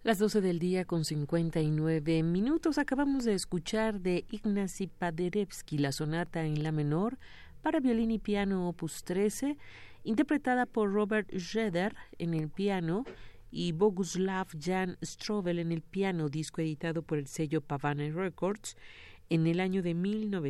Las 12 del día con 59 minutos. Acabamos de escuchar de Ignacy Paderewski la sonata en la menor para violín y piano opus 13, interpretada por Robert Schroeder en el piano y Boguslav Jan Strobel en el piano, disco editado por el sello Pavane Records en el año de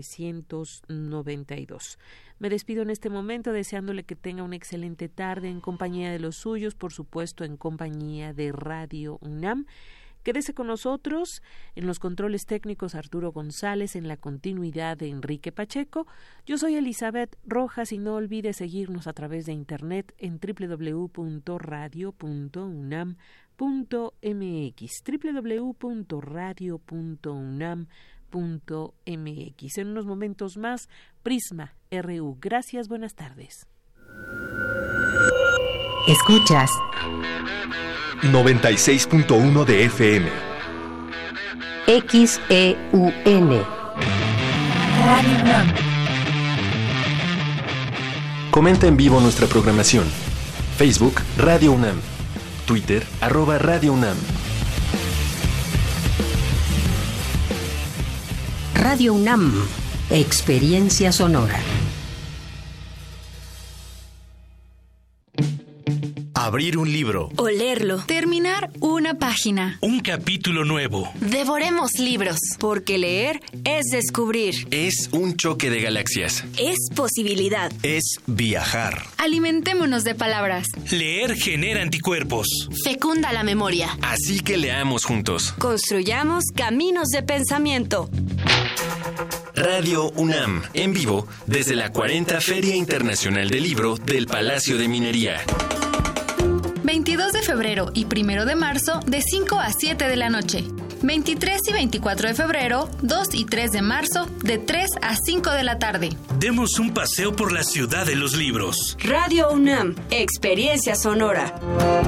1992. Me despido en este momento deseándole que tenga una excelente tarde en compañía de los suyos, por supuesto en compañía de Radio UNAM. Quédese con nosotros en los controles técnicos Arturo González, en la continuidad de Enrique Pacheco. Yo soy Elizabeth Rojas y no olvide seguirnos a través de internet en www.radio.unam.mx, www.radio.unam.mx. En unos momentos más, Prisma RU. Gracias, buenas tardes. Escuchas 96.1 de FM. XEUN. Radio UNAM. Comenta en vivo nuestra programación. Facebook Radio UNAM. Twitter @Radio UNAM. Radio UNAM. Experiencia sonora. Abrir un libro. O leerlo. Terminar una página. Un capítulo nuevo. Devoremos libros. Porque leer es descubrir. Es un choque de galaxias. Es posibilidad. Es viajar. Alimentémonos de palabras. Leer genera anticuerpos. Fecunda la memoria. Así que leamos juntos. Construyamos caminos de pensamiento. Radio UNAM, en vivo, desde la 40 Feria Internacional del Libro del Palacio de Minería. 22 de febrero y 1 de marzo, de 5 a 7 de la noche. 23 y 24 de febrero, 2 y 3 de marzo, de 3 a 5 de la tarde. Demos un paseo por la ciudad de los libros. Radio UNAM, experiencia sonora.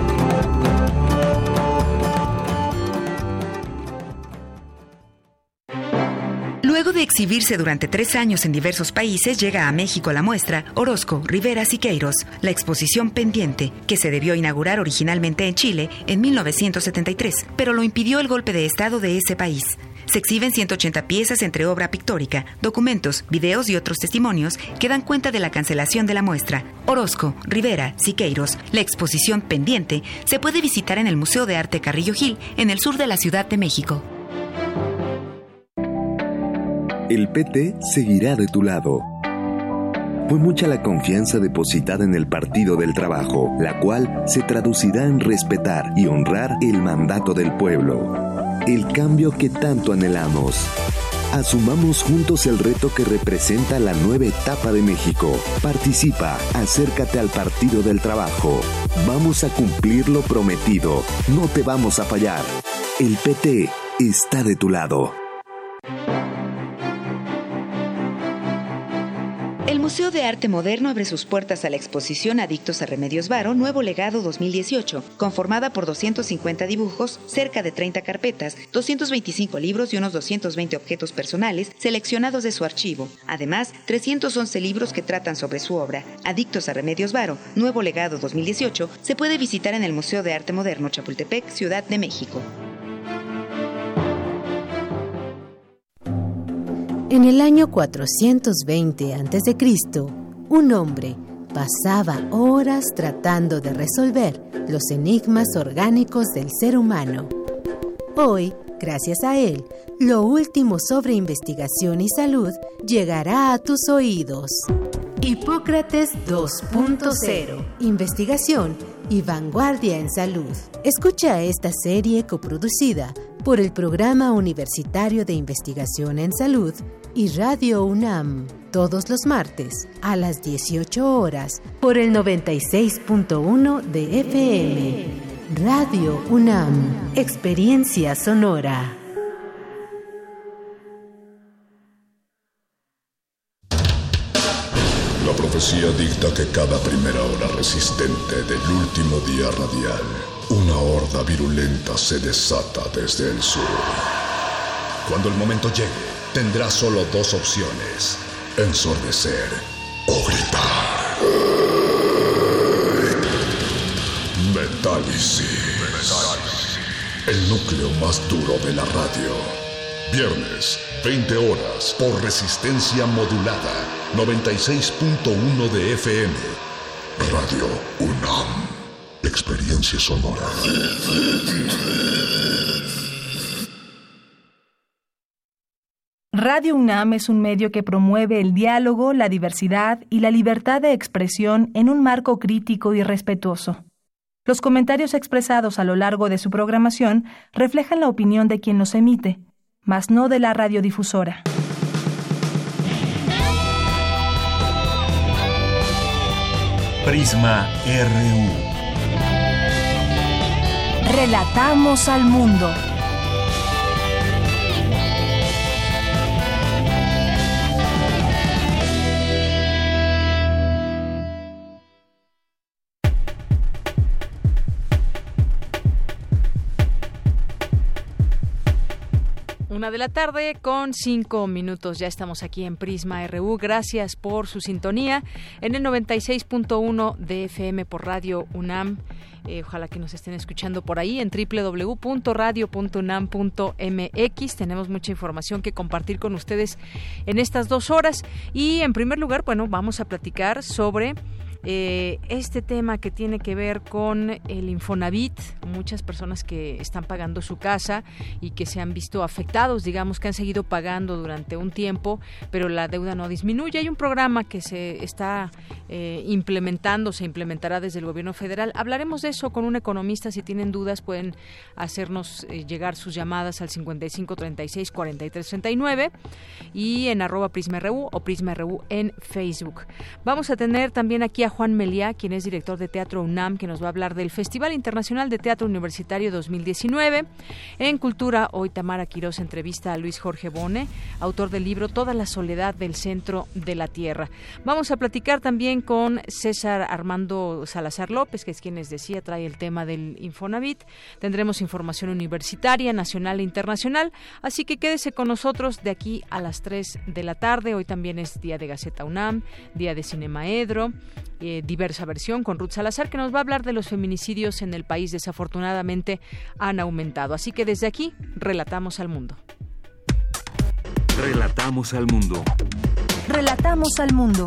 Luego de exhibirse durante 3 años en diversos países, llega a México la muestra Orozco, Rivera, Siqueiros, la exposición pendiente, que se debió inaugurar originalmente en Chile en 1973, pero lo impidió el golpe de estado de ese país. Se exhiben 180 piezas entre obra pictórica, documentos, videos y otros testimonios que dan cuenta de la cancelación de la muestra. Orozco, Rivera, Siqueiros, la exposición pendiente, se puede visitar en el Museo de Arte Carrillo Gil, en el sur de la Ciudad de México. El PT seguirá de tu lado. Fue mucha la confianza depositada en el Partido del Trabajo, la cual se traducirá en respetar y honrar el mandato del pueblo. El cambio que tanto anhelamos. Asumamos juntos el reto que representa la nueva etapa de México. Participa, acércate al Partido del Trabajo. Vamos a cumplir lo prometido. No te vamos a fallar. El PT está de tu lado. El Museo de Arte Moderno abre sus puertas a la exposición Adictos a Remedios Varo, Nuevo Legado 2018, conformada por 250 dibujos, cerca de 30 carpetas, 225 libros y unos 220 objetos personales seleccionados de su archivo. Además, 311 libros que tratan sobre su obra. Adictos a Remedios Varo, Nuevo Legado 2018, se puede visitar en el Museo de Arte Moderno Chapultepec, Ciudad de México. En el año 420 a.C., un hombre pasaba horas tratando de resolver los enigmas orgánicos del ser humano. Hoy, gracias a él, lo último sobre investigación y salud llegará a tus oídos. Hipócrates 2.0. Investigación y vanguardia en salud. Escucha esta serie coproducida por el Programa Universitario de Investigación en Salud y Radio UNAM, todos los martes a las 18 horas por el 96.1 de FM. Radio UNAM, experiencia sonora. La profecía dicta que cada primera hora resistente del último día radial, una horda virulenta se desata desde el sur. Cuando el momento llegue, tendrá solo 2 opciones: ensordecer o gritar. Metálisis. el núcleo más duro de la radio. Viernes, 20 horas, por resistencia modulada, 96.1 de FM. Radio UNAM. Experiencia sonora. Radio UNAM es un medio que promueve el diálogo, la diversidad y la libertad de expresión en un marco crítico y respetuoso. Los comentarios expresados a lo largo de su programación reflejan la opinión de quien los emite, mas no de la radiodifusora. Prisma RU. Relatamos al mundo. Una de la tarde con 5 minutos. Ya estamos aquí en Prisma RU. Gracias por su sintonía en el 96.1 de FM por Radio UNAM. Ojalá que nos estén escuchando por ahí en www.radio.unam.mx. Tenemos mucha información que compartir con ustedes en estas 2 horas. Y en primer lugar, bueno, vamos a platicar sobre este tema que tiene que ver con el Infonavit. Muchas personas que están pagando su casa y que se han visto afectados, digamos que han seguido pagando durante un tiempo, pero la deuda no disminuye. Hay un programa que se está implementando, se implementará desde el gobierno federal. Hablaremos de eso con un economista. Si tienen dudas pueden hacernos llegar sus llamadas al 5536-4339 y en @PrismaRU o PrismaRU en Facebook. Vamos a tener también aquí a Juan Meliá, quien es director de Teatro UNAM, que nos va a hablar del Festival Internacional de Teatro Universitario 2019. En Cultura, hoy Tamara Quirós entrevista a Luis Jorge Bone, autor del libro Toda la soledad del centro de la Tierra. Vamos a platicar también con César Armando Salazar López, que es quien les decía, trae el tema del Infonavit. Tendremos información universitaria, nacional e internacional, así que quédese con nosotros de aquí a las 3 de la tarde. Hoy también es día de Gaceta UNAM, día de Cinemaedro, diversa versión con Ruth Salazar, que nos va a hablar de los feminicidios en el país. Desafortunadamente han aumentado. Así que desde aquí, relatamos al mundo. Relatamos al mundo. Relatamos al mundo.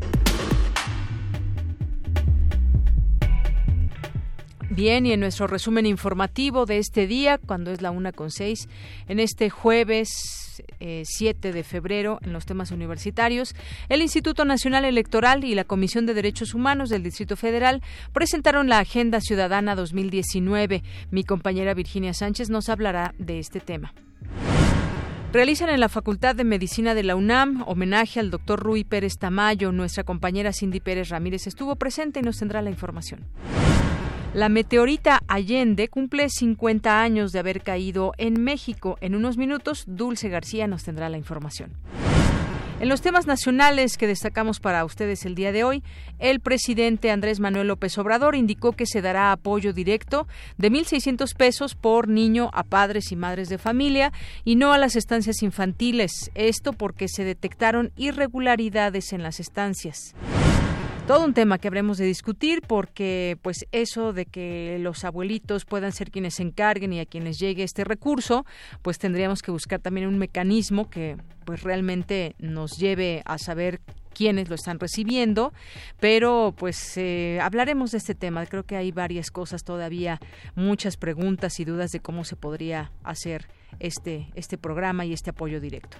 Bien, y en nuestro resumen informativo de este día, cuando es la 1:06, en este jueves 7 de febrero, en los temas universitarios, el Instituto Nacional Electoral y la Comisión de Derechos Humanos del Distrito Federal presentaron la Agenda Ciudadana 2019. Mi compañera Virginia Sánchez nos hablará de este tema. Realizan en la Facultad de Medicina de la UNAM homenaje al doctor Rui Pérez Tamayo. Nuestra compañera Cindy Pérez Ramírez estuvo presente y nos tendrá la información. La meteorita Allende cumple 50 años de haber caído en México. En unos minutos, Dulce García nos tendrá la información. En los temas nacionales que destacamos para ustedes el día de hoy, el presidente Andrés Manuel López Obrador indicó que se dará apoyo directo de 1,600 pesos por niño a padres y madres de familia y no a las estancias infantiles. Esto porque se detectaron irregularidades en las estancias. Todo un tema que habremos de discutir porque pues eso de que los abuelitos puedan ser quienes se encarguen y a quienes llegue este recurso, pues tendríamos que buscar también un mecanismo que pues realmente nos lleve a saber quiénes lo están recibiendo, pero pues hablaremos de este tema. Creo que hay varias cosas todavía, muchas preguntas y dudas de cómo se podría hacer este programa y este apoyo directo.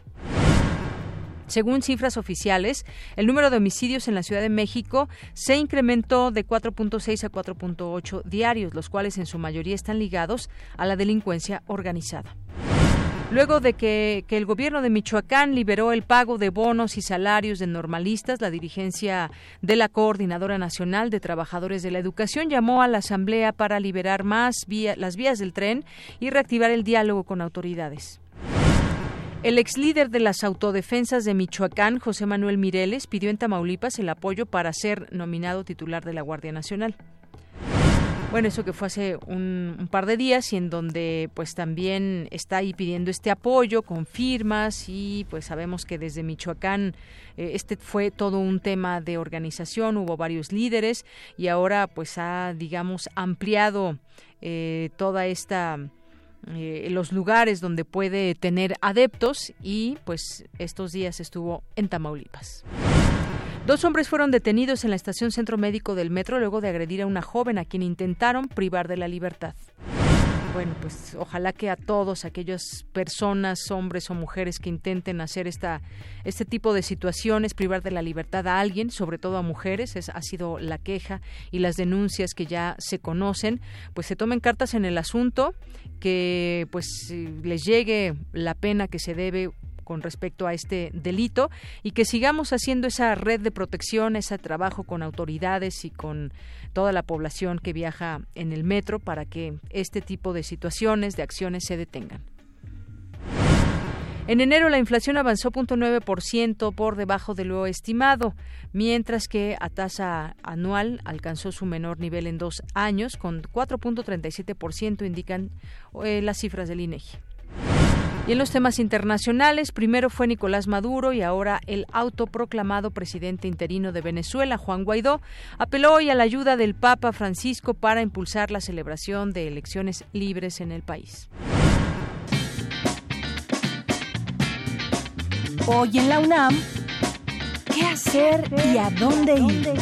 Según cifras oficiales, el número de homicidios en la Ciudad de México se incrementó de 4.6 a 4.8 diarios, los cuales en su mayoría están ligados a la delincuencia organizada. Luego de que el gobierno de Michoacán liberó el pago de bonos y salarios de normalistas, la dirigencia de la Coordinadora Nacional de Trabajadores de la Educación llamó a la Asamblea para liberar las vías del tren y reactivar el diálogo con autoridades. El ex líder de las autodefensas de Michoacán, José Manuel Mireles, pidió en Tamaulipas el apoyo para ser nominado titular de la Guardia Nacional. Bueno, eso que fue hace un par de días y en donde pues también está ahí pidiendo este apoyo con firmas y pues sabemos que desde Michoacán este fue todo un tema de organización, hubo varios líderes y ahora pues ha, digamos, ampliado toda esta los lugares donde puede tener adeptos, y pues estos días estuvo en Tamaulipas. 2 hombres fueron detenidos en la estación Centro Médico del Metro luego de agredir a una joven a quien intentaron privar de la libertad. Bueno, pues ojalá que a todos aquellas personas, hombres o mujeres que intenten hacer este tipo de situaciones, privar de la libertad a alguien, sobre todo a mujeres, ha sido la queja y las denuncias que ya se conocen, pues se tomen cartas en el asunto, que pues les llegue la pena que se debe con respecto a este delito, y que sigamos haciendo esa red de protección, ese trabajo con autoridades y con toda la población que viaja en el metro para que este tipo de situaciones, de acciones se detengan. En enero la inflación avanzó 0.9% por debajo de lo estimado, mientras que a tasa anual alcanzó su menor nivel en 2 años, con 4.37% indican las cifras del INEGI. Y en los temas internacionales, primero fue Nicolás Maduro y ahora el autoproclamado presidente interino de Venezuela, Juan Guaidó, apeló hoy a la ayuda del Papa Francisco para impulsar la celebración de elecciones libres en el país. Hoy en la UNAM, ¿qué hacer y a dónde ir?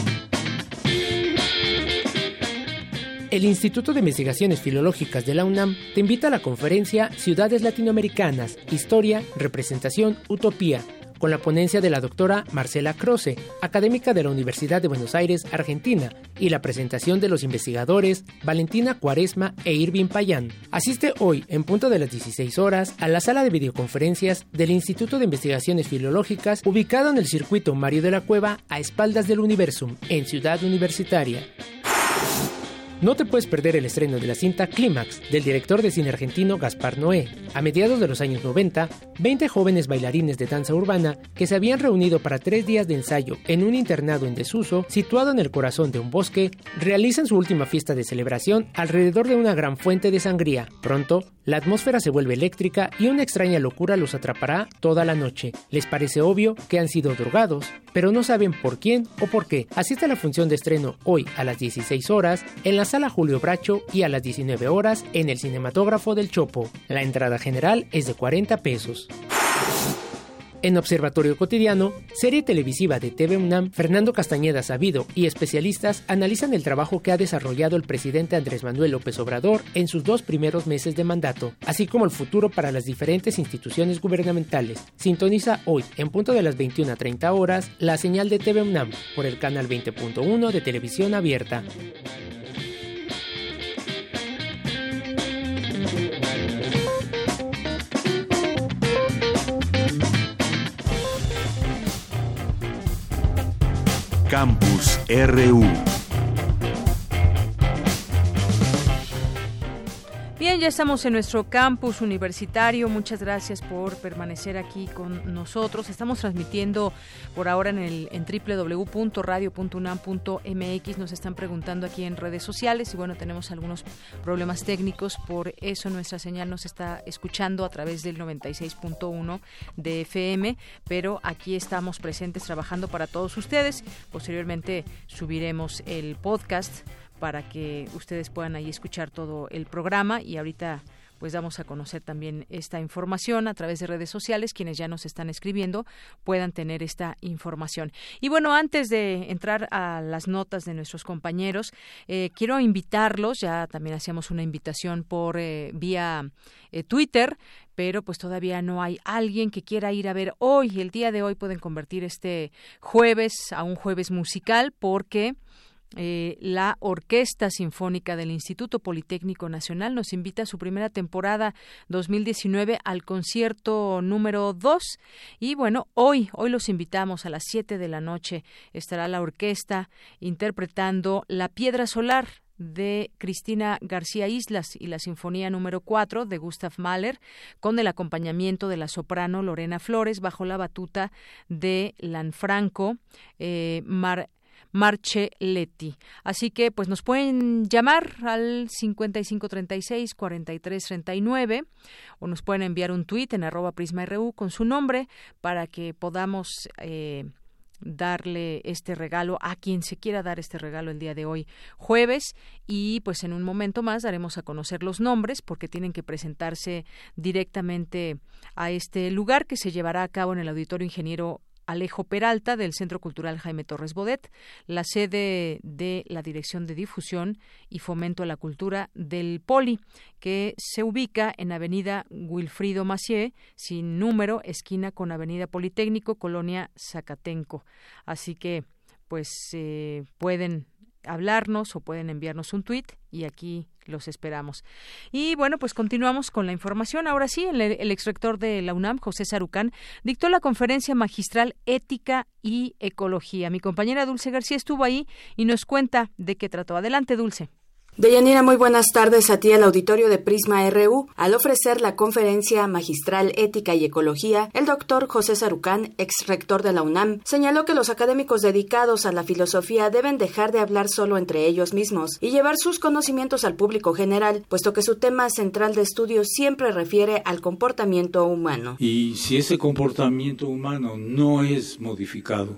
El Instituto de Investigaciones Filológicas de la UNAM te invita a la conferencia Ciudades Latinoamericanas, Historia, Representación, Utopía, con la ponencia de la doctora Marcela Croce, académica de la Universidad de Buenos Aires, Argentina, y la presentación de los investigadores Valentina Cuaresma e Irving Payán. Asiste hoy, en punto de las 16 horas, a la sala de videoconferencias del Instituto de Investigaciones Filológicas, ubicado en el circuito Mario de la Cueva, a espaldas del Universum, en Ciudad Universitaria. No te puedes perder el estreno de la cinta Clímax, del director de cine argentino Gaspar Noé. A mediados de los años 90, 20 jóvenes bailarines de danza urbana que se habían reunido para 3 días de ensayo en un internado en desuso, situado en el corazón de un bosque, realizan su última fiesta de celebración alrededor de una gran fuente de sangría. Pronto, la atmósfera se vuelve eléctrica y una extraña locura los atrapará toda la noche. Les parece obvio que han sido drogados, pero no saben por quién o por qué. Asiste a la función de estreno hoy a las 16 horas en la Sala Julio Bracho y a las 19 horas en el Cinematógrafo del Chopo. La entrada general es de 40 pesos. En Observatorio Cotidiano, serie televisiva de TV UNAM, Fernando Castañeda Sabido y especialistas analizan el trabajo que ha desarrollado el presidente Andrés Manuel López Obrador en sus 2 primeros meses de mandato, así como el futuro para las diferentes instituciones gubernamentales. Sintoniza hoy, en punto de las 21:30 horas, la señal de TV UNAM por el canal 20.1 de Televisión Abierta. Campus RU. Bien, ya estamos en nuestro campus universitario. Muchas gracias por permanecer aquí con nosotros. Estamos transmitiendo por ahora en www.radio.unam.mx. Nos están preguntando aquí en redes sociales y bueno, tenemos algunos problemas técnicos, por eso nuestra señal nos está escuchando a través del 96.1 de FM, pero aquí estamos presentes trabajando para todos ustedes. Posteriormente subiremos el podcast para que ustedes puedan ahí escuchar todo el programa, y ahorita pues damos a conocer también esta información a través de redes sociales. Quienes ya nos están escribiendo puedan tener esta información. Y bueno, antes de entrar a las notas de nuestros compañeros, quiero invitarlos, ya también hacíamos una invitación por vía Twitter, pero pues todavía no hay alguien que quiera ir a ver hoy. El día de hoy pueden convertir este jueves a un jueves musical, porque la Orquesta Sinfónica del Instituto Politécnico Nacional nos invita a su primera temporada 2019 al concierto número 2. Y bueno, hoy los invitamos a las 7 de la noche. Estará la orquesta interpretando La Piedra Solar de Cristina García Islas y la Sinfonía número 4 de Gustav Mahler, con el acompañamiento de la soprano Lorena Flores, bajo la batuta de Lanfranco Marchelletti. Así que pues nos pueden llamar al 5536-4339 o nos pueden enviar un tuit en @prisma.ru con su nombre para que podamos darle este regalo a quien se quiera dar este regalo el día de hoy, jueves, y pues en un momento más daremos a conocer los nombres porque tienen que presentarse directamente a este lugar que se llevará a cabo en el Auditorio Ingeniero Alejo Peralta del Centro Cultural Jaime Torres Bodet, la sede de la Dirección de Difusión y Fomento a la Cultura del Poli, que se ubica en Avenida Wilfrido Macié, sin número, esquina con Avenida Politécnico, Colonia Zacatenco. Así que, pues, pueden hablarnos o pueden enviarnos un tuit y aquí los esperamos. Y bueno, pues continuamos con la información. Ahora sí, el exrector de la UNAM, José Sarucán, dictó la conferencia magistral Ética y Ecología. Mi compañera Dulce García estuvo ahí y nos cuenta de qué trató. Adelante, Dulce. Deyanira, muy buenas tardes a ti al auditorio de Prisma RU. Al ofrecer la conferencia magistral Ética y Ecología, el doctor José Sarucán, ex rector de la UNAM, señaló que los académicos dedicados a la filosofía deben dejar de hablar solo entre ellos mismos y llevar sus conocimientos al público general, puesto que su tema central de estudio siempre refiere al comportamiento humano. Y si ese comportamiento humano no es modificado,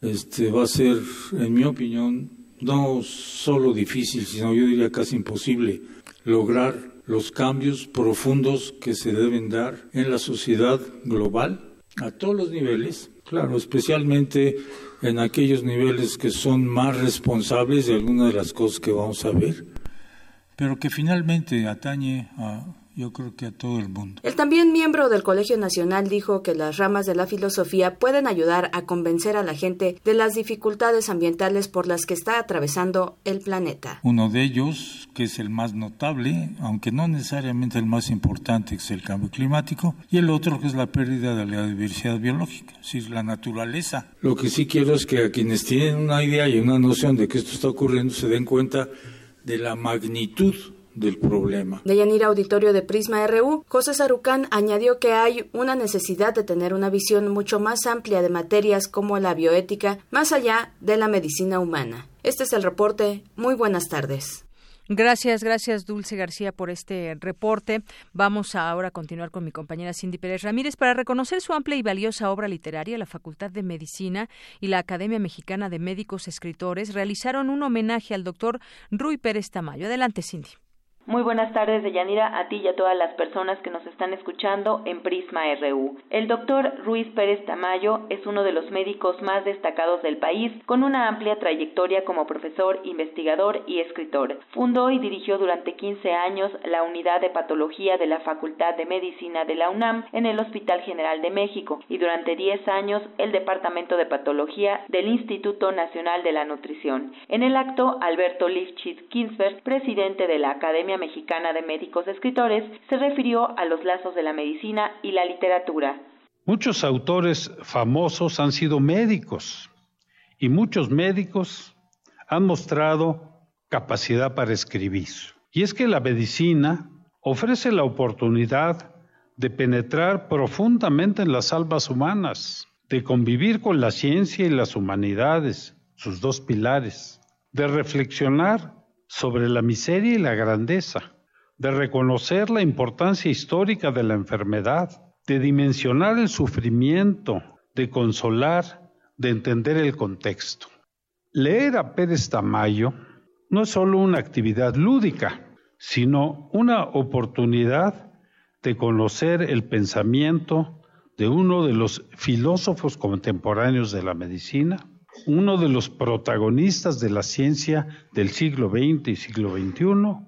va a ser, en mi opinión, no solo difícil, sino yo diría casi imposible lograr los cambios profundos que se deben dar en la sociedad global a todos los niveles, claro, especialmente en aquellos niveles que son más responsables de algunas de las cosas que vamos a ver, pero que finalmente atañe yo creo que a todo el mundo. El también miembro del Colegio Nacional dijo que las ramas de la filosofía pueden ayudar a convencer a la gente de las dificultades ambientales por las que está atravesando el planeta. Uno de ellos, que es el más notable, aunque no necesariamente el más importante, es el cambio climático, y el otro que es la pérdida de la diversidad biológica, es decir, la naturaleza. Lo que sí quiero es que a quienes tienen una idea y una noción de que esto está ocurriendo se den cuenta de la magnitud del problema. Deyanira, auditorio de Prisma RU, José Sarucán añadió que hay una necesidad de tener una visión mucho más amplia de materias como la bioética, más allá de la medicina humana. Este es el reporte. Muy buenas tardes. Gracias Dulce García por este reporte. Vamos ahora a continuar con mi compañera Cindy Pérez Ramírez para reconocer su amplia y valiosa obra literaria. La Facultad de Medicina y la Academia Mexicana de Médicos Escritores realizaron un homenaje al doctor Rui Pérez Tamayo. Adelante, Cindy. Muy buenas tardes, Deyanira, a ti y a todas las personas que nos están escuchando en Prisma RU. El doctor Ruiz Pérez Tamayo es uno de los médicos más destacados del país, con una amplia trayectoria como profesor, investigador y escritor. Fundó y dirigió durante 15 años la Unidad de Patología de la Facultad de Medicina de la UNAM en el Hospital General de México y durante 10 años el Departamento de Patología del Instituto Nacional de la Nutrición. En el acto, Alberto Lifshitz-Ginsberg, presidente de la Academia Mexicana de Médicos Escritores, se refirió a los lazos de la medicina y la literatura. Muchos autores famosos han sido médicos y muchos médicos han mostrado capacidad para escribir. Y es que la medicina ofrece la oportunidad de penetrar profundamente en las almas humanas, de convivir con la ciencia y las humanidades, sus dos pilares, de reflexionar sobre la miseria y la grandeza, de reconocer la importancia histórica de la enfermedad, de dimensionar el sufrimiento, de consolar, de entender el contexto. Leer a Pérez Tamayo no es solo una actividad lúdica, sino una oportunidad de conocer el pensamiento de uno de los filósofos contemporáneos de la medicina, uno de los protagonistas de la ciencia del siglo XX y siglo XXI,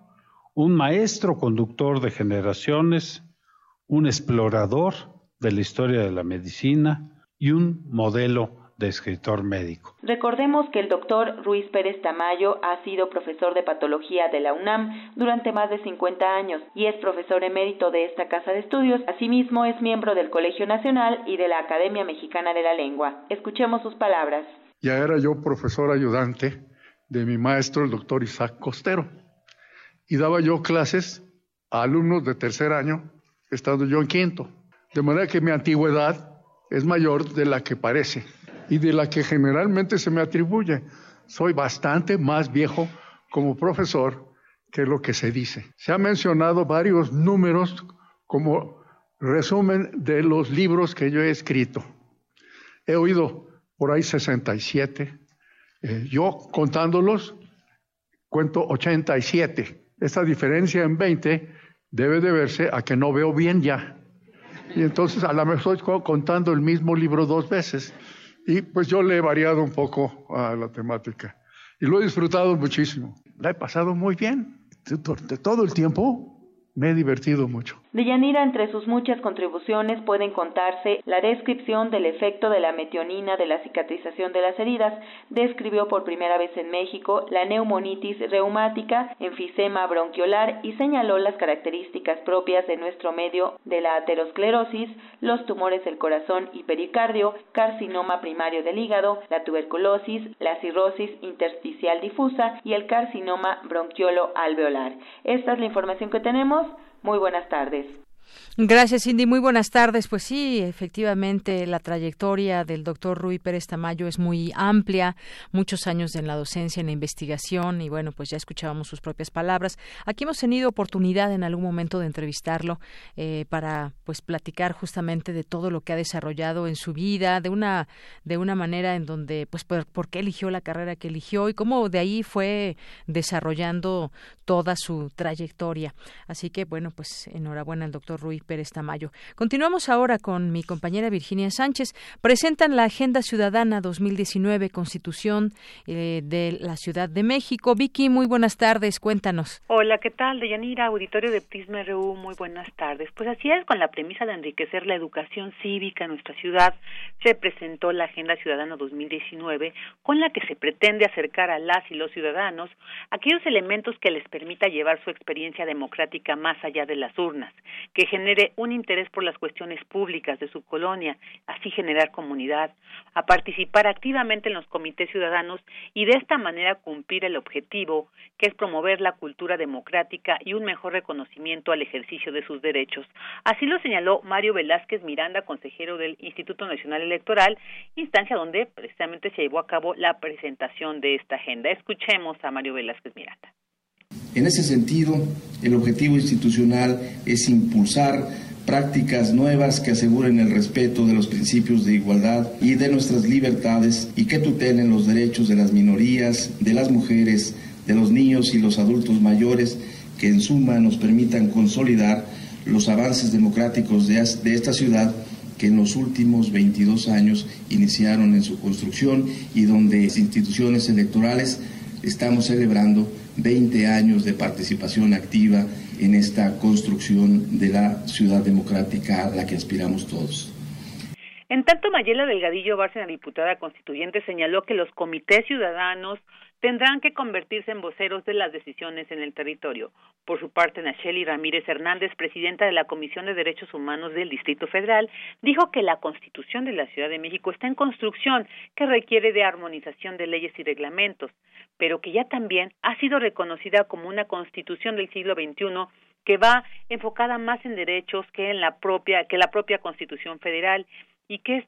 un maestro conductor de generaciones, un explorador de la historia de la medicina y un modelo de escritor médico. Recordemos que el doctor Ruiz Pérez Tamayo ha sido profesor de patología de la UNAM durante más de 50 años y es profesor emérito de esta casa de estudios. Asimismo, es miembro del Colegio Nacional y de la Academia Mexicana de la Lengua. Escuchemos sus palabras. Ya era yo profesor ayudante de mi maestro, el doctor Isaac Costero, y daba yo clases a alumnos de tercer año, estando yo en quinto. De manera que mi antigüedad es mayor de la que parece y de la que generalmente se me atribuye. Soy bastante más viejo como profesor que lo que se dice. Se han mencionado varios números como resumen de los libros que yo he escrito. He oído por ahí 67. Yo contándolos, cuento 87. Esa diferencia en 20 debe de verse a que no veo bien ya. Y entonces a lo mejor estoy contando el mismo libro 2 veces. Y pues yo le he variado un poco a la temática. Y lo he disfrutado muchísimo. La he pasado muy bien. De todo el tiempo me he divertido mucho. Deyanira, entre sus muchas contribuciones pueden contarse la descripción del efecto de la metionina de la cicatrización de las heridas, describió por primera vez en México la neumonitis reumática, enfisema bronquiolar y señaló las características propias de nuestro medio de la aterosclerosis, los tumores del corazón y pericardio, carcinoma primario del hígado, la tuberculosis, la cirrosis intersticial difusa y el carcinoma bronquiolo-alveolar. Esta es la información que tenemos. Muy buenas tardes. Gracias, Cindy. Muy buenas tardes. Pues sí, efectivamente, la trayectoria del doctor Rui Pérez Tamayo es muy amplia, muchos años en la docencia, en la investigación, y bueno, pues ya escuchábamos sus propias palabras. Aquí hemos tenido oportunidad en algún momento de entrevistarlo para pues platicar justamente de todo lo que ha desarrollado en su vida, de una manera en donde, pues, por qué eligió la carrera que eligió y cómo de ahí fue desarrollando toda su trayectoria. Así que, bueno, pues enhorabuena al doctor Rui Pérez Tamayo. Continuamos ahora con mi compañera Virginia Sánchez. Presentan la Agenda Ciudadana 2019, Constitución de la Ciudad de México. Vicky, muy buenas tardes, cuéntanos. Hola, ¿qué tal? Deyanira, auditorio de Prisma RU, muy buenas tardes. Pues así es, con la premisa de enriquecer la educación cívica en nuestra ciudad, se presentó la Agenda Ciudadana 2019, con la que se pretende acercar a las y los ciudadanos aquellos elementos que les permita llevar su experiencia democrática más allá de las urnas, que genere un interés por las cuestiones públicas de su colonia, así generar comunidad, a participar activamente en los comités ciudadanos y de esta manera cumplir el objetivo, que es promover la cultura democrática y un mejor reconocimiento al ejercicio de sus derechos. Así lo señaló Mario Velázquez Miranda, consejero del Instituto Nacional Electoral, instancia donde precisamente se llevó a cabo la presentación de esta agenda. Escuchemos a Mario Velázquez Miranda. En ese sentido, el objetivo institucional es impulsar prácticas nuevas que aseguren el respeto de los principios de igualdad y de nuestras libertades y que tutelen los derechos de las minorías, de las mujeres, de los niños y los adultos mayores, que en suma nos permitan consolidar los avances democráticos de esta ciudad que en los últimos 22 años iniciaron en su construcción y donde las instituciones electorales estamos celebrando 20 años de participación activa en esta construcción de la ciudad democrática a la que aspiramos todos. En tanto, Mayela Delgadillo Bárcena, diputada constituyente, señaló que los comités ciudadanos tendrán que convertirse en voceros de las decisiones en el territorio. Por su parte, Nacheli Ramírez Hernández, presidenta de la Comisión de Derechos Humanos del Distrito Federal, dijo que la Constitución de la Ciudad de México está en construcción, que requiere de armonización de leyes y reglamentos, pero que ya también ha sido reconocida como una Constitución del siglo XXI que va enfocada más en derechos que la propia Constitución Federal. Y que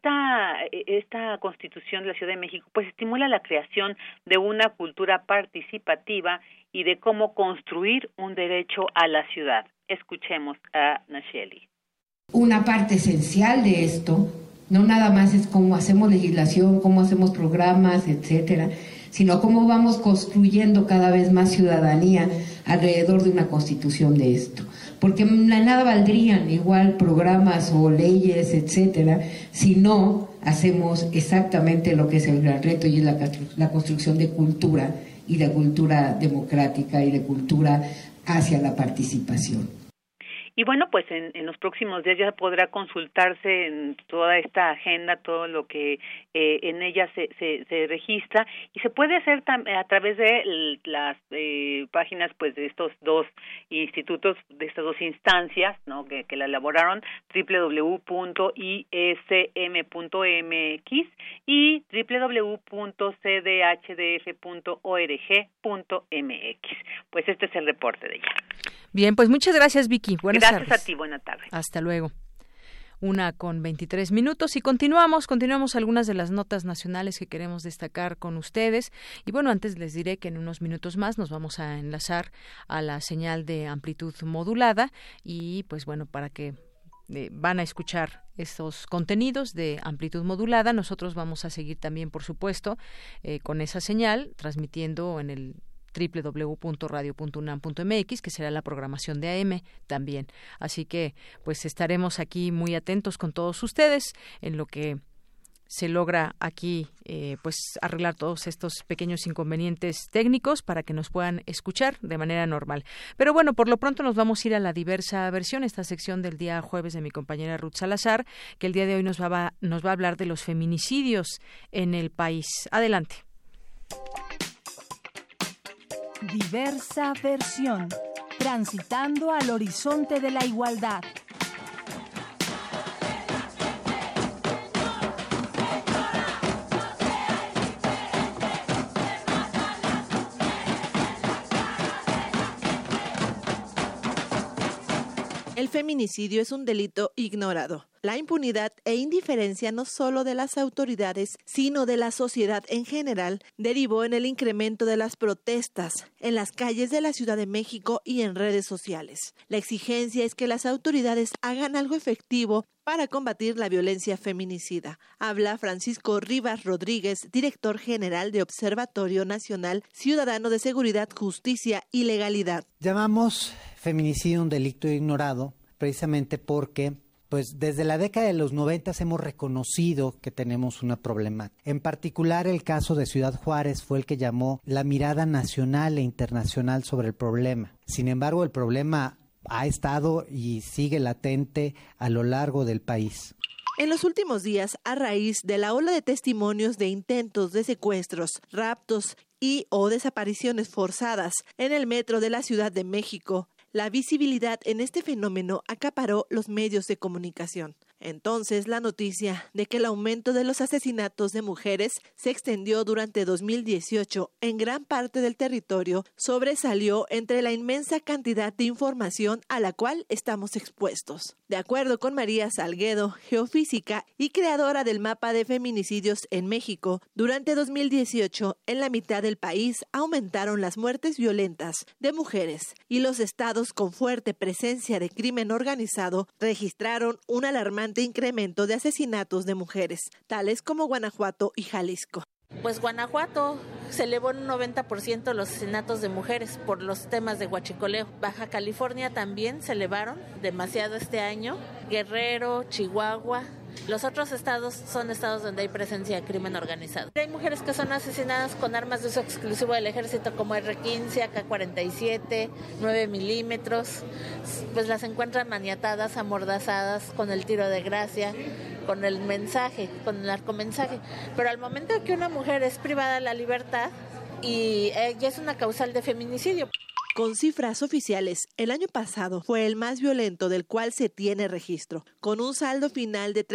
esta Constitución de la Ciudad de México pues estimula la creación de una cultura participativa y de cómo construir un derecho a la ciudad. Escuchemos a Nacheli. Una parte esencial de esto no nada más es cómo hacemos legislación, cómo hacemos programas, etcétera, sino cómo vamos construyendo cada vez más ciudadanía alrededor de una constitución de esto. Porque nada valdrían igual programas o leyes, etcétera, si no hacemos exactamente lo que es el gran reto, y es la construcción de cultura, y de cultura democrática, y de cultura hacia la participación. Y bueno, pues en los próximos días ya podrá consultarse en toda esta agenda, todo lo que en ella se registra, y se puede hacer a través de las páginas pues de estos dos institutos, de estas dos instancias, ¿no?, que la elaboraron, www.ism.mx y www.cdhdf.org.mx. Pues este es el reporte de ella. Bien, pues muchas gracias, Vicky. Buenas tardes. Gracias a ti, buena tarde. Hasta luego. 1:23 y continuamos algunas de las notas nacionales que queremos destacar con ustedes. Y bueno, antes les diré que en unos minutos más nos vamos a enlazar a la señal de amplitud modulada y pues bueno, para que van a escuchar estos contenidos de amplitud modulada. Nosotros vamos a seguir también, por supuesto, con esa señal, transmitiendo en el www.radio.unam.mx, que será la programación de AM también. Así que pues estaremos aquí muy atentos con todos ustedes en lo que se logra aquí pues arreglar todos estos pequeños inconvenientes técnicos para que nos puedan escuchar de manera normal. Pero bueno, por lo pronto nos vamos a ir a la diversa versión, esta sección del día jueves de mi compañera Ruth Salazar, que el día de hoy nos va a hablar de los feminicidios en el país. Adelante. Diversa versión, transitando al horizonte de la igualdad. El feminicidio es un delito ignorado. La impunidad e indiferencia no solo de las autoridades, sino de la sociedad en general, derivó en el incremento de las protestas en las calles de la Ciudad de México y en redes sociales. La exigencia es que las autoridades hagan algo efectivo para combatir la violencia feminicida. Habla Francisco Rivas Rodríguez, director general de Observatorio Nacional Ciudadano de Seguridad, Justicia y Legalidad. Llamamos feminicidio un delito ignorado precisamente porque pues desde la década de los 90 hemos reconocido que tenemos una problemática. En particular, el caso de Ciudad Juárez fue el que llamó la mirada nacional e internacional sobre el problema. Sin embargo, el problema ha estado y sigue latente a lo largo del país. En los últimos días, a raíz de la ola de testimonios de intentos de secuestros, raptos y o desapariciones forzadas en el metro de la Ciudad de México, la visibilidad en este fenómeno acaparó los medios de comunicación. Entonces, la noticia de que el aumento de los asesinatos de mujeres se extendió durante 2018 en gran parte del territorio sobresalió entre la inmensa cantidad de información a la cual estamos expuestos. De acuerdo con María Salguedo, geofísica y creadora del mapa de feminicidios en México, durante 2018 en la mitad del país aumentaron las muertes violentas de mujeres y los estados con fuerte presencia de crimen organizado registraron un alarmante incremento de asesinatos de mujeres, tales como Guanajuato y Jalisco. Pues Guanajuato se elevó en un 90% los asesinatos de mujeres por los temas de huachicoleo. Baja California también se elevaron demasiado este año. Guerrero, Chihuahua. Los otros estados son estados donde hay presencia de crimen organizado. Hay mujeres que son asesinadas con armas de uso exclusivo del ejército como R-15, AK-47, 9 milímetros. Pues las encuentran maniatadas, amordazadas, con el tiro de gracia, con el mensaje, con el narcomensaje. Pero al momento de que una mujer es privada de la libertad y ya es una causal de feminicidio. Con cifras oficiales, el año pasado fue el más violento del cual se tiene registro, con un saldo final de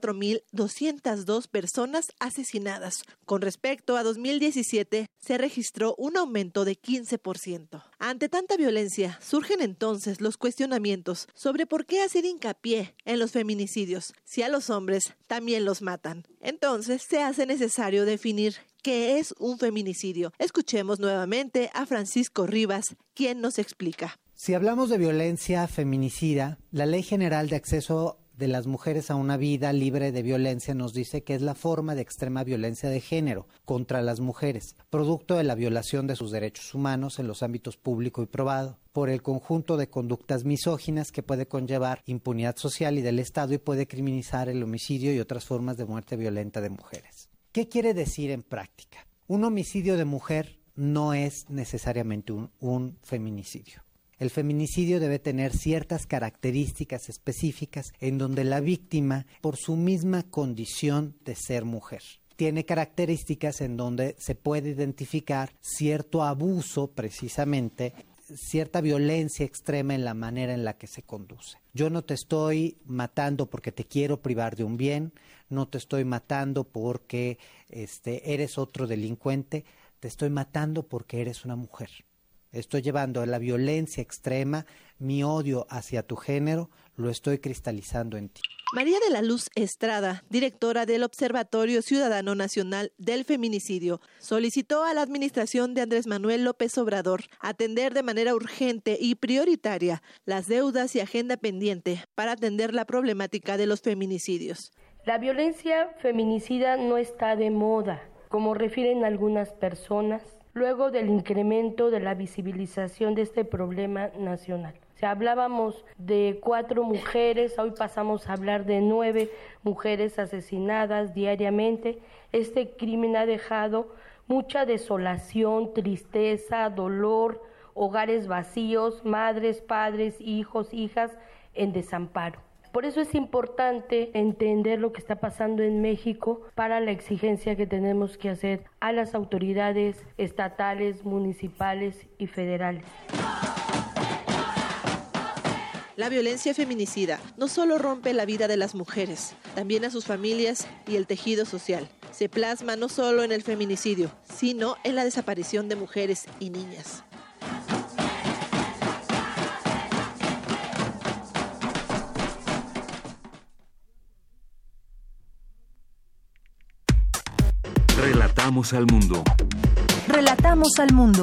34.202 personas asesinadas. Con respecto a 2017, se registró un aumento de 15%. Ante tanta violencia, surgen entonces los cuestionamientos sobre por qué hacer hincapié en los feminicidios, si a los hombres también los matan. Entonces, se hace necesario definir ¿qué es un feminicidio? Escuchemos nuevamente a Francisco Rivas, quien nos explica. Si hablamos de violencia feminicida, la Ley General de Acceso de las Mujeres a una Vida Libre de Violencia nos dice que es la forma de extrema violencia de género contra las mujeres, producto de la violación de sus derechos humanos en los ámbitos público y privado, por el conjunto de conductas misóginas que puede conllevar impunidad social y del Estado y puede criminalizar el homicidio y otras formas de muerte violenta de mujeres. ¿Qué quiere decir en práctica? Un homicidio de mujer no es necesariamente un feminicidio. El feminicidio debe tener ciertas características específicas en donde la víctima, por su misma condición de ser mujer, tiene características en donde se puede identificar cierto abuso, precisamente, cierta violencia extrema en la manera en la que se conduce. Yo no te estoy matando porque te quiero privar de un bien, no te estoy matando porque eres otro delincuente, te estoy matando porque eres una mujer. Estoy llevando a la violencia extrema mi odio hacia tu género lo estoy cristalizando en ti. María de la Luz Estrada, directora del Observatorio Ciudadano Nacional del Feminicidio, solicitó a la administración de Andrés Manuel López Obrador atender de manera urgente y prioritaria las deudas y agenda pendiente para atender la problemática de los feminicidios. La violencia feminicida no está de moda, como refieren algunas personas, luego del incremento de la visibilización de este problema nacional. Si hablábamos de 4 mujeres, hoy pasamos a hablar de 9 mujeres asesinadas diariamente. Este crimen ha dejado mucha desolación, tristeza, dolor, hogares vacíos, madres, padres, hijos, hijas en desamparo. Por eso es importante entender lo que está pasando en México para la exigencia que tenemos que hacer a las autoridades estatales, municipales y federales. La violencia feminicida no solo rompe la vida de las mujeres, también a sus familias y el tejido social. Se plasma no solo en el feminicidio, sino en la desaparición de mujeres y niñas. Relatamos al mundo. Relatamos al mundo.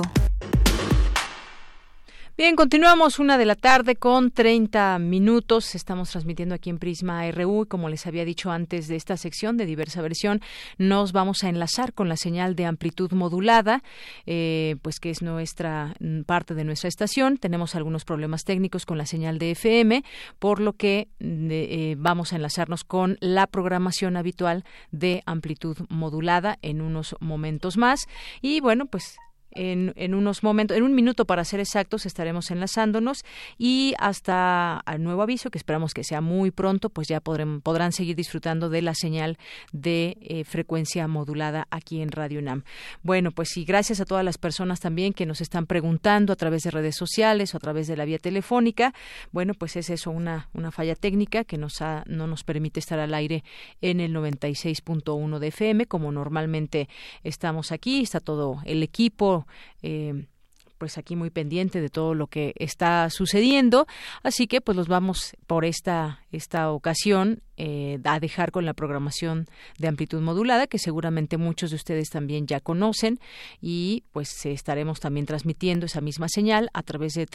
Bien, continuamos 1:00 con 30 minutos. Estamos transmitiendo aquí en Prisma RU y como les había dicho antes de esta sección de diversa versión, nos vamos a enlazar con la señal de amplitud modulada, pues que es nuestra parte de nuestra estación. Tenemos algunos problemas técnicos con la señal de FM, por lo que vamos a enlazarnos con la programación habitual de amplitud modulada en unos momentos más. Y bueno, pues en unos momentos, en un minuto para ser exactos, estaremos enlazándonos y hasta al nuevo aviso, que esperamos que sea muy pronto, pues ya podrán seguir disfrutando de la señal de frecuencia modulada aquí en Radio UNAM. Bueno, pues sí, gracias a todas las personas también que nos están preguntando a través de redes sociales o a través de la vía telefónica. Bueno, pues es eso, una falla técnica que no nos permite estar al aire en el 96.1 de FM, como normalmente estamos aquí, está todo el equipo pues aquí muy pendiente de todo lo que está sucediendo, así que pues los vamos por esta ocasión a dejar con la programación de amplitud modulada, que seguramente muchos de ustedes también ya conocen, y pues estaremos también transmitiendo esa misma señal a través de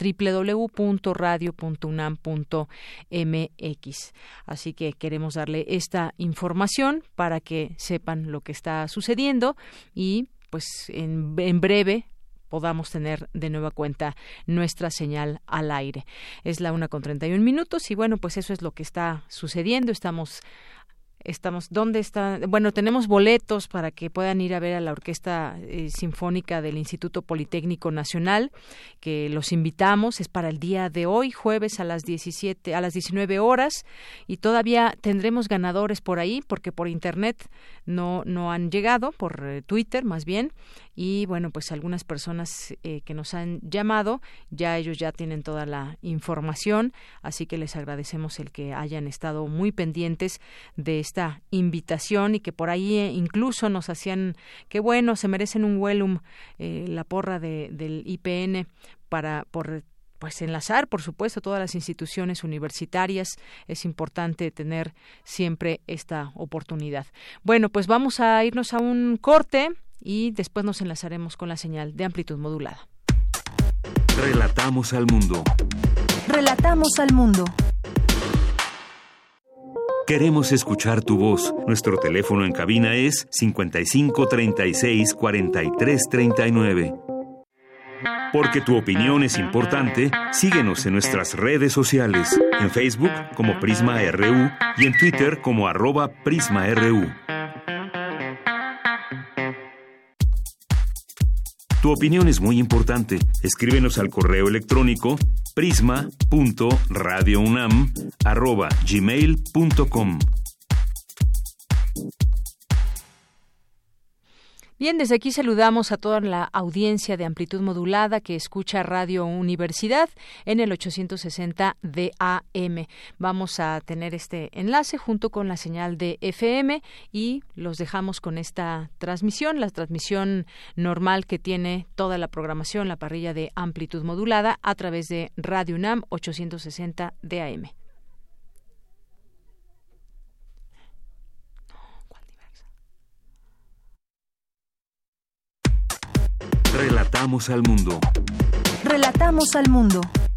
www.radio.unam.mx. Así que queremos darle esta información para que sepan lo que está sucediendo y pues en breve podamos tener de nueva cuenta nuestra señal al aire. Es la 1:31 y bueno, pues eso es lo que está sucediendo. Estamos ¿dónde está? Bueno, tenemos boletos para que puedan ir a ver a la Orquesta Sinfónica del Instituto Politécnico Nacional, que los invitamos, es para el día de hoy, jueves a las 19 horas, y todavía tendremos ganadores por ahí, porque por internet no han llegado, por Twitter más bien, y bueno, pues algunas personas que nos han llamado, ellos ya tienen toda la información, así que les agradecemos el que hayan estado muy pendientes de esta invitación y que por ahí incluso nos hacían que bueno, se merecen un Huelum, la porra del IPN pues enlazar, por supuesto, todas las instituciones universitarias. Es importante tener siempre esta oportunidad. Bueno, pues vamos a irnos a un corte y después nos enlazaremos con la señal de amplitud modulada. Relatamos al mundo. Relatamos al mundo. Queremos escuchar tu voz. Nuestro teléfono en cabina es 55 36 43 39. Porque tu opinión es importante, síguenos en nuestras redes sociales, en Facebook como Prisma RU y en Twitter como @PrismaRU. Tu opinión es muy importante. Escríbenos al correo electrónico prisma.radiounam@gmail.com. Bien, desde aquí saludamos a toda la audiencia de Amplitud Modulada que escucha Radio Universidad en el 860 de AM. Vamos a tener este enlace junto con la señal de FM y los dejamos con esta transmisión, la transmisión normal que tiene toda la programación, la parrilla de Amplitud Modulada a través de Radio UNAM 860 de AM. Relatamos al mundo. Relatamos al mundo.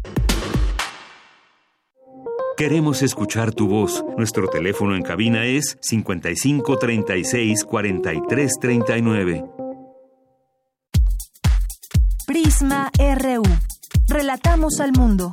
Queremos escuchar tu voz. Nuestro teléfono en cabina es 55 36 43 39. Prisma RU. Relatamos al mundo.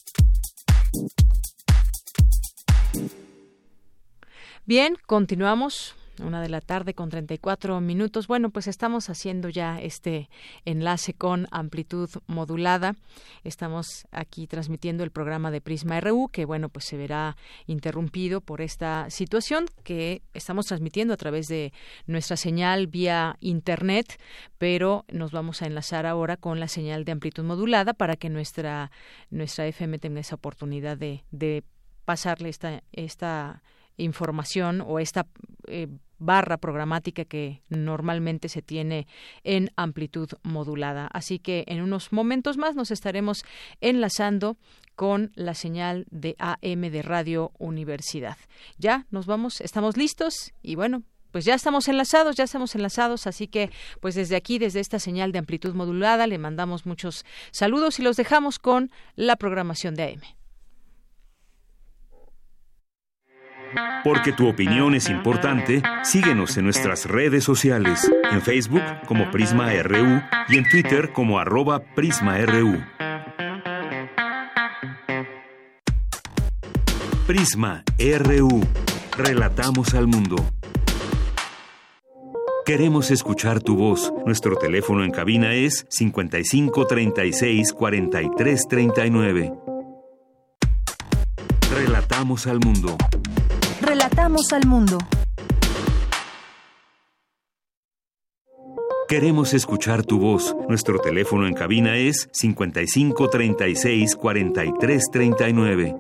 Bien, continuamos. 1:34 p.m. Bueno, pues estamos haciendo ya este enlace con Amplitud Modulada. Estamos aquí transmitiendo el programa de Prisma RU, que bueno, pues se verá interrumpido por esta situación que estamos transmitiendo a través de nuestra señal vía internet, pero nos vamos a enlazar ahora con la señal de Amplitud Modulada para que nuestra FM tenga esa oportunidad de pasarle esta información o esta barra programática que normalmente se tiene en Amplitud Modulada. Así que en unos momentos más nos estaremos enlazando con la señal de AM de Radio Universidad. Ya nos vamos, estamos listos y bueno, pues ya estamos enlazados, así que pues desde aquí, desde esta señal de Amplitud Modulada, le mandamos muchos saludos y los dejamos con la programación de AM. Porque tu opinión es importante, síguenos en nuestras redes sociales, en Facebook como Prisma RU y en Twitter como @PrismaRU. Prisma RU. Relatamos al mundo. Queremos escuchar tu voz. Nuestro teléfono en cabina es 55 36 43 39. Relatamos al mundo. Relatamos al mundo. Queremos escuchar tu voz. Nuestro teléfono en cabina es 55 36 43 39.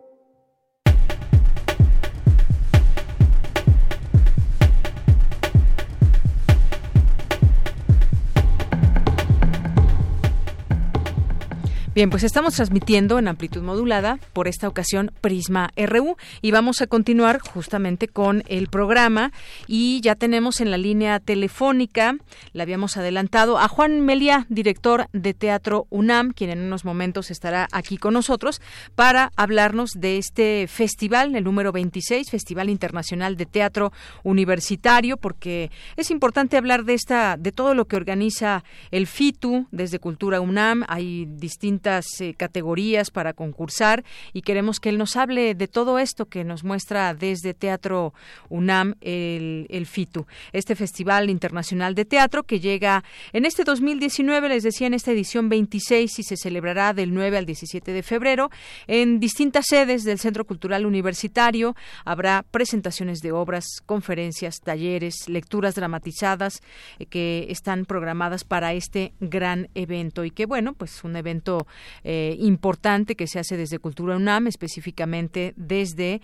Bien, pues estamos transmitiendo en Amplitud Modulada, por esta ocasión Prisma RU, y vamos a continuar justamente con el programa, y ya tenemos en la línea telefónica, le habíamos adelantado, a Juan Meliá, director de Teatro UNAM, quien en unos momentos estará aquí con nosotros para hablarnos de este festival, el número 26, Festival Internacional de Teatro Universitario, porque es importante hablar de todo lo que organiza el FITU desde Cultura UNAM. Hay distintas categorías para concursar y queremos que él nos hable de todo esto que nos muestra desde Teatro UNAM el FITU, este Festival Internacional de Teatro que llega en este 2019, les decía, en esta edición 26, y se celebrará del 9 al 17 de febrero en distintas sedes del Centro Cultural Universitario. Habrá presentaciones de obras, conferencias, talleres, lecturas dramatizadas que están programadas para este gran evento, y que bueno, pues un evento importante que se hace desde Cultura UNAM, específicamente desde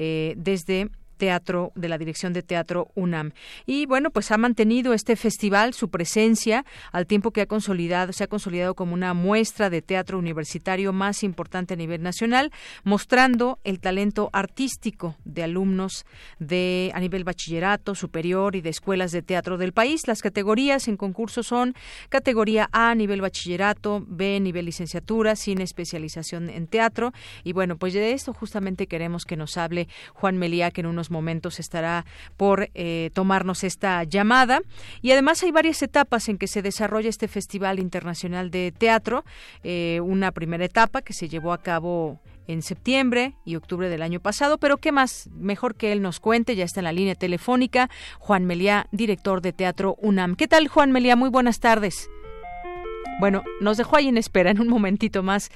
Teatro, de la Dirección de Teatro UNAM. Y bueno, pues ha mantenido este festival su presencia al tiempo que se ha consolidado como una muestra de teatro universitario más importante a nivel nacional, mostrando el talento artístico de alumnos a nivel bachillerato, superior y de escuelas de teatro del país. Las categorías en concurso son categoría A, nivel bachillerato, B, nivel licenciatura, sin especialización en teatro. Y bueno, pues de esto justamente queremos que nos hable Juan Meliá, que en unos momentos estará por tomarnos esta llamada. Y además hay varias etapas en que se desarrolla este Festival Internacional de Teatro. Una primera etapa que se llevó a cabo en septiembre y octubre del año pasado, pero qué más, mejor que él nos cuente. Ya está en la línea telefónica Juan Meliá, director de Teatro UNAM. ¿Qué tal, Juan Meliá? Muy buenas tardes. Bueno, nos dejó ahí en espera. En un momentito más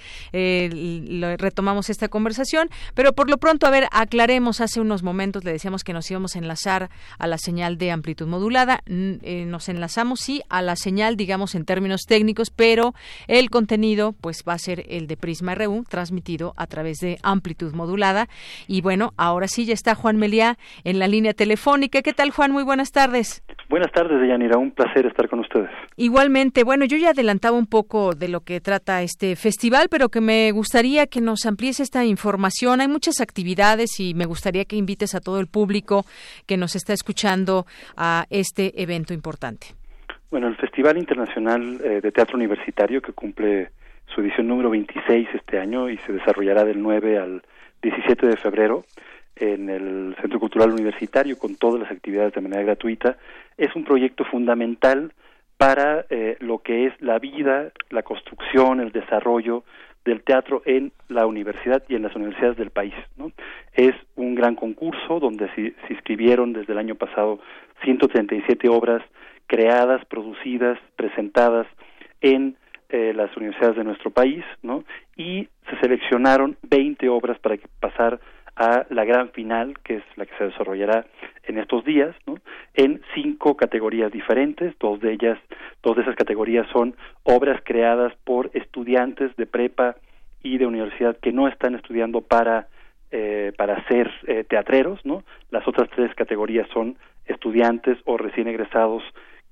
retomamos esta conversación, pero por lo pronto, a ver, aclaremos. Hace unos momentos le decíamos que nos íbamos a enlazar a la señal de amplitud modulada. Nos enlazamos, sí, a la señal, digamos, en términos técnicos, pero el contenido pues va a ser el de Prisma RU, transmitido a través de amplitud modulada. Y bueno, ahora sí ya está Juan Meliá en la línea telefónica. ¿Qué tal, Juan? Muy buenas tardes. Buenas tardes, Deyanira. Un placer estar con ustedes. Igualmente. Bueno, yo ya adelantaba un poco de lo que trata este festival, pero que me gustaría que nos amplíes esta información. Hay muchas actividades y me gustaría que invites a todo el público que nos está escuchando a este evento importante. Bueno, el Festival Internacional de Teatro Universitario, que cumple su edición número 26 este año y se desarrollará del 9 al 17 de febrero en el Centro Cultural Universitario con todas las actividades de manera gratuita, es un proyecto fundamental para lo que es la vida, la construcción, el desarrollo del teatro en la universidad y en las universidades del país, ¿no? Es un gran concurso donde se inscribieron desde el año pasado 137 obras creadas, producidas, presentadas en las universidades de nuestro país, ¿no? Y se seleccionaron 20 obras para pasar a la gran final, que es la que se desarrollará en estos días, ¿no? En 5 categorías diferentes. Dos de esas categorías son obras creadas por estudiantes de prepa y de universidad que no están estudiando para ser teatreros, ¿no? Las otras 3 categorías son estudiantes o recién egresados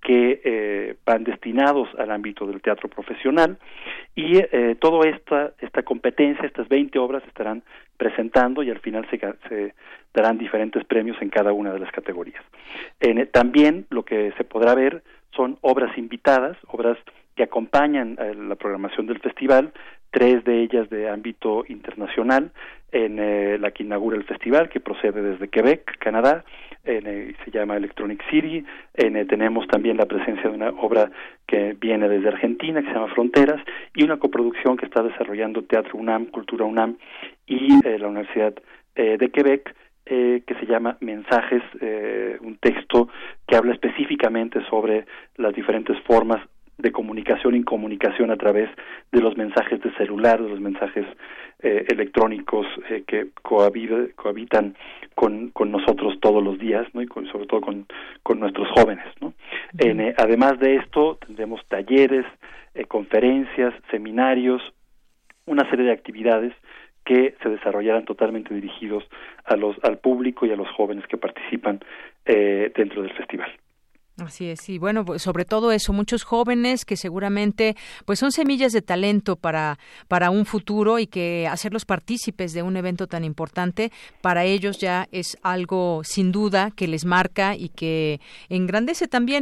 que van destinados al ámbito del teatro profesional, y toda esta competencia, estas 20 obras estarán presentando y al final se darán diferentes premios en cada una de las categorías. También lo que se podrá ver son obras invitadas, obras que acompañan la programación del festival, 3 de ellas de ámbito internacional, en la que inaugura el festival, que procede desde Quebec, Canadá, se llama Electronic City. Tenemos también la presencia de una obra que viene desde Argentina, que se llama Fronteras, y una coproducción que está desarrollando Teatro UNAM, Cultura UNAM y la Universidad de Quebec, que se llama Mensajes, un texto que habla específicamente sobre las diferentes formas de comunicación y incomunicación a través de los mensajes de celular, de los mensajes electrónicos que cohabitan con nosotros todos los días, ¿no? Y sobre todo con nuestros jóvenes, ¿no? Además de esto, tendremos talleres, conferencias, seminarios, una serie de actividades que se desarrollarán totalmente dirigidos al público y a los jóvenes que participan dentro del festival. Así es, y bueno, pues sobre todo eso, muchos jóvenes que seguramente pues son semillas de talento para un futuro, y que hacerlos partícipes de un evento tan importante para ellos ya es algo sin duda que les marca y que engrandece también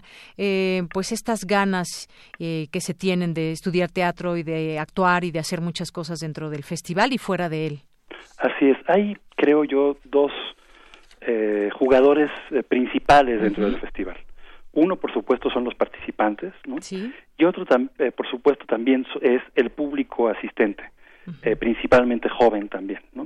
pues estas ganas que se tienen de estudiar teatro y de actuar y de hacer muchas cosas dentro del festival y fuera de él. Así es, hay, creo yo, 2 jugadores principales dentro del festival. Uno, por supuesto, son los participantes, ¿no? Sí. Y otro, por supuesto, también es el público asistente, principalmente joven también, ¿no?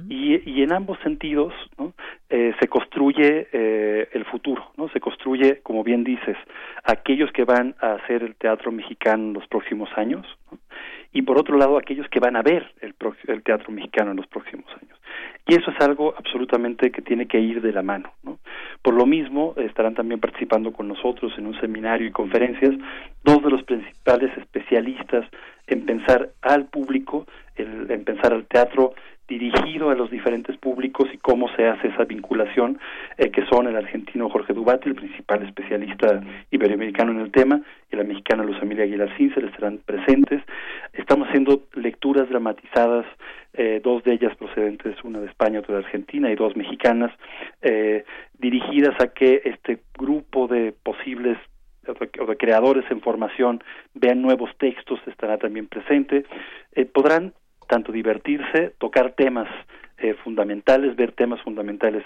Y en ambos sentidos, ¿no? Se construye el futuro, ¿no? Se construye, como bien dices, aquellos que van a hacer el teatro mexicano en los próximos años, ¿no? Y por otro lado, aquellos que van a ver el teatro mexicano en los próximos años. Y eso es algo absolutamente que tiene que ir de la mano, ¿no? Por lo mismo, estarán también participando con nosotros en un seminario y conferencias 2 de los principales especialistas en pensar al público, en pensar al teatro dirigido a los diferentes públicos y cómo se hace esa vinculación, que son el argentino Jorge Dubati, el principal especialista iberoamericano en el tema, y la mexicana Luz Emilia Aguilar Cincel estarán presentes. Estamos haciendo lecturas dramatizadas, 2 de ellas procedentes, una de España, otra de Argentina, y 2 mexicanas, dirigidas a que este grupo de posibles o de creadores en formación vean nuevos textos, estará también presente. Podrán tanto divertirse, tocar temas fundamentales, ver temas fundamentales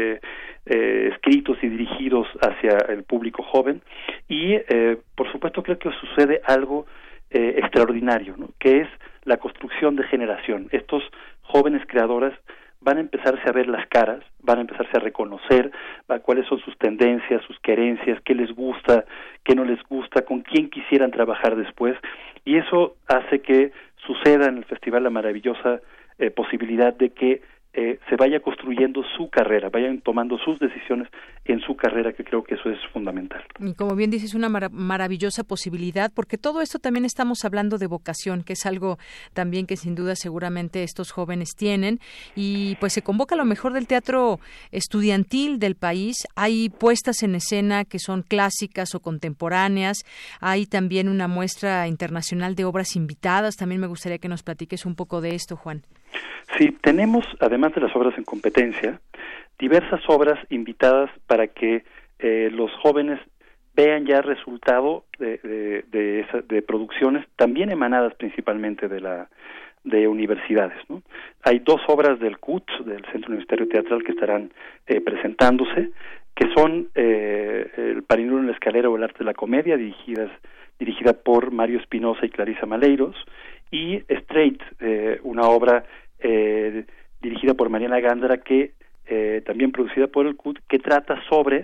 escritos y dirigidos hacia el público joven, y por supuesto creo que sucede algo extraordinario, ¿no? Que es la construcción de generación. Estos jóvenes creadores van a empezarse a ver las caras, van a empezarse a reconocer cuáles son sus tendencias, sus querencias, qué les gusta, qué no les gusta, con quién quisieran trabajar después, y eso hace que suceda en el festival la maravillosa posibilidad de que se vaya construyendo su carrera, vayan tomando sus decisiones en su carrera, que creo que eso es fundamental. Y como bien dices, una maravillosa posibilidad, porque todo esto también estamos hablando de vocación, que es algo también que sin duda seguramente estos jóvenes tienen, y pues se convoca lo mejor del teatro estudiantil del país. Hay puestas en escena que son clásicas o contemporáneas, hay también una muestra internacional de obras invitadas. También me gustaría que nos platiques un poco de esto, Juan. Sí, tenemos, además de las obras en competencia, diversas obras invitadas para que los jóvenes vean ya resultado de producciones también emanadas principalmente de universidades, ¿no? Hay 2 obras del CUT, del Centro Universitario Teatral, que estarán presentándose, que son El Parinuro en la Escalera o El Arte de la Comedia, dirigida por Mario Espinosa y Clarisa Maleiros, y Straight, una obra dirigida por Mariana Gándara, que también producida por el CUT, que trata sobre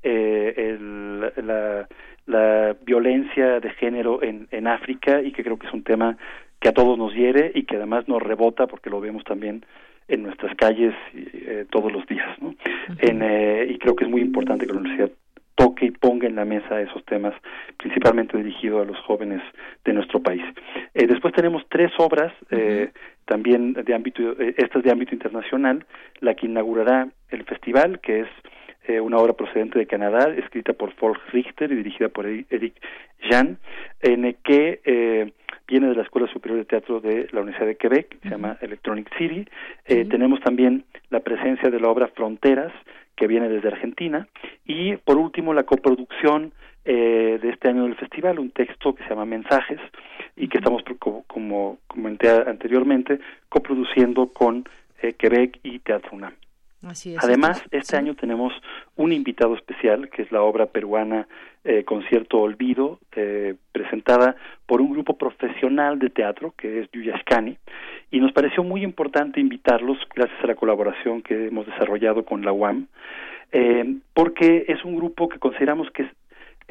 la violencia de género en África, y que creo que es un tema que a todos nos hiere y que además nos rebota porque lo vemos también en nuestras calles todos los días, ¿no? Y creo que es muy importante que la universidad toque y ponga en la mesa esos temas, principalmente dirigidos a los jóvenes de nuestro país. Después tenemos 3 obras, también de ámbito, estas de ámbito internacional, la que inaugurará el festival, que es una obra procedente de Canadá, escrita por Folk Richter y dirigida por Eric Jean, en que viene de la Escuela Superior de Teatro de la Universidad de Quebec, se llama Electronic City. Tenemos también la presencia de la obra Fronteras, que viene desde Argentina, y por último la coproducción de este año del festival, un texto que se llama Mensajes, y que estamos, como comenté anteriormente, coproduciendo con Quebec y Teatro UNAM. Así es. Además, este año tenemos un invitado especial, que es la obra peruana Concierto Olvido, presentada por un grupo profesional de teatro, que es Yuyascani, y nos pareció muy importante invitarlos, gracias a la colaboración que hemos desarrollado con la UAM, porque es un grupo que consideramos que es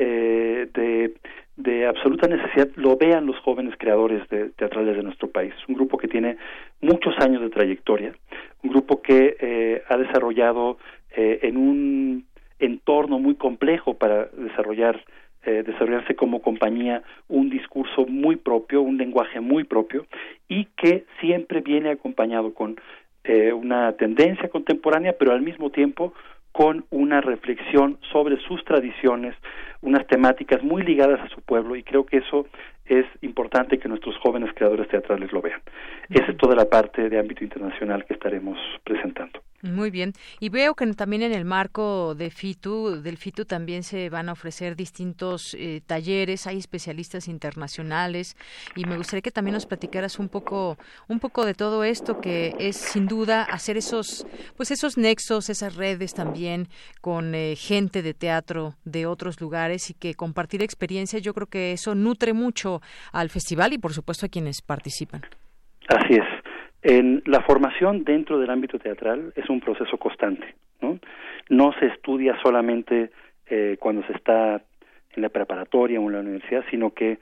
de absoluta necesidad, lo vean los jóvenes creadores teatrales de nuestro país. Un grupo que tiene muchos años de trayectoria, un grupo que ha desarrollado en un entorno muy complejo para desarrollarse como compañía un discurso muy propio, un lenguaje muy propio, y que siempre viene acompañado con una tendencia contemporánea, pero al mismo tiempo con una reflexión sobre sus tradiciones, unas temáticas muy ligadas a su pueblo, y creo que eso es importante que nuestros jóvenes creadores teatrales lo vean. Esa es toda la parte de ámbito internacional que estaremos presentando. Muy bien. Y veo que también en el marco de del FITU también se van a ofrecer distintos talleres, hay especialistas internacionales, y me gustaría que también nos platicaras un poco de todo esto, que es sin duda hacer esos nexos, esas redes también con gente de teatro de otros lugares, y que compartir experiencias. Yo creo que eso nutre mucho al festival y por supuesto a quienes participan. Así es. La formación dentro del ámbito teatral es un proceso constante, ¿no? No se estudia solamente cuando se está en la preparatoria o en la universidad, sino que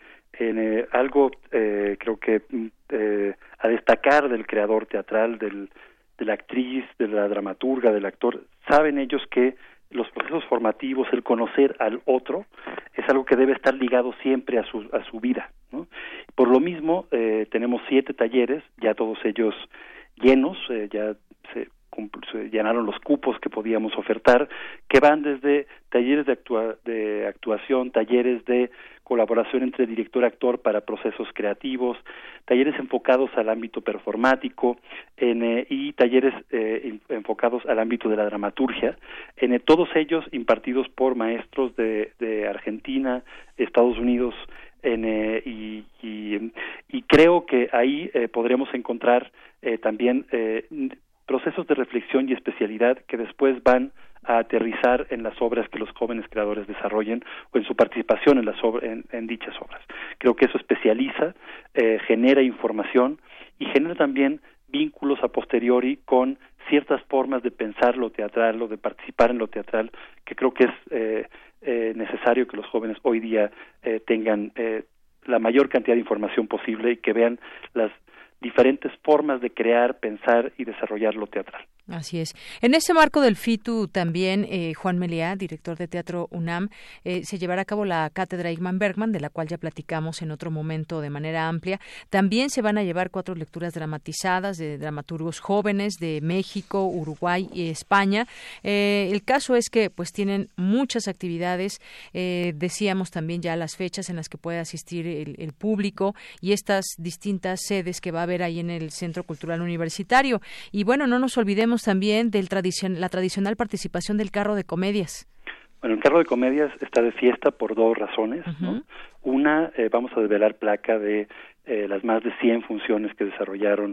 algo creo que a destacar del creador teatral, de la actriz, de la dramaturga, del actor, saben ellos que los procesos formativos, el conocer al otro, es algo que debe estar ligado siempre a su vida, ¿no? Por lo mismo, tenemos 7 talleres, ya todos ellos llenos, ya se llenaron los cupos que podíamos ofertar, que van desde talleres de actuación, talleres de colaboración entre director y actor para procesos creativos, talleres enfocados al ámbito performático, y talleres enfocados al ámbito de la dramaturgia, todos ellos impartidos por maestros de Argentina, Estados Unidos, y creo que ahí podremos encontrar también procesos de reflexión y especialidad que después van a aterrizar en las obras que los jóvenes creadores desarrollen o en su participación en dichas obras. Creo que eso especializa, genera información y genera también vínculos a posteriori con ciertas formas de pensar lo teatral o de participar en lo teatral, que creo que es necesario que los jóvenes hoy día tengan la mayor cantidad de información posible y que vean las diferentes formas de crear, pensar y desarrollar lo teatral. Así es. En ese marco del FITU también, Juan Meliá, director de Teatro UNAM, se llevará a cabo la cátedra Ingmar Bergman, de la cual ya platicamos en otro momento de manera amplia. También se van a llevar 4 lecturas dramatizadas de dramaturgos jóvenes de México, Uruguay y España. El caso es que pues tienen muchas actividades, decíamos también ya las fechas en las que puede asistir el público y estas distintas sedes que va a haber ahí en el Centro Cultural Universitario. Y bueno, no nos olvidemos también de la tradicional participación del carro de comedias. Bueno, el carro de comedias está de fiesta por 2 razones, ¿no? Una, vamos a desvelar placa de las más de 100 funciones que desarrollaron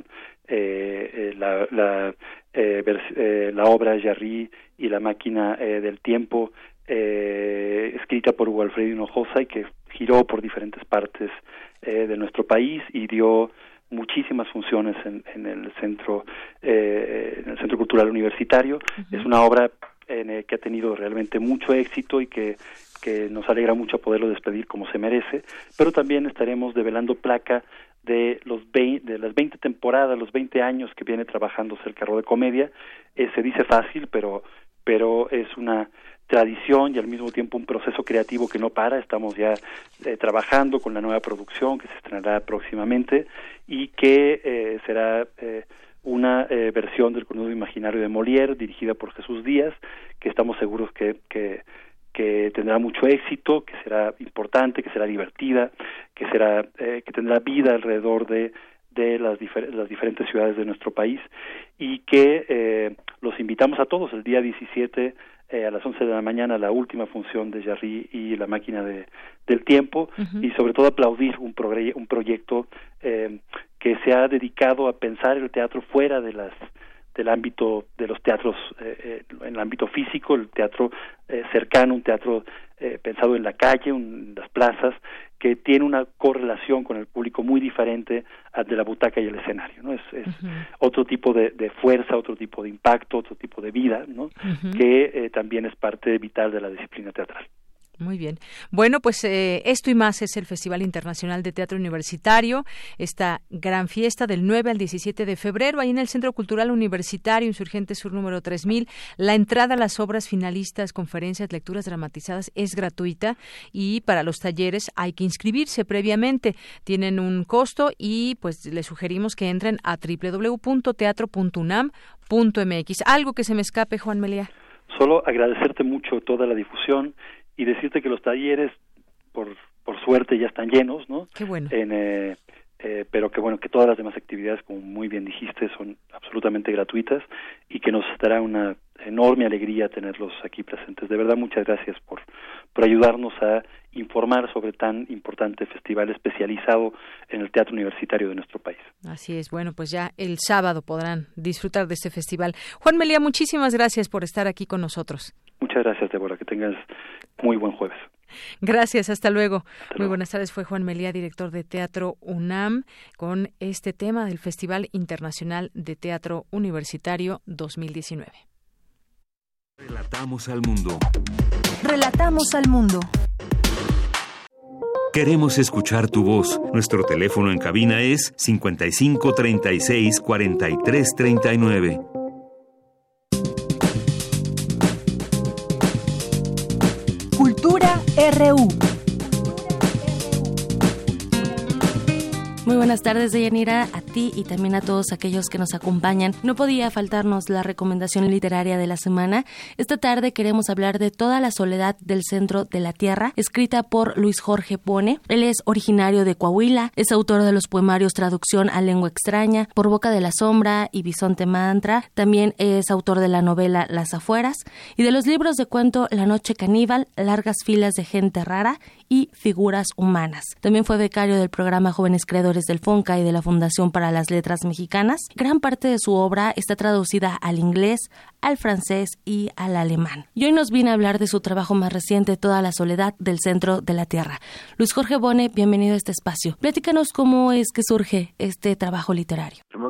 la obra Jarry y la máquina del tiempo, escrita por Hugo Alfredo Hinojosa y que giró por diferentes partes de nuestro país y dio muchísimas funciones en el Centro Cultural Universitario. Es una obra que ha tenido realmente mucho éxito y que nos alegra mucho poderlo despedir como se merece, pero también estaremos develando placa de las 20 temporadas, los 20 años que viene trabajándose el carro de comedia. Se dice fácil, pero es una tradición y al mismo tiempo un proceso creativo que no para. Estamos ya trabajando con la nueva producción que se estrenará próximamente y que será una versión del Cornudo Imaginario de Molière, dirigida por Jesús Díaz, que estamos seguros que tendrá mucho éxito, que será importante, que será divertida, que tendrá vida alrededor de las diferentes ciudades de nuestro país y que los invitamos a todos el día 17 a las 11 de la mañana, la última función de Jarry y la máquina del tiempo, y sobre todo aplaudir un proyecto que se ha dedicado a pensar el teatro fuera del ámbito de los teatros, en el ámbito físico, el teatro cercano, un teatro pensado en la calle, en las plazas, que tiene una correlación con el público muy diferente al de la butaca y el escenario, ¿no? Es otro tipo de fuerza, otro tipo de impacto, otro tipo de vida, ¿no? Que también es parte vital de la disciplina teatral. Muy bien. Bueno, pues esto y más es el Festival Internacional de Teatro Universitario, esta gran fiesta del 9 al 17 de febrero, ahí en el Centro Cultural Universitario, Insurgente Sur número 3000. La entrada a las obras finalistas, conferencias, lecturas dramatizadas es gratuita y para los talleres hay que inscribirse previamente. Tienen un costo y pues les sugerimos que entren a www.teatro.unam.mx. ¿Algo que se me escape, Juan Meliá? Solo agradecerte mucho toda la difusión y decirte que los talleres, por suerte, ya están llenos, ¿no? Qué bueno. Pero que bueno, que todas las demás actividades, como muy bien dijiste, son absolutamente gratuitas y que nos dará una enorme alegría tenerlos aquí presentes. De verdad, muchas gracias por ayudarnos a informar sobre tan importante festival especializado en el teatro universitario de nuestro país. Así es. Bueno, pues ya el sábado podrán disfrutar de este festival. Juan Meliá, muchísimas gracias por estar aquí con nosotros. Muchas gracias, Débora. Que tengas muy buen jueves. Gracias, hasta luego. Muy buenas tardes, fue Juan Meliá, director de Teatro UNAM, con este tema del Festival Internacional de Teatro Universitario 2019. Relatamos al mundo. Relatamos al mundo. Queremos escuchar tu voz. Nuestro teléfono en cabina es 55 36 43 39. Cultura RU. Muy buenas tardes, Deyanira, a ti y también a todos aquellos que nos acompañan. No podía faltarnos la recomendación literaria de la semana. Esta tarde queremos hablar de Toda la soledad del centro de la tierra, escrita por Luis Jorge Bone. Él es originario de Coahuila, es autor de los poemarios Traducción a lengua extraña, Por boca de la sombra y Bisonte mantra. También es autor de la novela Las afueras y de los libros de cuento La noche caníbal, Largas filas de gente rara y Figuras humanas. También fue becario del programa Jóvenes Creadores del FONCA y de la Fundación para las Letras Mexicanas. Gran parte de su obra está traducida al inglés, al francés y al alemán. Y hoy nos viene a hablar de su trabajo más reciente, Toda la soledad del centro de la tierra. Luis Jorge Bone, bienvenido a este espacio. Platícanos cómo es que surge este trabajo literario. Primero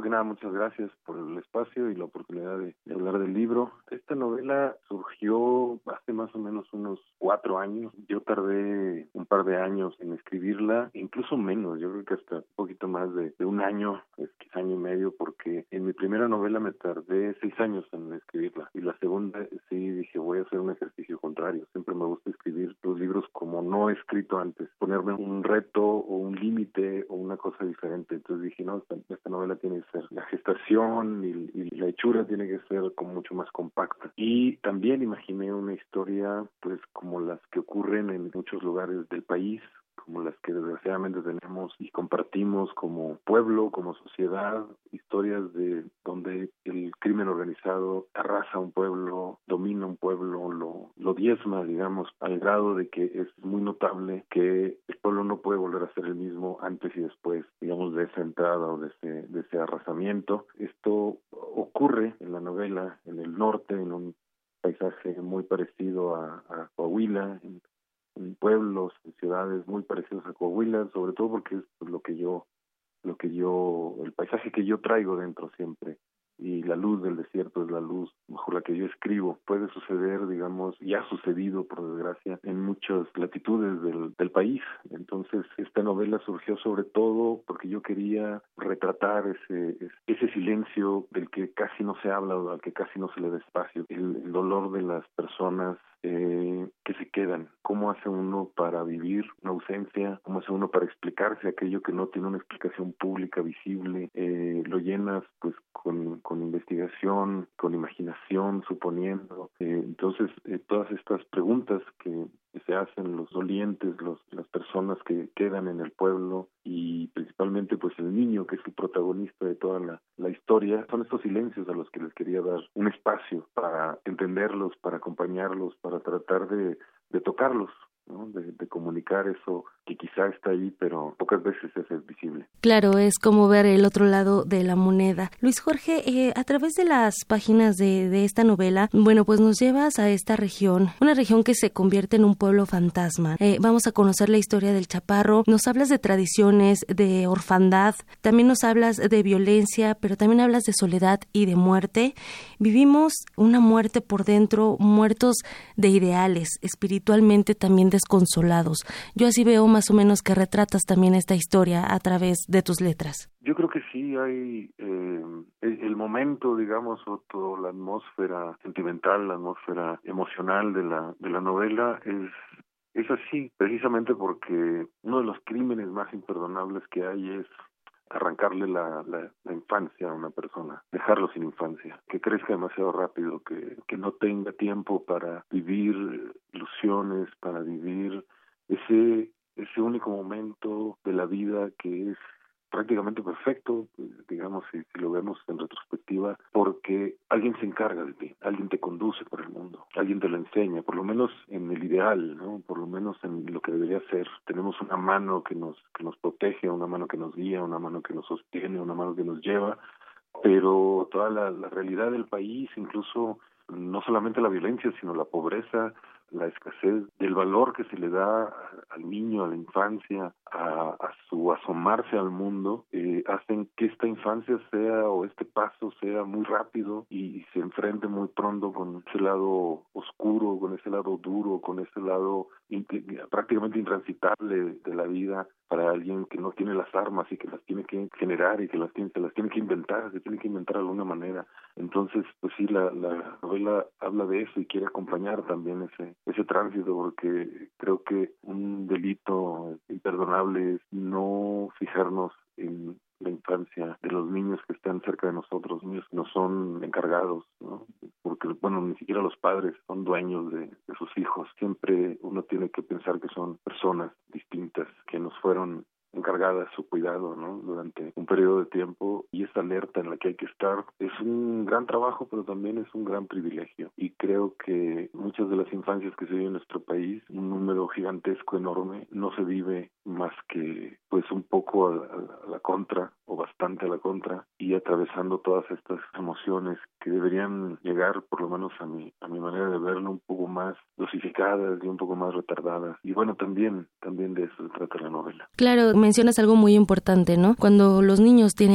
que nada, muchas gracias por el espacio y la oportunidad de hablar del libro. Esta novela surgió hace más o menos unos 4 años. Yo tardé un par de años en escribirla, incluso menos, yo creo que hasta un poquito más de un año, quizá año y medio, porque en mi primera novela me tardé 6 años en escribirla, y la segunda sí dije, voy a hacer un ejercicio contrario. Siempre me gusta escribir los libros como no he escrito antes, ponerme un reto o un límite o una cosa diferente. Entonces dije, no, esta novela tiene que ser, la gestación y la hechura tiene que ser como mucho más compacta. Y también imaginé una historia pues como las que ocurren en muchos lugares del país, como las que desgraciadamente tenemos y compartimos como pueblo, como sociedad, historias de donde el crimen organizado arrasa un pueblo, domina un pueblo, lo diezma, digamos, al grado de que es muy notable que el pueblo no puede volver a ser el mismo antes y después, digamos, de esa entrada o de ese arrasamiento. Esto ocurre en la novela en el norte, en un paisaje muy parecido a Coahuila, en pueblos, en ciudades muy parecidos a Coahuila, sobre todo porque es el paisaje que yo traigo dentro siempre, y la luz del desierto es la luz bajo la que yo escribo. Puede suceder, digamos, y ha sucedido, por desgracia, en muchas latitudes del país. Entonces, esta novela surgió sobre todo porque yo quería retratar ese silencio del que casi no se habla o al que casi no se le da espacio, el dolor de las personas que se quedan. ¿Cómo hace uno para vivir una ausencia? ¿Cómo hace uno para explicarse aquello que no tiene una explicación pública, visible? Lo llenas pues con investigación, con imaginación, suponiendo. Entonces, todas estas preguntas que se hacen los dolientes, las personas que quedan en el pueblo, y principalmente pues el niño, que es el protagonista de toda la historia, son estos silencios a los que les quería dar un espacio para entenderlos, para acompañarlos, para tratar de tocarlos, ¿no? De comunicar eso que quizá está ahí, pero pocas veces es visible. Claro, es como ver el otro lado de la moneda. Luis Jorge, a través de las páginas de esta novela, bueno, pues nos llevas a esta región, una región que se convierte en un pueblo fantasma. Vamos a conocer la historia del Chaparro, nos hablas de tradiciones, de orfandad, también nos hablas de violencia, pero también hablas de soledad y de muerte. Vivimos una muerte por dentro, muertos de ideales, espiritualmente también desconsolados. Yo así veo más o menos que retratas también esta historia a través de tus letras. Yo creo que sí hay el momento, digamos, o toda la atmósfera sentimental, la atmósfera emocional de la novela es así, precisamente porque uno de los crímenes más imperdonables que hay es arrancarle la infancia a una persona, dejarlo sin infancia, que crezca demasiado rápido, que no tenga tiempo para vivir ilusiones, para vivir ese único momento de la vida que es prácticamente perfecto, digamos, si lo vemos en retrospectiva, porque alguien se encarga de ti, alguien te conduce por el mundo, alguien te lo enseña, por lo menos en el ideal, ¿no? Por lo menos en lo que debería ser. Tenemos una mano que nos protege, una mano que nos guía, una mano que nos sostiene, una mano que nos lleva, pero toda la realidad del país, incluso no solamente la violencia, sino la pobreza, la escasez del valor que se le da al niño, a la infancia, a su asomarse al mundo, hacen que esta infancia sea, o este paso sea muy rápido y se enfrente muy pronto con ese lado oscuro, con ese lado duro, con ese lado prácticamente intransitable de la vida para alguien que no tiene las armas y que las tiene que generar y que se las tiene que inventar, se tiene que inventar de alguna manera. Entonces, pues sí, la novela habla de eso y quiere acompañar también ese tránsito, porque creo que un delito imperdonable es no fijarnos en la infancia de los niños que están cerca de nosotros, niños que no son encargados, ¿no? Porque, bueno, ni siquiera los padres son dueños de sus hijos. Siempre uno tiene que pensar que son personas distintas, que nos fueron encargadas su cuidado, ¿no? Durante un periodo de tiempo, y esa alerta en la que hay que estar es un gran trabajo, pero también es un gran privilegio. Y creo que muchas de las infancias que se viven en nuestro país, un número gigantesco, enorme, no se vive más que pues un poco a la contra, o bastante a la contra, y atravesando todas estas emociones que deberían llegar, por lo menos a mi manera de verlo, un poco más dosificadas y un poco más retardadas. Y bueno, también de eso se trata la novela. Claro, mencionas algo muy importante, ¿no? Cuando los niños tienen papás,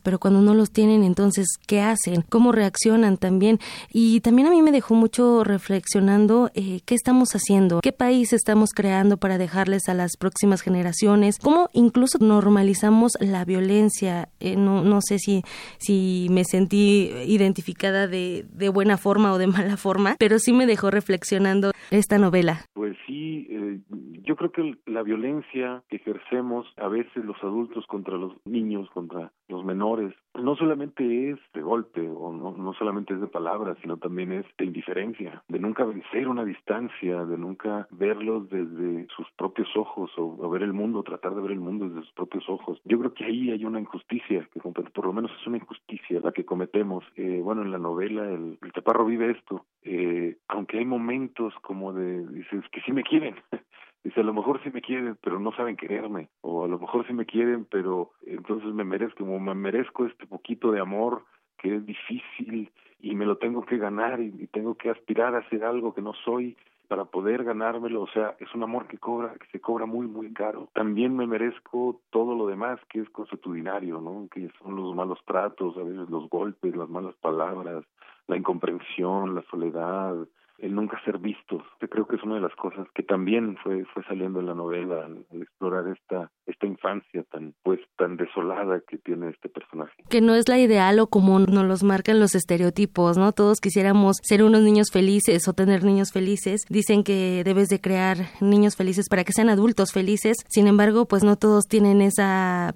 pero cuando no los tienen, entonces, ¿qué hacen? ¿Cómo reaccionan también? Y también a mí me dejó mucho reflexionando qué estamos haciendo, qué país estamos creando para dejarles a las próximas generaciones, cómo incluso normalizamos la violencia. No sé si me sentí identificada de buena forma o de mala forma, pero sí me dejó reflexionando esta novela. Pues sí, yo creo que la violencia que ejercemos a veces los adultos contra los niños, contra los menores, no solamente es de golpe o no solamente es de palabras, sino también es de indiferencia, de nunca vencer una distancia, de nunca verlos desde sus propios ojos o ver el mundo, tratar de ver el mundo desde sus propios ojos. Yo creo que ahí hay una injusticia, que por lo menos es una injusticia la que cometemos. En la novela el Chaparro vive esto, aunque hay momentos como dices que sí me quieren. Dice, a lo mejor sí me quieren, pero no saben quererme. O a lo mejor sí me quieren, pero entonces me merezco este poquito de amor que es difícil y me lo tengo que ganar y tengo que aspirar a ser algo que no soy para poder ganármelo. O sea, es un amor que se cobra muy, muy caro. También me merezco todo lo demás que es consuetudinario, ¿no? Que son los malos tratos, a veces los golpes, las malas palabras, la incomprensión, la soledad, el nunca ser visto. Yo creo que es una de las cosas que también fue saliendo en la novela al explorar esta infancia tan desolada que tiene este personaje. Que no es la ideal o como nos los marcan los estereotipos, ¿no? Todos quisiéramos ser unos niños felices o tener niños felices. Dicen que debes de crear niños felices para que sean adultos felices. Sin embargo, pues no todos tienen esa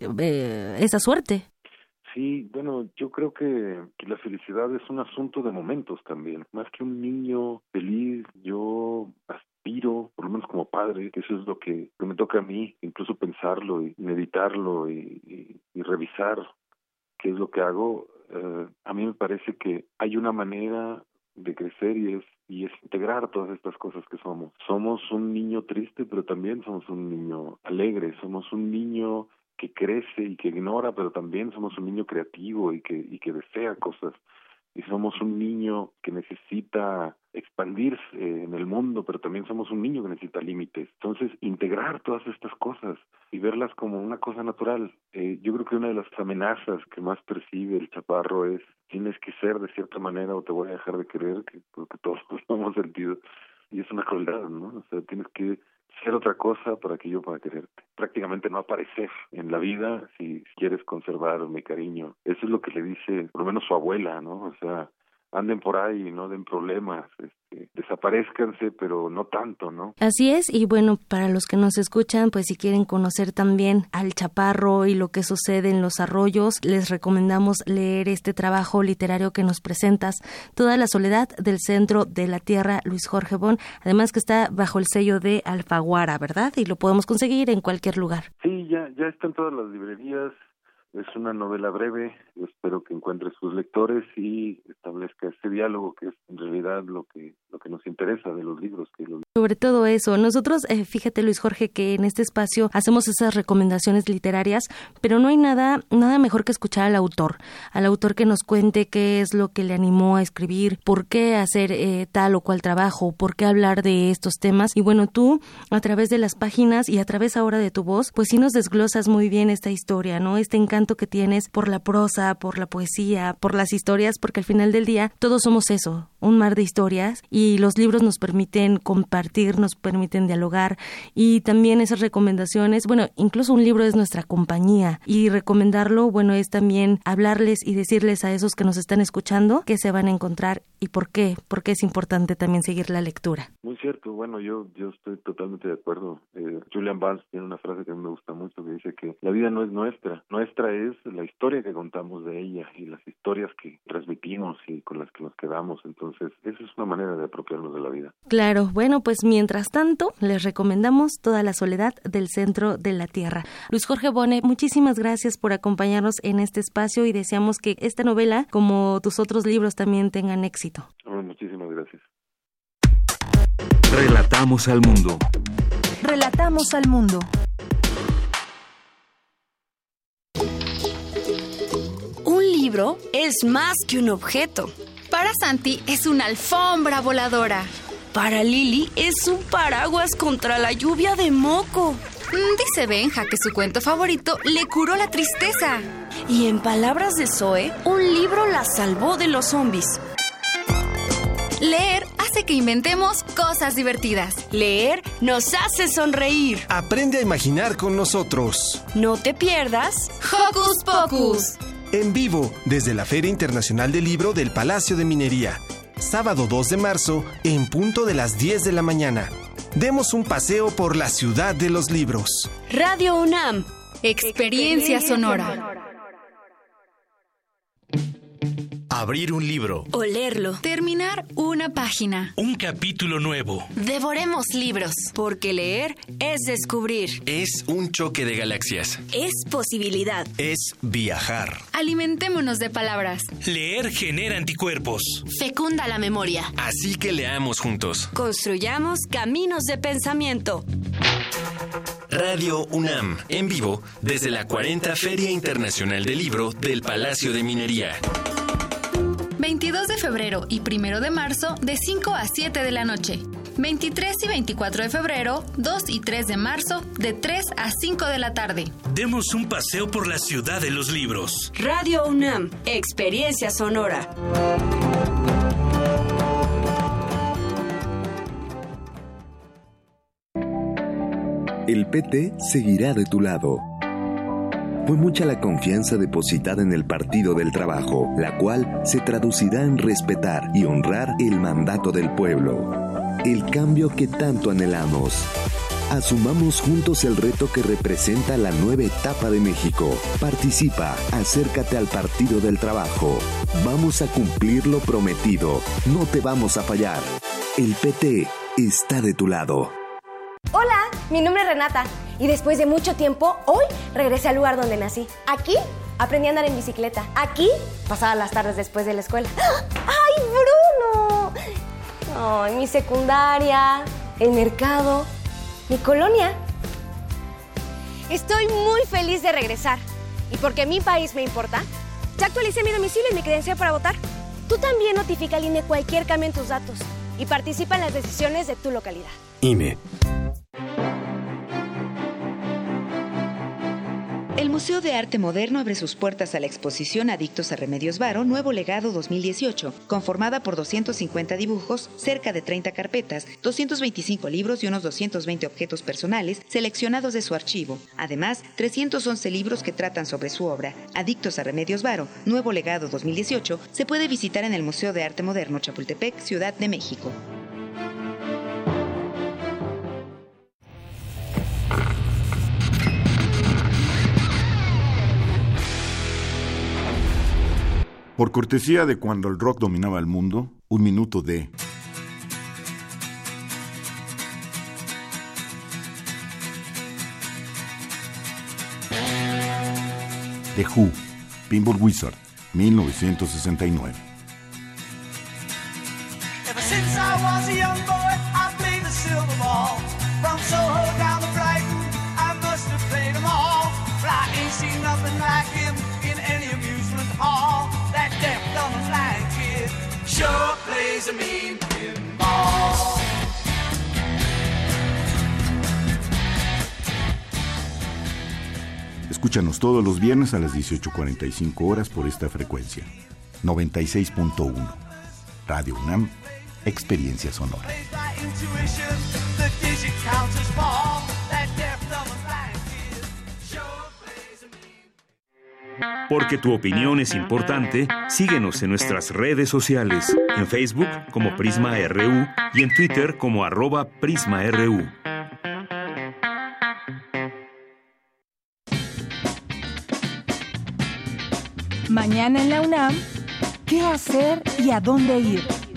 suerte. Sí, bueno, yo creo que la felicidad es un asunto de momentos también. Más que un niño feliz, yo aspiro, por lo menos como padre, que eso es lo que me toca a mí, incluso pensarlo y meditarlo y revisar qué es lo que hago. A mí me parece que hay una manera de crecer y es integrar todas estas cosas que somos. Somos un niño triste, pero también somos un niño alegre, somos un niño que crece y que ignora, pero también somos un niño creativo y que desea cosas. Y somos un niño que necesita expandirse en el mundo, pero también somos un niño que necesita límites. Entonces, integrar todas estas cosas y verlas como una cosa natural. Yo creo que una de las amenazas que más percibe el Chaparro es: tienes que ser de cierta manera o te voy a dejar de querer, porque todos lo hemos sentido. Y es una crueldad, ¿no? O sea, tienes que ser otra cosa para que yo pueda quererte. Prácticamente no aparecer en la vida si quieres conservar mi cariño. Eso es lo que le dice, por lo menos su abuela, ¿no? O sea, anden por ahí, no den problemas, desaparezcanse, pero no tanto, ¿no? Así es, y bueno, para los que nos escuchan, pues si quieren conocer también al Chaparro y lo que sucede en los arroyos, les recomendamos leer este trabajo literario que nos presentas, Toda la soledad del centro de la tierra, Luis Jorge Bon, además que está bajo el sello de Alfaguara, ¿verdad? Y lo podemos conseguir en cualquier lugar. Sí, ya está en todas las librerías. Es una novela breve, yo espero que encuentre sus lectores y establezca ese diálogo que es en realidad lo que nos interesa de los libros. Sobre todo eso, nosotros, fíjate Luis Jorge, que en este espacio hacemos esas recomendaciones literarias, pero no hay nada mejor que escuchar al autor que nos cuente qué es lo que le animó a escribir, por qué hacer tal o cual trabajo, por qué hablar de estos temas. Y bueno, tú, a través de las páginas y a través ahora de tu voz, pues sí nos desglosas muy bien esta historia, ¿no? Este encanto que tienes por la prosa, por la poesía, por las historias, porque al final del día todos somos eso, un mar de historias, y los libros nos permiten compartir, nos permiten dialogar, y también esas recomendaciones, bueno, incluso un libro es nuestra compañía, y recomendarlo, bueno, es también hablarles y decirles a esos que nos están escuchando qué se van a encontrar y por qué es importante también seguir la lectura. Muy cierto, bueno, yo estoy totalmente de acuerdo. Julian Barnes tiene una frase que a mí me gusta mucho que dice que la vida no es nuestra es la historia que contamos de ella y las historias que transmitimos y con las que nos quedamos. Entonces, esa es una manera de apropiarnos de la vida. Claro, bueno, pues mientras tanto, les recomendamos Toda la soledad del centro de la tierra. Luis Jorge Bone, muchísimas gracias por acompañarnos en este espacio y deseamos que esta novela, como tus otros libros, también tengan éxito. Muchísimas gracias. Relatamos al mundo. Relatamos al mundo. Un libro es más que un objeto. Para Santi es una alfombra voladora. Para Lili es un paraguas contra la lluvia de moco. Dice Benja que su cuento favorito le curó la tristeza. Y en palabras de Zoe, un libro la salvó de los zombies. Leer hace que inventemos cosas divertidas. Leer nos hace sonreír. Aprende a imaginar con nosotros. No te pierdas Hocus Pocus. En vivo, desde la Feria Internacional del Libro del Palacio de Minería. Sábado 2 de marzo, en punto de las 10 de la mañana. Demos un paseo por la ciudad de los libros. Radio UNAM. Experiencia sonora. Abrir un libro. O leerlo. Terminar una página. Un capítulo nuevo. Devoremos libros. Porque leer es descubrir. Es un choque de galaxias. Es posibilidad. Es viajar. Alimentémonos de palabras. Leer genera anticuerpos. Fecunda la memoria. Así que leamos juntos. Construyamos caminos de pensamiento. Radio UNAM, en vivo, desde la 40 Feria Internacional del Libro del Palacio de Minería. 22 de febrero y 1 de marzo, de 5 a 7 de la noche. 23 y 24 de febrero, 2 y 3 de marzo, de 3 a 5 de la tarde. Demos un paseo por la ciudad de los libros. Radio UNAM, experiencia sonora. El PT seguirá de tu lado. Fue mucha la confianza depositada en el Partido del Trabajo, la cual se traducirá en respetar y honrar el mandato del pueblo. El cambio que tanto anhelamos. Asumamos juntos el reto que representa la nueva etapa de México. Participa, acércate al Partido del Trabajo. Vamos a cumplir lo prometido. No te vamos a fallar. El PT está de tu lado. Hola, mi nombre es Renata y después de mucho tiempo, hoy regresé al lugar donde nací. Aquí aprendí a andar en bicicleta. Aquí pasaba las tardes después de la escuela. ¡Ay, Bruno! Ay, mi secundaria, el mercado, mi colonia. Estoy muy feliz de regresar. Y porque mi país me importa, ya actualicé mi domicilio y mi credencial para votar. Tú también notifica al INE cualquier cambio en tus datos y participa en las decisiones de tu localidad. INE. El Museo de Arte Moderno abre sus puertas a la exposición Adictos a Remedios Varo, Nuevo Legado 2018, conformada por 250 dibujos, cerca de 30 carpetas, 225 libros y unos 220 objetos personales seleccionados de su archivo. Además, 311 libros que tratan sobre su obra. Adictos a Remedios Varo, Nuevo Legado 2018, se puede visitar en el Museo de Arte Moderno Chapultepec, Ciudad de México. Por cortesía de cuando el rock dominaba el mundo, un minuto de... The Who, Pinball Wizard, 1969. Ever since I was a young boy, I played the silver ball. From Soho down to Brighton, I must have played them all. But I ain't seen nothing like him in any amusement hall. That deaf, dumb, and blind kid sure plays a mean pinball. Escúchanos todos los viernes a las 18:45 horas por esta frecuencia. 96.1. Radio UNAM, experiencia sonora. Porque tu opinión es importante, síguenos en nuestras redes sociales, en Facebook como Prisma RU y en Twitter como @PrismaRU. Mañana en la UNAM, ¿qué hacer y a dónde ir?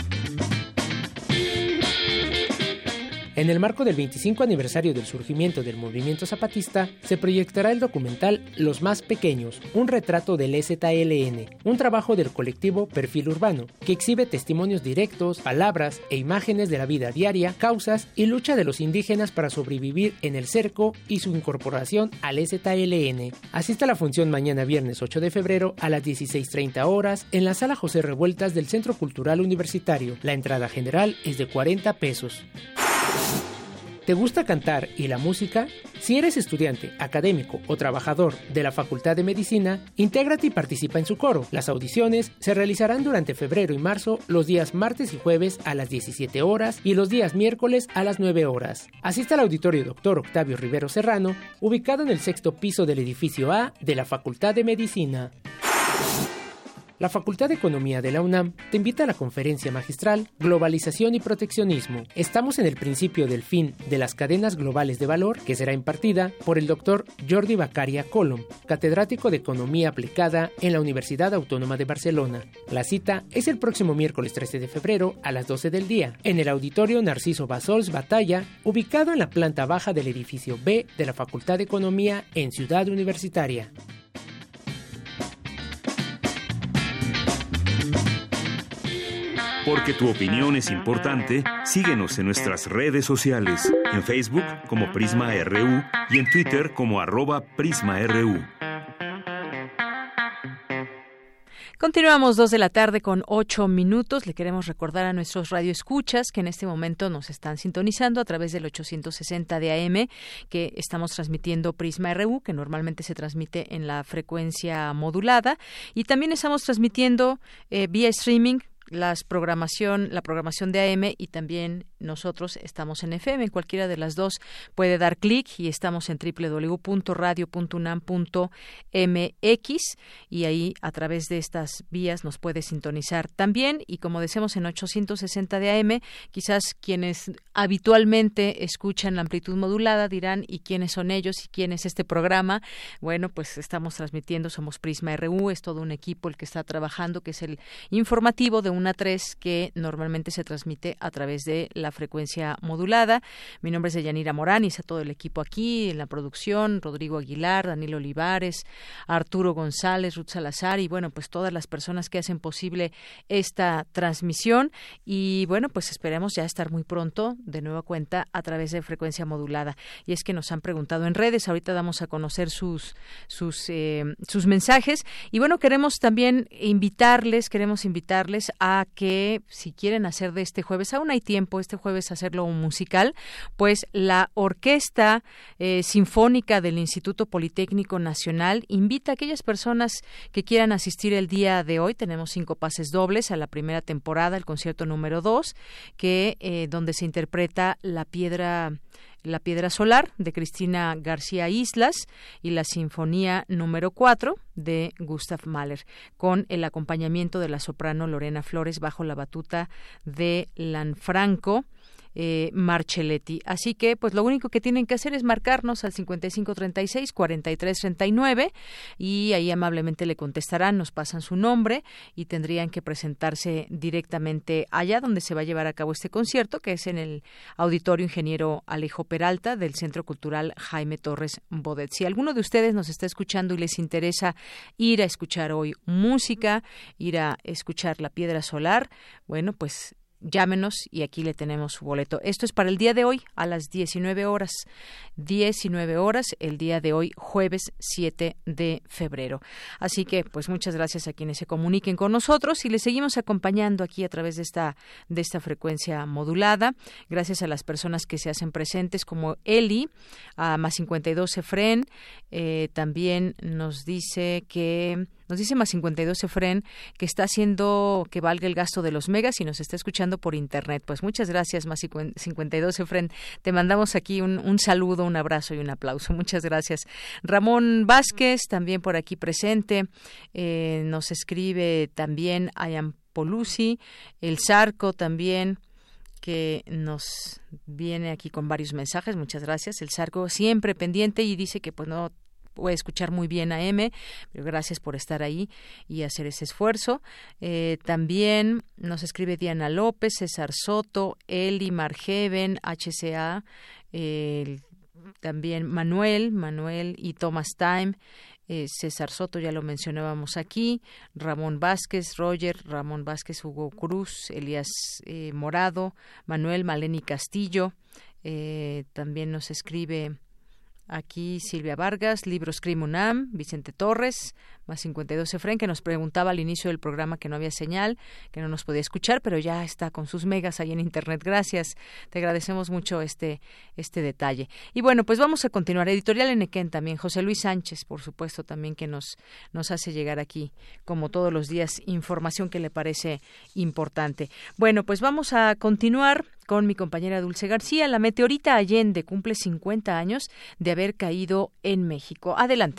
En el marco del 25 aniversario del surgimiento del movimiento zapatista, se proyectará el documental Los Más Pequeños, un retrato del EZLN, un trabajo del colectivo Perfil Urbano, que exhibe testimonios directos, palabras e imágenes de la vida diaria, causas y lucha de los indígenas para sobrevivir en el cerco y su incorporación al EZLN. Asista a la función mañana viernes 8 de febrero a las 16:30 horas en la Sala José Revueltas del Centro Cultural Universitario. La entrada general es de 40 pesos. ¿Te gusta cantar y la música? Si eres estudiante, académico o trabajador de la Facultad de Medicina, intégrate y participa en su coro. Las audiciones se realizarán durante febrero y marzo, los días martes y jueves a las 17 horas y los días miércoles a las 9 horas. Asista al auditorio Dr. Octavio Rivero Serrano, ubicado en el 6º piso del edificio A de la Facultad de Medicina. La Facultad de Economía de la UNAM te invita a la conferencia magistral Globalización y Proteccionismo. Estamos en el principio del fin de las cadenas globales de valor, que será impartida por el Dr. Jordi Bacaria Colom, catedrático de Economía Aplicada en la Universidad Autónoma de Barcelona. La cita es el próximo miércoles 13 de febrero a las 12 del día, en el auditorio Narciso Bassols Batalla, ubicado en la planta baja del edificio B de la Facultad de Economía en Ciudad Universitaria. Porque tu opinión es importante, síguenos en nuestras redes sociales, en Facebook como Prisma RU y en Twitter como @PrismaRU. Continuamos 2 de la tarde con 8 minutos. Le queremos recordar a nuestros radioescuchas que en este momento nos están sintonizando a través del 860 de AM, que estamos transmitiendo Prisma RU, que normalmente se transmite en la frecuencia modulada, y también estamos transmitiendo vía streaming la programación de AM, y también nosotros estamos en FM. En cualquiera de las dos puede dar clic y estamos en www.radio.unam.mx, y ahí a través de estas vías nos puede sintonizar también. Y como decimos, en 860 de AM, quizás quienes habitualmente escuchan la amplitud modulada dirán, ¿y quiénes son ellos y quién es este programa? Bueno, pues estamos transmitiendo, somos Prisma RU, es todo un equipo el que está trabajando, que es el informativo de 1 a 3, que normalmente se transmite a través de la frecuencia modulada. Mi nombre es Deyanira Morán y está todo el equipo aquí en la producción: Rodrigo Aguilar, Daniel Olivares, Arturo González, Ruth Salazar, y bueno, pues todas las personas que hacen posible esta transmisión. Y bueno, pues esperemos ya estar muy pronto de nueva cuenta a través de frecuencia modulada. Y es que nos han preguntado en redes, ahorita damos a conocer sus mensajes, y bueno, queremos también invitarles a que, si quieren hacer de este jueves, aún hay tiempo, este jueves hacerlo un musical, pues la Orquesta Sinfónica del Instituto Politécnico Nacional invita a aquellas personas que quieran asistir el día de hoy. Tenemos 5 pases dobles a la primera temporada, el concierto número 2, que donde se interpreta La Piedra Solar de Cristina García Islas y la Sinfonía número 4 de Gustav Mahler, con el acompañamiento de la soprano Lorena Flores bajo la batuta de Lanfranco Marcelletti. Así que pues lo único que tienen que hacer es marcarnos al 5536-4339 y ahí amablemente le contestarán, nos pasan su nombre y tendrían que presentarse directamente allá donde se va a llevar a cabo este concierto, que es en el Auditorio Ingeniero Alejo Peralta del Centro Cultural Jaime Torres Bodet. Si alguno de ustedes nos está escuchando y les interesa ir a escuchar hoy música, ir a escuchar La Piedra Solar, bueno, pues llámenos y aquí le tenemos su boleto. Esto es para el día de hoy a las 19 horas. 19 horas el día de hoy, jueves 7 de febrero. Así que pues muchas gracias a quienes se comuniquen con nosotros y les seguimos acompañando aquí a través de esta frecuencia modulada. Gracias a las personas que se hacen presentes, como Eli, a más 52 Efren, también nos dice más 52 Efren que está haciendo que valga el gasto de los megas y nos está escuchando por internet. Pues muchas gracias, más 52 Efren. Te mandamos aquí un saludo, un abrazo y un aplauso. Muchas gracias. Ramón Vázquez, también por aquí presente. Nos escribe también Ayan Polusi, el Zarco también, que nos viene aquí con varios mensajes. Muchas gracias. El Zarco siempre pendiente y dice que pues no puede escuchar muy bien a AM, pero gracias por estar ahí y hacer ese esfuerzo. También nos escribe Diana López, César Soto, Eli Margeven, HCA, también Manuel y Thomas Time. César Soto, ya lo mencionábamos aquí, Ramón Vázquez, Ramón Vázquez, Hugo Cruz, Elías Morado, Manuel Maleni Castillo, también nos escribe Aquí Silvia Vargas, Libros Crim UNAM, Vicente Torres, más 52 Efren, que nos preguntaba al inicio del programa que no había señal, que no nos podía escuchar, pero ya está con sus megas ahí en internet. Gracias, te agradecemos mucho este detalle. Y bueno, pues vamos a continuar. Editorial Enequén también, José Luis Sánchez, por supuesto, también que nos hace llegar aquí, como todos los días, información que le parece importante. Bueno, pues vamos a continuar con mi compañera Dulce García. La meteorita Allende cumple 50 años de haber caído en México. Adelante.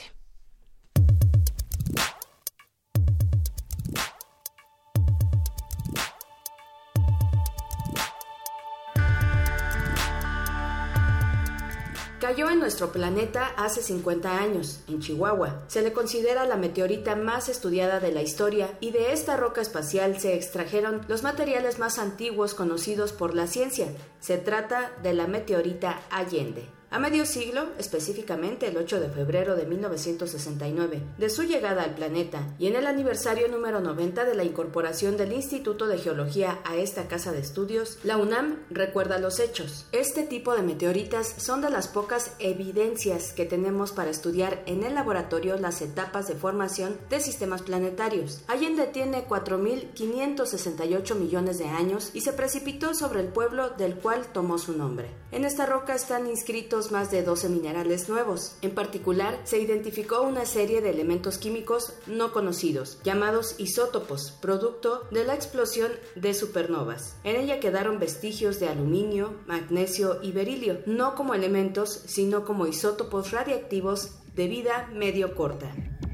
Cayó en nuestro planeta hace 50 años, en Chihuahua. Se le considera la meteorita más estudiada de la historia y de esta roca espacial se extrajeron los materiales más antiguos conocidos por la ciencia. Se trata de la meteorita Allende. A medio siglo, específicamente el 8 de febrero de 1969, de su llegada al planeta y en el aniversario número 90 de la incorporación del Instituto de Geología a esta casa de estudios, la UNAM recuerda los hechos. Este tipo de meteoritas son de las pocas evidencias que tenemos para estudiar en el laboratorio las etapas de formación de sistemas planetarios. Allende tiene 4.568 millones de años y se precipitó sobre el pueblo del cual tomó su nombre. En esta roca están inscritos más de 12 minerales nuevos. En particular, se identificó una serie de elementos químicos no conocidos, llamados isótopos, producto de la explosión de supernovas. En ella quedaron vestigios de aluminio, magnesio y berilio, no como elementos, sino como isótopos radiactivos de vida medio corta.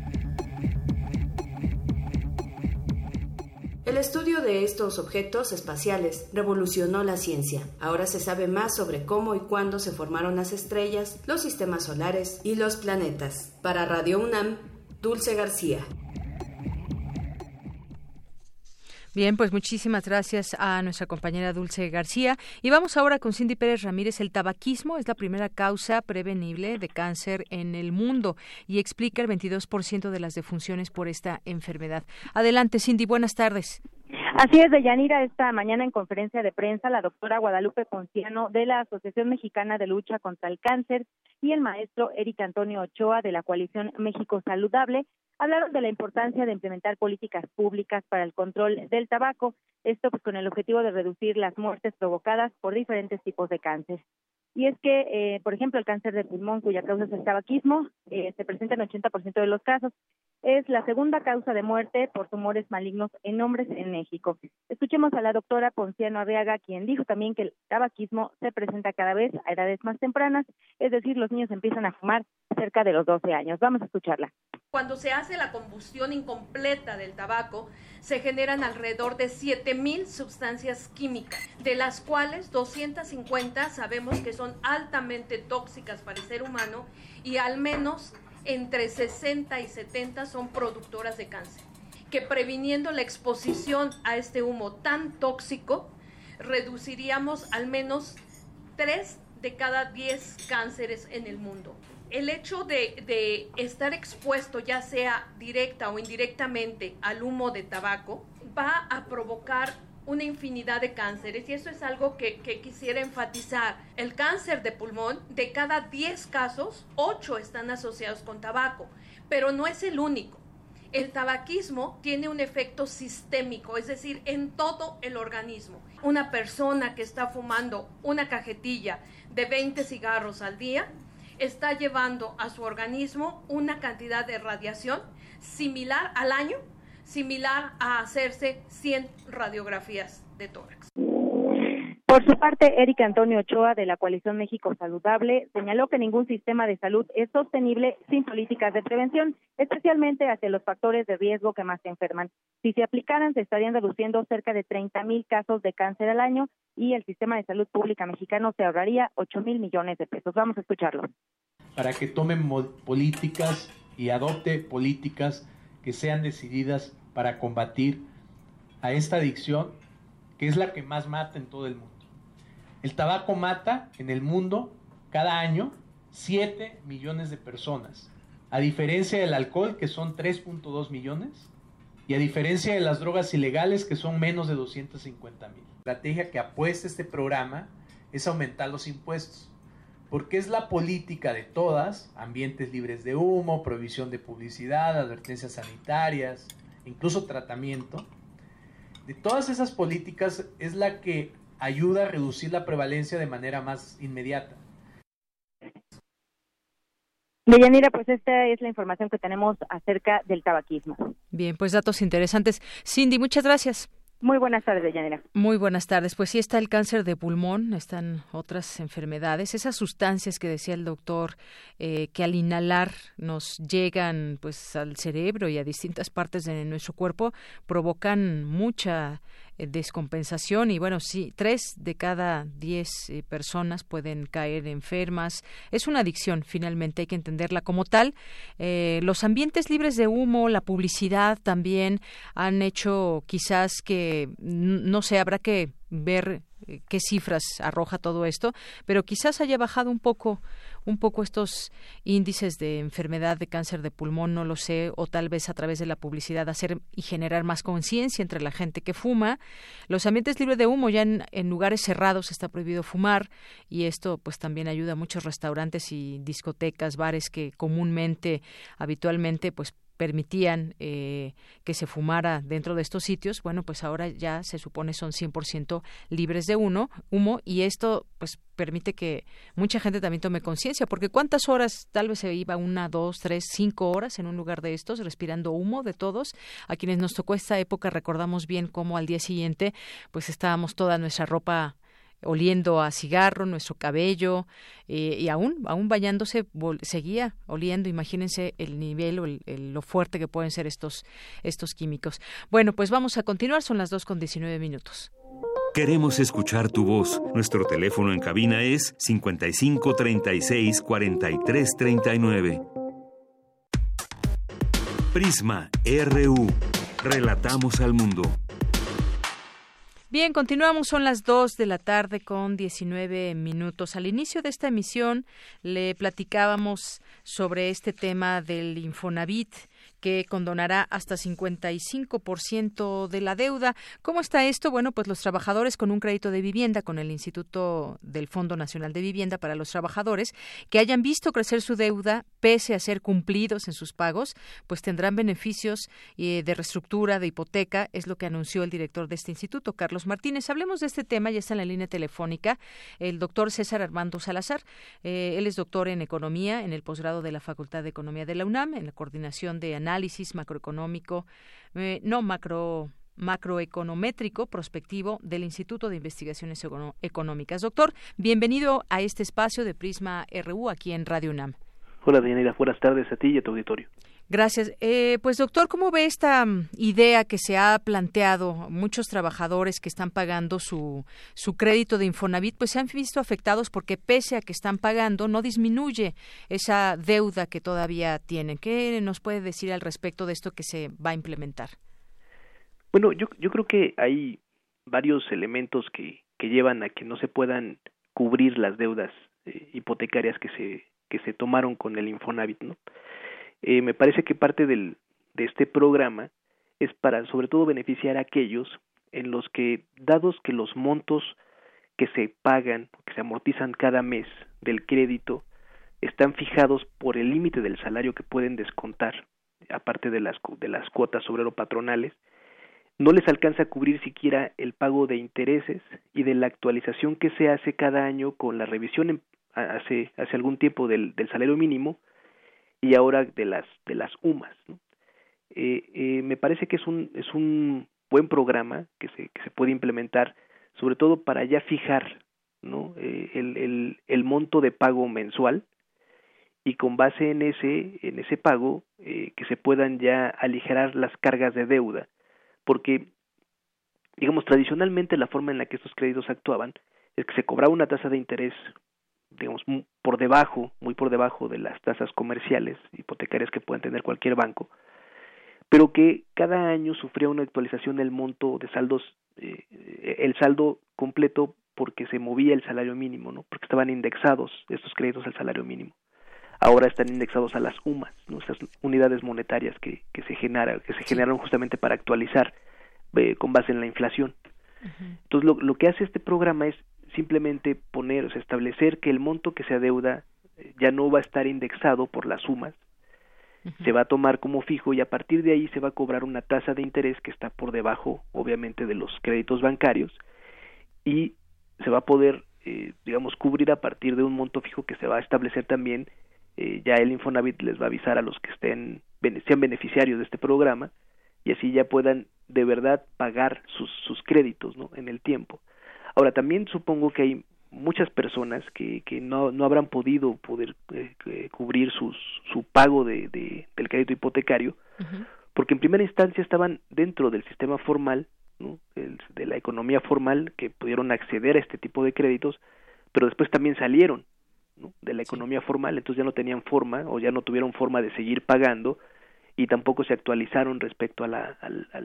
El estudio de estos objetos espaciales revolucionó la ciencia. Ahora se sabe más sobre cómo y cuándo se formaron las estrellas, los sistemas solares y los planetas. Para Radio UNAM, Dulce García. Bien, pues muchísimas gracias a nuestra compañera Dulce García. Y vamos ahora con Cindy Pérez Ramírez. El tabaquismo es la primera causa prevenible de cáncer en el mundo y explica el 22% de las defunciones por esta enfermedad. Adelante, Cindy, buenas tardes. Así es, Deyanira, esta mañana en conferencia de prensa, la doctora Guadalupe Ponciano de la Asociación Mexicana de Lucha contra el Cáncer y el maestro Eric Antonio Ochoa de la Coalición México Saludable hablaron de la importancia de implementar políticas públicas para el control del tabaco, esto pues con el objetivo de reducir las muertes provocadas por diferentes tipos de cáncer. Y es que, por ejemplo, el cáncer de pulmón, cuya causa es el tabaquismo, se presenta en 80% de los casos. Es la segunda causa de muerte por tumores malignos en hombres en México. Escuchemos a la doctora Ponciano Arriaga, quien dijo también que el tabaquismo se presenta cada vez a edades más tempranas, es decir, los niños empiezan a fumar cerca de los 12 años. Vamos a escucharla. Cuando se hace la combustión incompleta del tabaco, se generan alrededor de 7,000 sustancias químicas, de las cuales 250 sabemos que son altamente tóxicas para el ser humano y al menos entre 60 y 70 son productoras de cáncer, que previniendo la exposición a este humo tan tóxico, reduciríamos al menos 3 de cada 10 cánceres en el mundo. El hecho de estar expuesto, ya sea directa o indirectamente, al humo de tabaco, va a provocar una infinidad de cánceres, y eso es algo que quisiera enfatizar. El cáncer de pulmón, de cada 10 casos, 8 están asociados con tabaco, pero no es el único. El tabaquismo tiene un efecto sistémico, es decir, en todo el organismo. Una persona que está fumando una cajetilla de 20 cigarros al día está llevando a su organismo una cantidad de radiación similar al año, similar a hacerse 100 radiografías de tórax. Por su parte, Eric Antonio Ochoa de la Coalición México Saludable señaló que ningún sistema de salud es sostenible sin políticas de prevención, especialmente hacia los factores de riesgo que más se enferman. Si se aplicaran, se estarían reduciendo cerca de 30,000 casos de cáncer al año y el sistema de salud pública mexicano se ahorraría 8,000 millones de pesos. Vamos a escucharlo. Para que tomen políticas y adopte políticas que sean decididas para combatir a esta adicción, que es la que más mata en todo el mundo. El tabaco mata en el mundo cada año 7 millones de personas, a diferencia del alcohol, que son 3.2 millones, y a diferencia de las drogas ilegales, que son menos de 250,000. La estrategia que apuesta este programa es aumentar los impuestos, porque es la política de todas, ambientes libres de humo, prohibición de publicidad, advertencias sanitarias, incluso tratamiento. De todas esas políticas es la que ayuda a reducir la prevalencia de manera más inmediata. Deyanira, pues esta es la información que tenemos acerca del tabaquismo. Bien, pues datos interesantes. Cindy, muchas gracias. Muy buenas tardes, Deyanira. Muy buenas tardes. Pues sí está el cáncer de pulmón, están otras enfermedades, esas sustancias que decía el doctor, que al inhalar nos llegan pues al cerebro y a distintas partes de nuestro cuerpo, provocan mucha descompensación y bueno, sí, 3 de cada 10 personas pueden caer enfermas. Es una adicción, finalmente hay que entenderla como tal. Los ambientes libres de humo, la publicidad también han hecho quizás que, no sé, habrá que ver qué cifras arroja todo esto, pero quizás haya bajado un poco estos índices de enfermedad de cáncer de pulmón, no lo sé, o tal vez a través de la publicidad hacer y generar más conciencia entre la gente que fuma. Los ambientes libres de humo, ya en lugares cerrados está prohibido fumar y esto pues también ayuda a muchos restaurantes y discotecas, bares que habitualmente pues permitían que se fumara dentro de estos sitios. Bueno, pues ahora ya se supone son 100% libres de humo y esto pues permite que mucha gente también tome conciencia, porque ¿cuántas horas tal vez se iba 1, 2, 3, 5 horas en un lugar de estos respirando humo de todos? A quienes nos tocó esta época recordamos bien cómo al día siguiente pues estábamos toda nuestra ropa oliendo a cigarro, nuestro cabello, y aún bañándose seguía oliendo. Imagínense el nivel o lo fuerte que pueden ser estos químicos. Bueno, pues vamos a continuar, son las 2:19. Queremos escuchar tu voz. Nuestro teléfono en cabina es 55 36 43 39. Prisma RU. Relatamos al mundo. Bien, continuamos, son las 2:19. Al inicio de esta emisión le platicábamos sobre este tema del Infonavit, que condonará hasta 55% de la deuda. ¿Cómo está esto? Bueno, pues los trabajadores con un crédito de vivienda con el Instituto del Fondo Nacional de Vivienda para los Trabajadores que hayan visto crecer su deuda pese a ser cumplidos en sus pagos, pues tendrán beneficios de reestructura de hipoteca, es lo que anunció el director de este instituto, Carlos Martínez. Hablemos de este tema, ya está en la línea telefónica el doctor César Armando Salazar. Él es doctor en Economía, en el posgrado de la Facultad de Economía de la UNAM, en la coordinación de análisis macroeconómico, macroeconométrico prospectivo del Instituto de Investigaciones Económicas. Doctor, bienvenido a este espacio de Prisma RU aquí en Radio UNAM. Hola, Daniela, buenas tardes a ti y a tu auditorio. Gracias. Pues, doctor, ¿cómo ve esta idea que se ha planteado? Muchos trabajadores que están pagando su crédito de Infonavit, pues se han visto afectados porque pese a que están pagando, no disminuye esa deuda que todavía tienen. ¿Qué nos puede decir al respecto de esto que se va a implementar? Bueno, yo creo que hay varios elementos que llevan a que no se puedan cubrir las deudas hipotecarias que se tomaron con el Infonavit, ¿no? Me parece que parte de este programa es para, sobre todo, beneficiar a aquellos en los que, dados que los montos que se pagan, que se amortizan cada mes del crédito, están fijados por el límite del salario que pueden descontar, aparte de las cuotas obrero-patronales, no les alcanza a cubrir siquiera el pago de intereses y de la actualización que se hace cada año con la revisión hace algún tiempo del salario mínimo, y ahora de las UMAS, ¿no? Me parece que es un buen programa que se puede implementar, sobre todo para ya fijar, ¿no? el monto de pago mensual, y con base en ese pago que se puedan ya aligerar las cargas de deuda, porque digamos tradicionalmente la forma en la que estos créditos actuaban es que se cobraba una tasa de interés, digamos, muy por debajo de las tasas comerciales hipotecarias que pueden tener cualquier banco, pero que cada año sufría una actualización del monto de saldos, el saldo completo, porque se movía el salario mínimo, ¿no? Porque estaban indexados estos créditos al salario mínimo. Ahora están indexados a las UMAS, ¿no? Esas unidades monetarias que se generaron justamente para actualizar con base en la inflación. Uh-huh. Entonces lo que hace este programa es simplemente establecer que el monto que se adeuda ya no va a estar indexado por las sumas, se va a tomar como fijo y a partir de ahí se va a cobrar una tasa de interés que está por debajo, obviamente, de los créditos bancarios y se va a poder, cubrir a partir de un monto fijo que se va a establecer también. Ya el Infonavit les va a avisar a los que sean beneficiarios de este programa y así ya puedan de verdad pagar sus créditos, ¿no?, en el tiempo. Ahora, también supongo que hay muchas personas que no habrán podido cubrir su pago del crédito hipotecario, porque en primera instancia estaban dentro del sistema formal, ¿no?, de la economía formal, que pudieron acceder a este tipo de créditos, pero después también salieron, ¿no?, de la economía formal, entonces ya no tenían forma o ya no tuvieron forma de seguir pagando y tampoco se actualizaron respecto al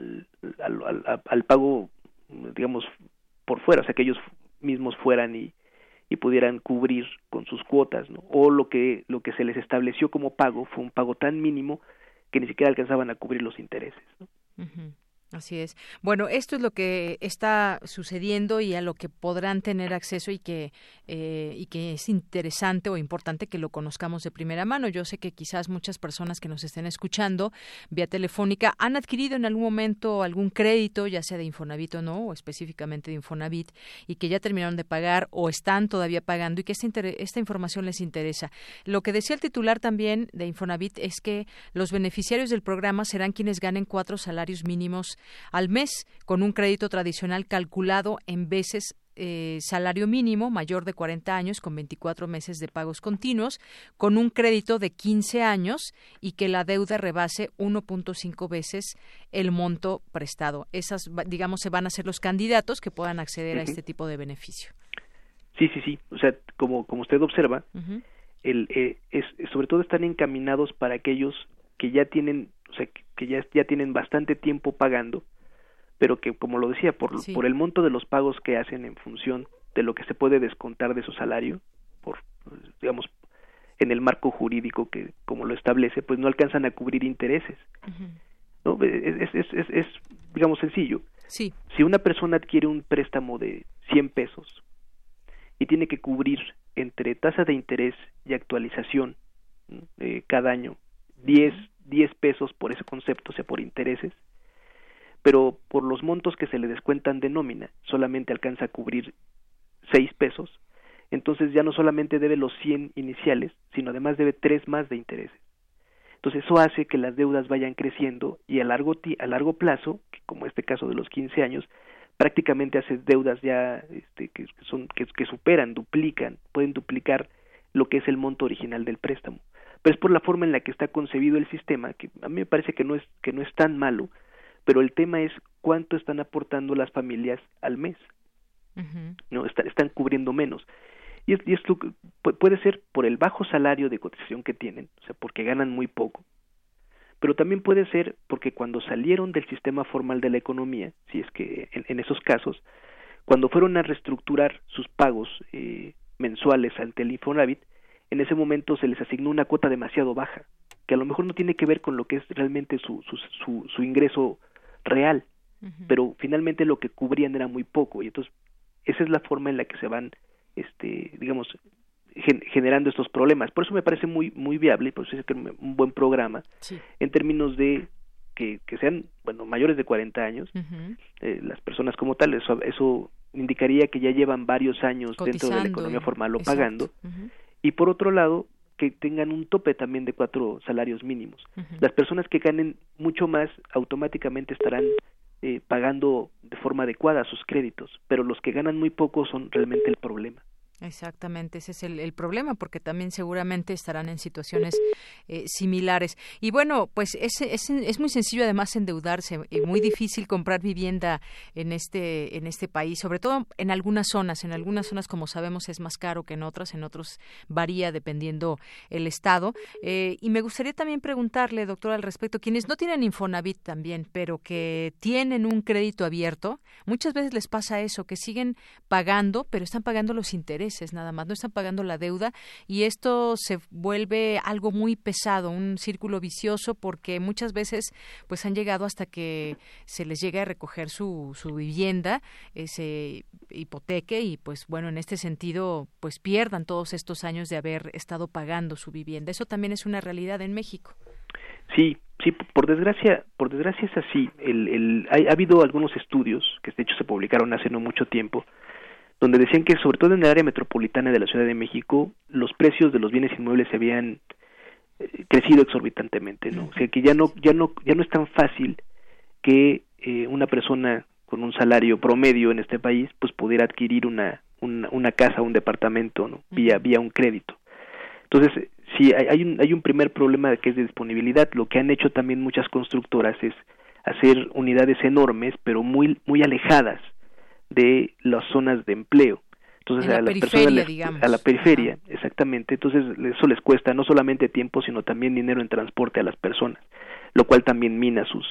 pago, digamos, por fuera, o sea, que ellos mismos fueran y pudieran cubrir con sus cuotas, ¿no? O lo que se les estableció como pago fue un pago tan mínimo que ni siquiera alcanzaban a cubrir los intereses, ¿no? Uh-huh. Así es. Bueno, esto es lo que está sucediendo y a lo que podrán tener acceso y que es interesante o importante que lo conozcamos de primera mano. Yo sé que quizás muchas personas que nos estén escuchando vía telefónica han adquirido en algún momento algún crédito, ya sea de Infonavit o no, o específicamente de Infonavit, y que ya terminaron de pagar o están todavía pagando y que esta información les interesa. Lo que decía el titular también de Infonavit es que los beneficiarios del programa serán quienes ganen 4 salarios mínimos al mes, con un crédito tradicional calculado en veces salario mínimo mayor de 40 años con 24 meses de pagos continuos, con un crédito de 15 años y que la deuda rebase 1.5 veces el monto prestado. Esas, digamos, se van a ser los candidatos que puedan acceder a este tipo de beneficio. Sí. O sea, como usted observa, sobre todo están encaminados para aquellos que ya tienen, o sea, que ya tienen bastante tiempo pagando, pero que, como lo decía, por el monto de los pagos que hacen en función de lo que se puede descontar de su salario, digamos, en el marco jurídico que como lo establece, pues no alcanzan a cubrir intereses. ¿No? Es digamos, sencillo. Sí. Si una persona adquiere un préstamo de 100 pesos y tiene que cubrir entre tasa de interés y actualización cada año 10 pesos por ese concepto, o sea, por intereses, pero por los montos que se le descuentan de nómina solamente alcanza a cubrir 6 pesos, entonces ya no solamente debe los 100 iniciales, sino además debe 3 más de intereses. Entonces eso hace que las deudas vayan creciendo y a largo plazo, que como este caso de los 15 años, prácticamente hace deudas ya que superan, pueden duplicar lo que es el monto original del préstamo. Pero es por la forma en la que está concebido el sistema, que a mí me parece que no es tan malo, pero el tema es cuánto están aportando las familias al mes. No están cubriendo menos. Y esto puede ser por el bajo salario de cotización que tienen, o sea, porque ganan muy poco, pero también puede ser porque cuando salieron del sistema formal de la economía, si es que en esos casos, cuando fueron a reestructurar sus pagos mensuales ante el Infonavit, en ese momento se les asignó una cuota demasiado baja, que a lo mejor no tiene que ver con lo que es realmente su ingreso real, pero finalmente lo que cubrían era muy poco, y entonces esa es la forma en la que se van digamos, generando estos problemas. Por eso me parece muy muy viable, y por eso es un buen programa, en términos de que sean, bueno, mayores de 40 años, las personas como tal, eso indicaría que ya llevan varios años dentro de la economía formal o pagando, y por otro lado, que tengan un tope también de 4 salarios mínimos. Las personas que ganen mucho más automáticamente estarán pagando de forma adecuada sus créditos, pero los que ganan muy poco son realmente el problema. Exactamente, ese es el problema, porque también seguramente estarán en situaciones similares. Y bueno, pues es muy sencillo además endeudarse, muy difícil comprar vivienda en este país, sobre todo en algunas zonas. En algunas zonas, como sabemos, es más caro que en otros varía dependiendo el estado. Y me gustaría también preguntarle, doctora, al respecto, quienes no tienen Infonavit también, pero que tienen un crédito abierto, muchas veces les pasa eso, que siguen pagando, pero están pagando los intereses. intereses nada más, no están pagando la deuda, y esto se vuelve algo muy pesado, un círculo vicioso, porque muchas veces pues han llegado hasta que se les llegue a recoger su vivienda, se hipoteque, y pues bueno, en este sentido pues pierdan todos estos años de haber estado pagando su vivienda. Eso también es una realidad en México. Sí, por desgracia es así. Ha habido algunos estudios que de hecho se publicaron hace no mucho tiempo, donde decían que sobre todo en el área metropolitana de la Ciudad de México los precios de los bienes inmuebles se habían crecido exorbitantemente, ¿no? O sea que ya no es tan fácil que una persona con un salario promedio en este país pues pudiera adquirir una casa, un departamento, ¿no? vía un crédito. Entonces, sí, hay un primer problema que es de disponibilidad. Lo que han hecho también muchas constructoras es hacer unidades enormes, pero muy alejadas de las zonas de empleo. Entonces, a las personas a la periferia, exactamente. Entonces, eso les cuesta no solamente tiempo, sino también dinero en transporte a las personas, lo cual también mina sus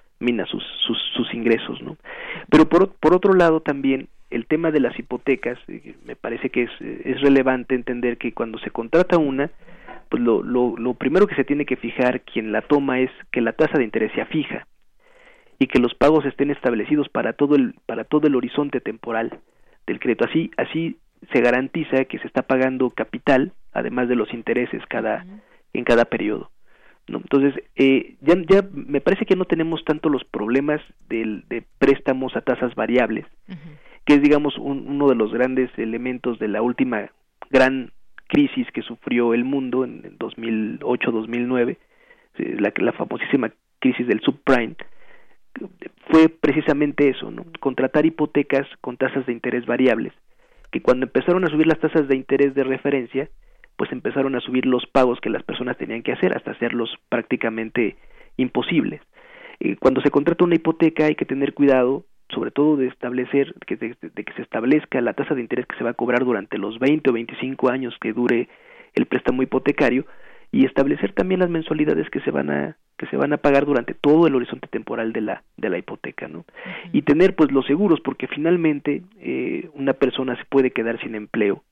ingresos, ¿no? Pero por otro lado también el tema de las hipotecas, me parece que es relevante entender que cuando se contrata una, pues lo primero que se tiene que fijar quien la toma es que la tasa de interés sea fija y que los pagos estén establecidos para todo el horizonte temporal del crédito. Así se garantiza que se está pagando capital, además de los intereses en cada periodo, ¿no? Entonces, ya me parece que no tenemos tanto los problemas de préstamos a tasas variables, que es, digamos, uno de los grandes elementos de la última gran crisis que sufrió el mundo en 2008-2009, la famosísima crisis del subprime. Fue precisamente eso, ¿no? Contratar hipotecas con tasas de interés variables, que cuando empezaron a subir las tasas de interés de referencia, pues empezaron a subir los pagos que las personas tenían que hacer hasta hacerlos prácticamente imposibles. Cuando se contrata una hipoteca hay que tener cuidado, sobre todo de establecer de que se establezca la tasa de interés que se va a cobrar durante los 20 o 25 años que dure el préstamo hipotecario, y establecer también las mensualidades que se van a pagar durante todo el horizonte temporal de la hipoteca, ¿no? Y tener pues los seguros, porque finalmente una persona se puede quedar sin empleo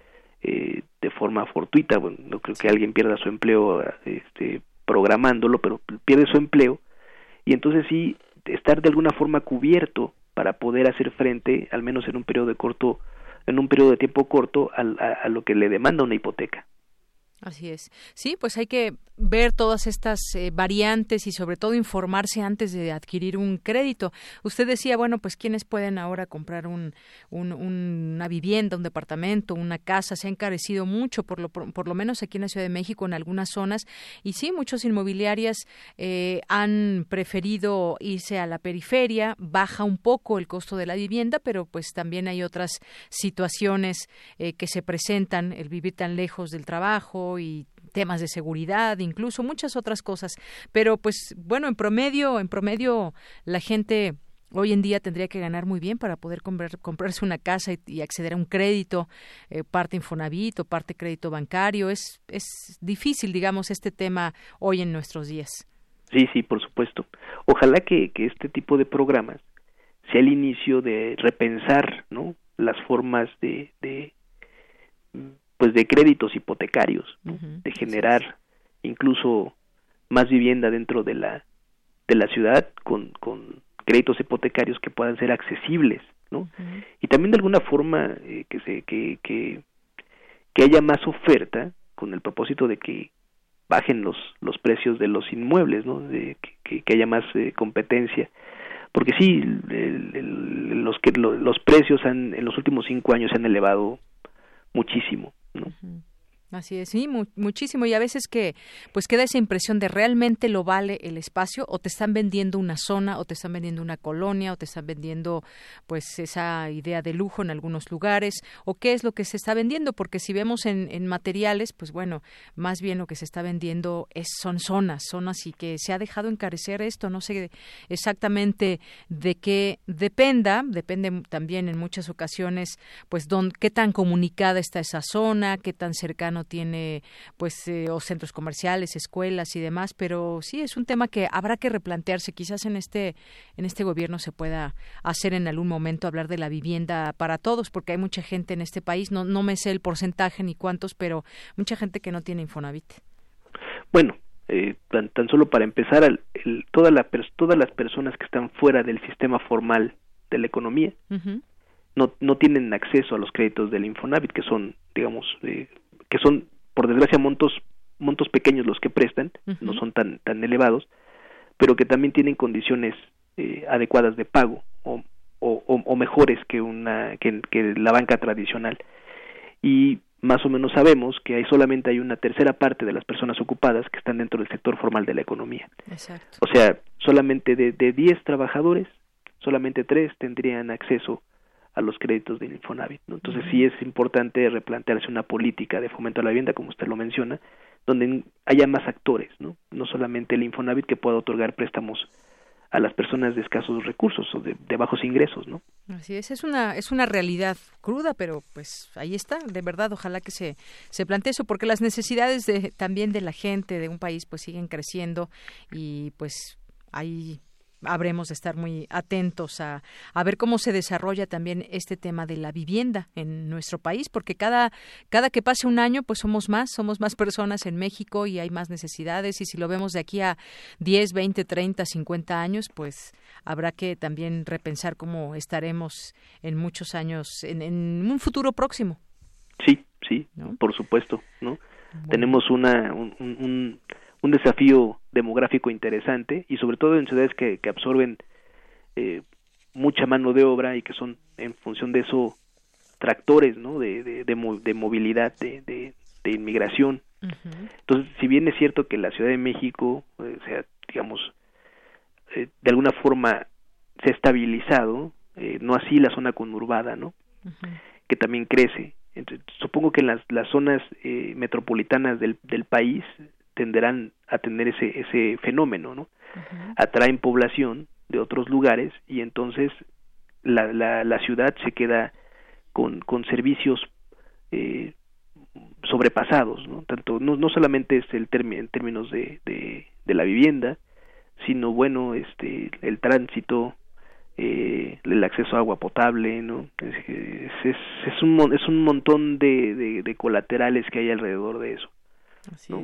de forma fortuita. Bueno, no creo que alguien pierda su empleo programándolo, pero pierde su empleo, y entonces sí estar de alguna forma cubierto para poder hacer frente, al menos en un periodo de tiempo corto, a lo que le demanda una hipoteca. Así es. Sí, pues hay que ver todas estas variantes y sobre todo informarse antes de adquirir un crédito. Usted decía, bueno, pues ¿quiénes pueden ahora comprar una vivienda, un departamento, una casa? Se ha encarecido mucho, por lo menos aquí en la Ciudad de México, en algunas zonas. Y sí, muchas inmobiliarias han preferido irse a la periferia. Baja un poco el costo de la vivienda, pero pues también hay otras situaciones que se presentan, el vivir tan lejos del trabajo y temas de seguridad, incluso muchas otras cosas. Pero pues bueno, en promedio la gente hoy en día tendría que ganar muy bien para poder comprarse una casa y acceder a un crédito, parte Infonavit o parte crédito bancario. Es difícil, digamos, este tema hoy en nuestros días. Sí, por supuesto. Ojalá que este tipo de programas sea el inicio de repensar, ¿no?, las formas de créditos hipotecarios, ¿no?, de generar incluso más vivienda dentro de la ciudad con créditos hipotecarios que puedan ser accesibles, ¿no? Y también de alguna forma que haya más oferta, con el propósito de que bajen los precios de los inmuebles, ¿no?, de que haya más competencia, porque sí, los precios en los últimos 5 años se han elevado muchísimo, ¿no? Así es, sí, muchísimo, y a veces que pues queda esa impresión de realmente lo vale el espacio, o te están vendiendo una zona, o te están vendiendo una colonia, o te están vendiendo pues esa idea de lujo en algunos lugares, o qué es lo que se está vendiendo, porque si vemos en materiales, pues bueno, más bien lo que se está vendiendo son zonas y que se ha dejado encarecer esto. No sé exactamente de qué depende también en muchas ocasiones, pues qué tan comunicada está esa zona, qué tan cercano tiene pues o centros comerciales, escuelas y demás, pero sí es un tema que habrá que replantearse. Quizás en este gobierno se pueda hacer en algún momento, hablar de la vivienda para todos, porque hay mucha gente en este país, no me sé el porcentaje ni cuántos, pero mucha gente que no tiene Infonavit. Bueno, tan solo para empezar, todas las personas que están fuera del sistema formal de la economía no tienen acceso a los créditos del Infonavit, que son, digamos, que son, por desgracia, montos pequeños los que prestan, no son tan elevados, pero que también tienen condiciones adecuadas de pago o mejores que la banca tradicional. Y más o menos sabemos que solamente hay una tercera parte de las personas ocupadas que están dentro del sector formal de la economía. Exacto. O sea, solamente de 10 trabajadores, solamente 3 tendrían acceso a los créditos del Infonavit, ¿no? Entonces sí es importante replantearse una política de fomento a la vivienda, como usted lo menciona, donde haya más actores, ¿no? No solamente el Infonavit, que pueda otorgar préstamos a las personas de escasos recursos o de bajos ingresos, ¿no? Así es una realidad cruda, pero pues ahí está, de verdad, ojalá que se plantee eso, porque las necesidades también de la gente de un país pues siguen creciendo y pues ahí habremos de estar muy atentos a ver cómo se desarrolla también este tema de la vivienda en nuestro país, porque cada que pase un año pues somos más personas en México y hay más necesidades, y si lo vemos de aquí a 10, 20, 30, 50 años, pues habrá que también repensar cómo estaremos en muchos años, en un futuro próximo. Sí, ¿no? Por supuesto, ¿no? Bueno. Tenemos un desafío demográfico interesante, y sobre todo en ciudades que absorben mucha mano de obra y que son, en función de eso, tractores, ¿no? de movilidad, de inmigración. Entonces, si bien es cierto que la Ciudad de México, digamos, de alguna forma se ha estabilizado, no así la zona conurbada, ¿no? Que también crece. Entonces, supongo que en las zonas metropolitanas del país tenderán a tener ese fenómeno, ¿no? Atraen población de otros lugares y entonces la ciudad se queda con servicios sobrepasados, ¿no? Tanto no solamente es en términos de la vivienda, sino bueno, el tránsito, el acceso a agua potable, ¿no? Es un montón de colaterales que hay alrededor de eso. ¿No?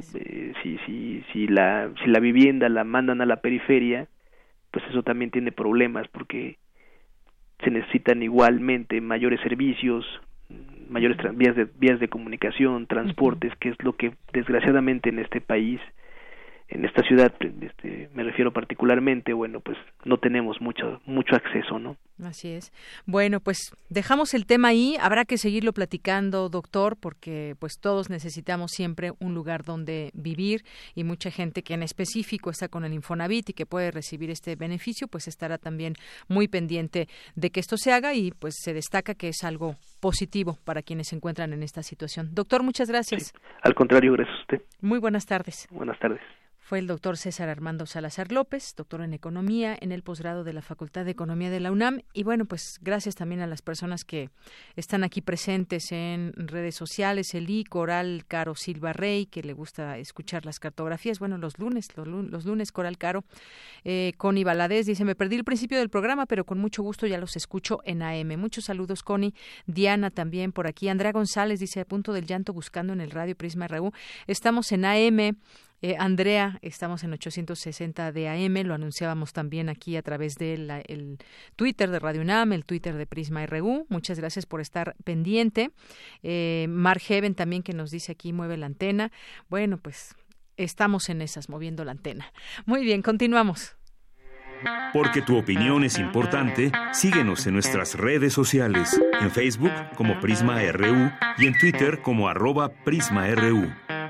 Si la vivienda la mandan a la periferia, pues eso también tiene problemas, porque se necesitan igualmente mayores servicios, mayores vías de comunicación, transportes, que es lo que desgraciadamente en este país, en esta ciudad, me refiero particularmente, bueno, pues no tenemos mucho acceso, ¿no? Así es. Bueno, pues dejamos el tema ahí, habrá que seguirlo platicando, doctor, porque pues todos necesitamos siempre un lugar donde vivir, y mucha gente que en específico está con el Infonavit y que puede recibir este beneficio, pues estará también muy pendiente de que esto se haga, y pues se destaca que es algo positivo para quienes se encuentran en esta situación. Doctor, muchas gracias. Sí, al contrario, gracias a usted. Muy buenas tardes. Buenas tardes. Fue el doctor César Armando Salazar López, doctor en Economía, en el posgrado de la Facultad de Economía de la UNAM. Y bueno, pues gracias también a las personas que están aquí presentes en redes sociales. Elí Coral Caro Silva Rey, que le gusta escuchar las cartografías. Bueno, los lunes, Coral Caro. Connie Valadez dice, me perdí el principio del programa, pero con mucho gusto ya los escucho en AM. Muchos saludos, Connie. Diana también por aquí. Andrea González dice, a punto del llanto buscando en el radio Prisma RU. Estamos en AM. Andrea, estamos en 860 de AM, lo anunciábamos también aquí a través del el Twitter de Radio UNAM, el Twitter de Prisma RU. Muchas gracias por estar pendiente. Mark Heaven también, que nos dice aquí, mueve la antena. Bueno, pues estamos en esas, moviendo la antena. Muy bien, continuamos. Porque tu opinión es importante, síguenos en nuestras redes sociales, en Facebook como Prisma RU y en Twitter como @PrismaRU.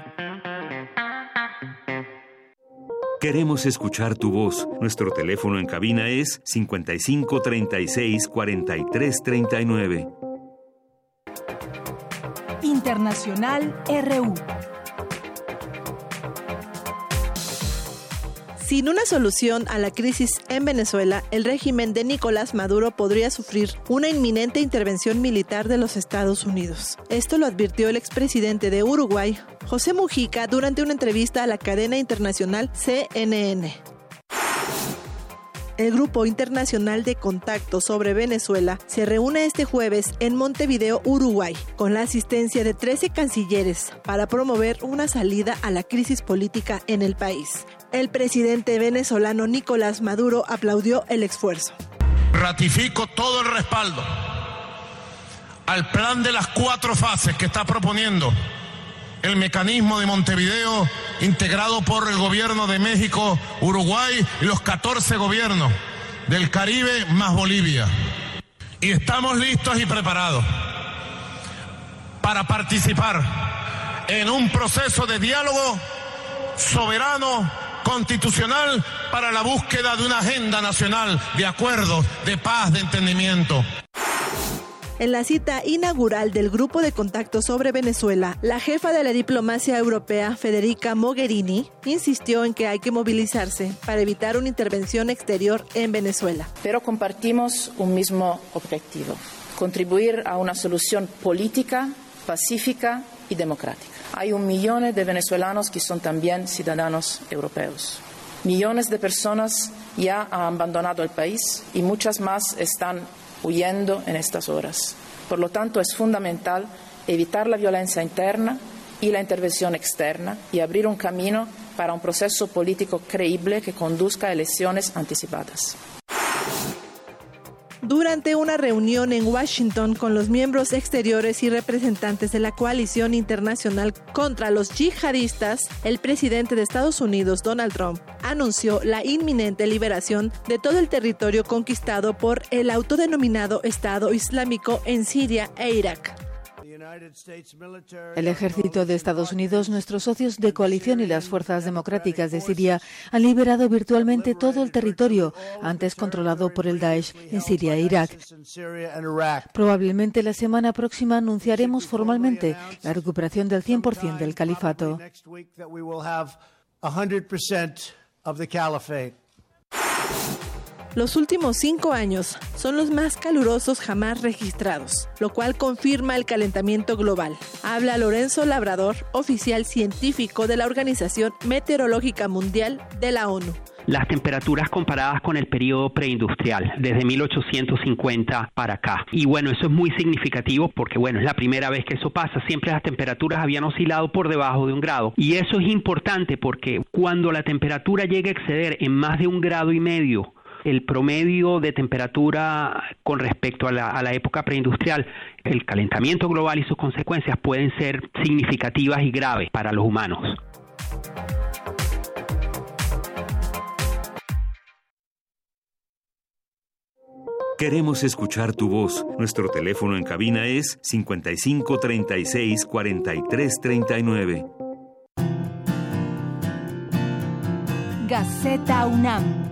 Queremos escuchar tu voz. Nuestro teléfono en cabina es 55 36 43 39. Internacional RU. Sin una solución a la crisis en Venezuela, el régimen de Nicolás Maduro podría sufrir una inminente intervención militar de los Estados Unidos. Esto lo advirtió el expresidente de Uruguay, José Mujica, durante una entrevista a la cadena internacional CNN. El Grupo Internacional de Contacto sobre Venezuela se reúne este jueves en Montevideo, Uruguay, con la asistencia de 13 cancilleres para promover una salida a la crisis política en el país. El presidente venezolano Nicolás Maduro aplaudió el esfuerzo. Ratifico todo el respaldo al plan de las 4 fases que está proponiendo el mecanismo de Montevideo, integrado por el gobierno de México, Uruguay y los 14 gobiernos del Caribe más Bolivia. Y estamos listos y preparados para participar en un proceso de diálogo soberano, constitucional, para la búsqueda de una agenda nacional de acuerdos, de paz, de entendimiento. En la cita inaugural del Grupo de Contacto sobre Venezuela, la jefa de la diplomacia europea, Federica Mogherini, insistió en que hay que movilizarse para evitar una intervención exterior en Venezuela. Pero compartimos un mismo objetivo: contribuir a una solución política, pacífica y democrática. Hay 1 millón de venezolanos que son también ciudadanos europeos. Millones de personas ya han abandonado el país y muchas más están huyendo en estas horas. Por lo tanto, es fundamental evitar la violencia interna y la intervención externa y abrir un camino para un proceso político creíble que conduzca a elecciones anticipadas. Durante una reunión en Washington con los miembros exteriores y representantes de la coalición internacional contra los yihadistas, el presidente de Estados Unidos, Donald Trump, anunció la inminente liberación de todo el territorio conquistado por el autodenominado Estado Islámico en Siria e Irak. El ejército de Estados Unidos, nuestros socios de coalición y las fuerzas democráticas de Siria han liberado virtualmente todo el territorio antes controlado por el Daesh en Siria e Irak. Probablemente la semana próxima anunciaremos formalmente la recuperación del 100% del califato. Los últimos 5 años son los más calurosos jamás registrados, lo cual confirma el calentamiento global. Habla Lorenzo Labrador, oficial científico de la Organización Meteorológica Mundial de la ONU. Las temperaturas comparadas con el periodo preindustrial, desde 1850 para acá. Y bueno, eso es muy significativo porque bueno, es la primera vez que eso pasa. Siempre las temperaturas habían oscilado por debajo de 1 grado. Y eso es importante porque cuando la temperatura llega a exceder en más de 1,5 grados, el promedio de temperatura con respecto a la época preindustrial, el calentamiento global y sus consecuencias pueden ser significativas y graves para los humanos. Queremos escuchar tu voz. Nuestro teléfono en cabina es 55 36 43 39. Gaceta UNAM.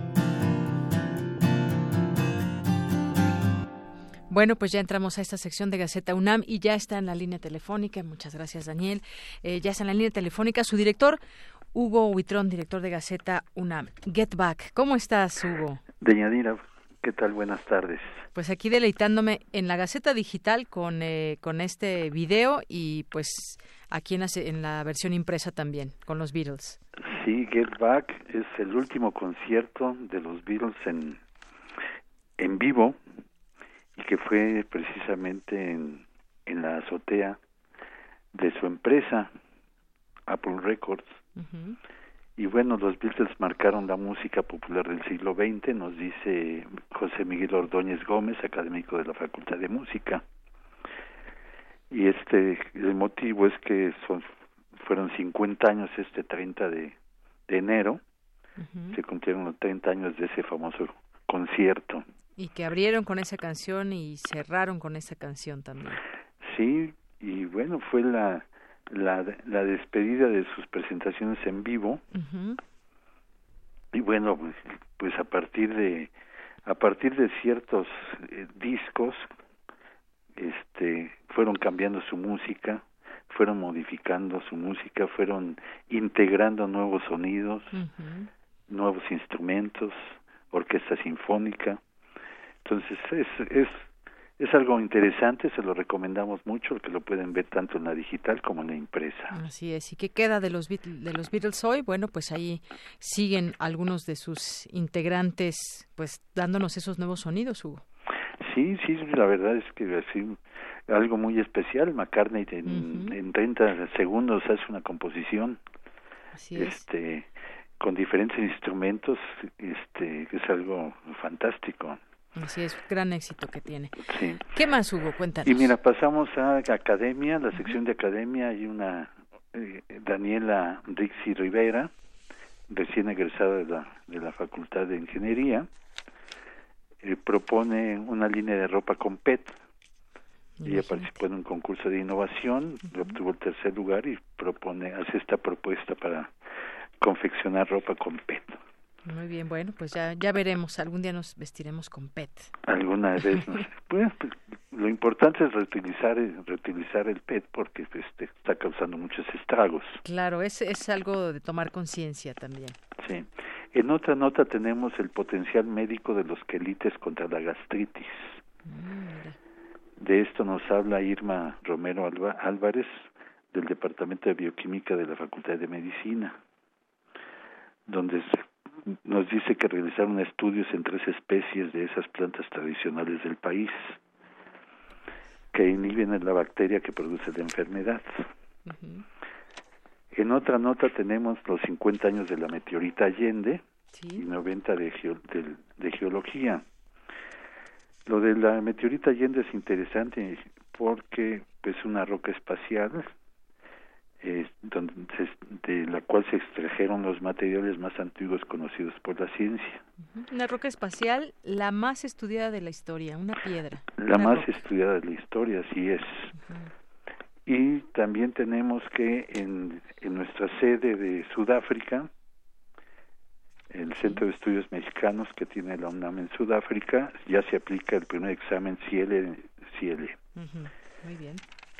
Bueno, pues ya entramos a esta sección de Gaceta UNAM y ya está en la línea telefónica. Muchas gracias, Daniel. Ya está en la línea telefónica su director, Hugo Huitrón, director de Gaceta UNAM. Get Back. ¿Cómo estás, Hugo? Deyanira, ¿qué tal? Buenas tardes. Pues aquí deleitándome en la Gaceta Digital con este video y pues aquí en la versión impresa también, con los Beatles. Sí, Get Back es el último concierto de los Beatles en vivo, y que fue precisamente en la azotea de su empresa, Apple Records. Uh-huh. Y bueno, los Beatles marcaron la música popular del siglo XX, nos dice José Miguel Ordóñez Gómez, académico de la Facultad de Música. Y el motivo es que fueron 50 años 30 de enero, uh-huh. Se cumplieron los 30 años de ese famoso concierto. Y que abrieron con esa canción y cerraron con esa canción también. Sí, y bueno, fue la despedida de sus presentaciones en vivo. Uh-huh. Y bueno, pues a partir de ciertos discos, fueron cambiando su música, fueron modificando su música, fueron integrando nuevos sonidos. Uh-huh. nuevos instrumentos, orquesta sinfónica. Entonces es algo interesante, se lo recomendamos mucho, que lo pueden ver tanto en la digital como en la impresa. Así es. ¿Y qué queda de los Beatles hoy? Bueno, pues ahí siguen algunos de sus integrantes, pues dándonos esos nuevos sonidos, Hugo. Sí, la verdad es que así algo muy especial. McCartney en 30 segundos hace una composición. Así es. Con diferentes instrumentos, que es algo fantástico. Así es, gran éxito que tiene. Sí. ¿Qué más, Hugo? Cuéntanos. Y mira, pasamos a Academia, la sección de Academia. Hay una Daniela Rixi Rivera, recién egresada de la Facultad de Ingeniería, propone una línea de ropa con PET. Ella participó en un concurso de innovación, obtuvo el 3er lugar y hace esta propuesta para confeccionar ropa con PET. Muy bien, bueno, pues ya veremos, algún día nos vestiremos con PET. Alguna vez pues, lo importante es reutilizar el PET porque está causando muchos estragos. Claro, es algo de tomar conciencia también. Sí. En otra nota tenemos el potencial médico de los quelites contra la gastritis. De esto nos habla Irma Romero Álvarez, del Departamento de Bioquímica de la Facultad de Medicina, donde nos dice que realizaron estudios en 3 especies de esas plantas tradicionales del país que inhiben la bacteria que produce la enfermedad. En otra nota tenemos los 50 años de la meteorita Allende y 90 de geología. Lo de la meteorita Allende es interesante porque es una roca espacial de la cual se extrajeron los materiales más antiguos conocidos por la ciencia. Una roca espacial, la más estudiada de la historia, una piedra. La más estudiada de la historia, así es. Y también tenemos que en nuestra sede de Sudáfrica, el Centro de Estudios Mexicanos que tiene la UNAM en Sudáfrica, ya se aplica el primer examen CIEL. Muy bien.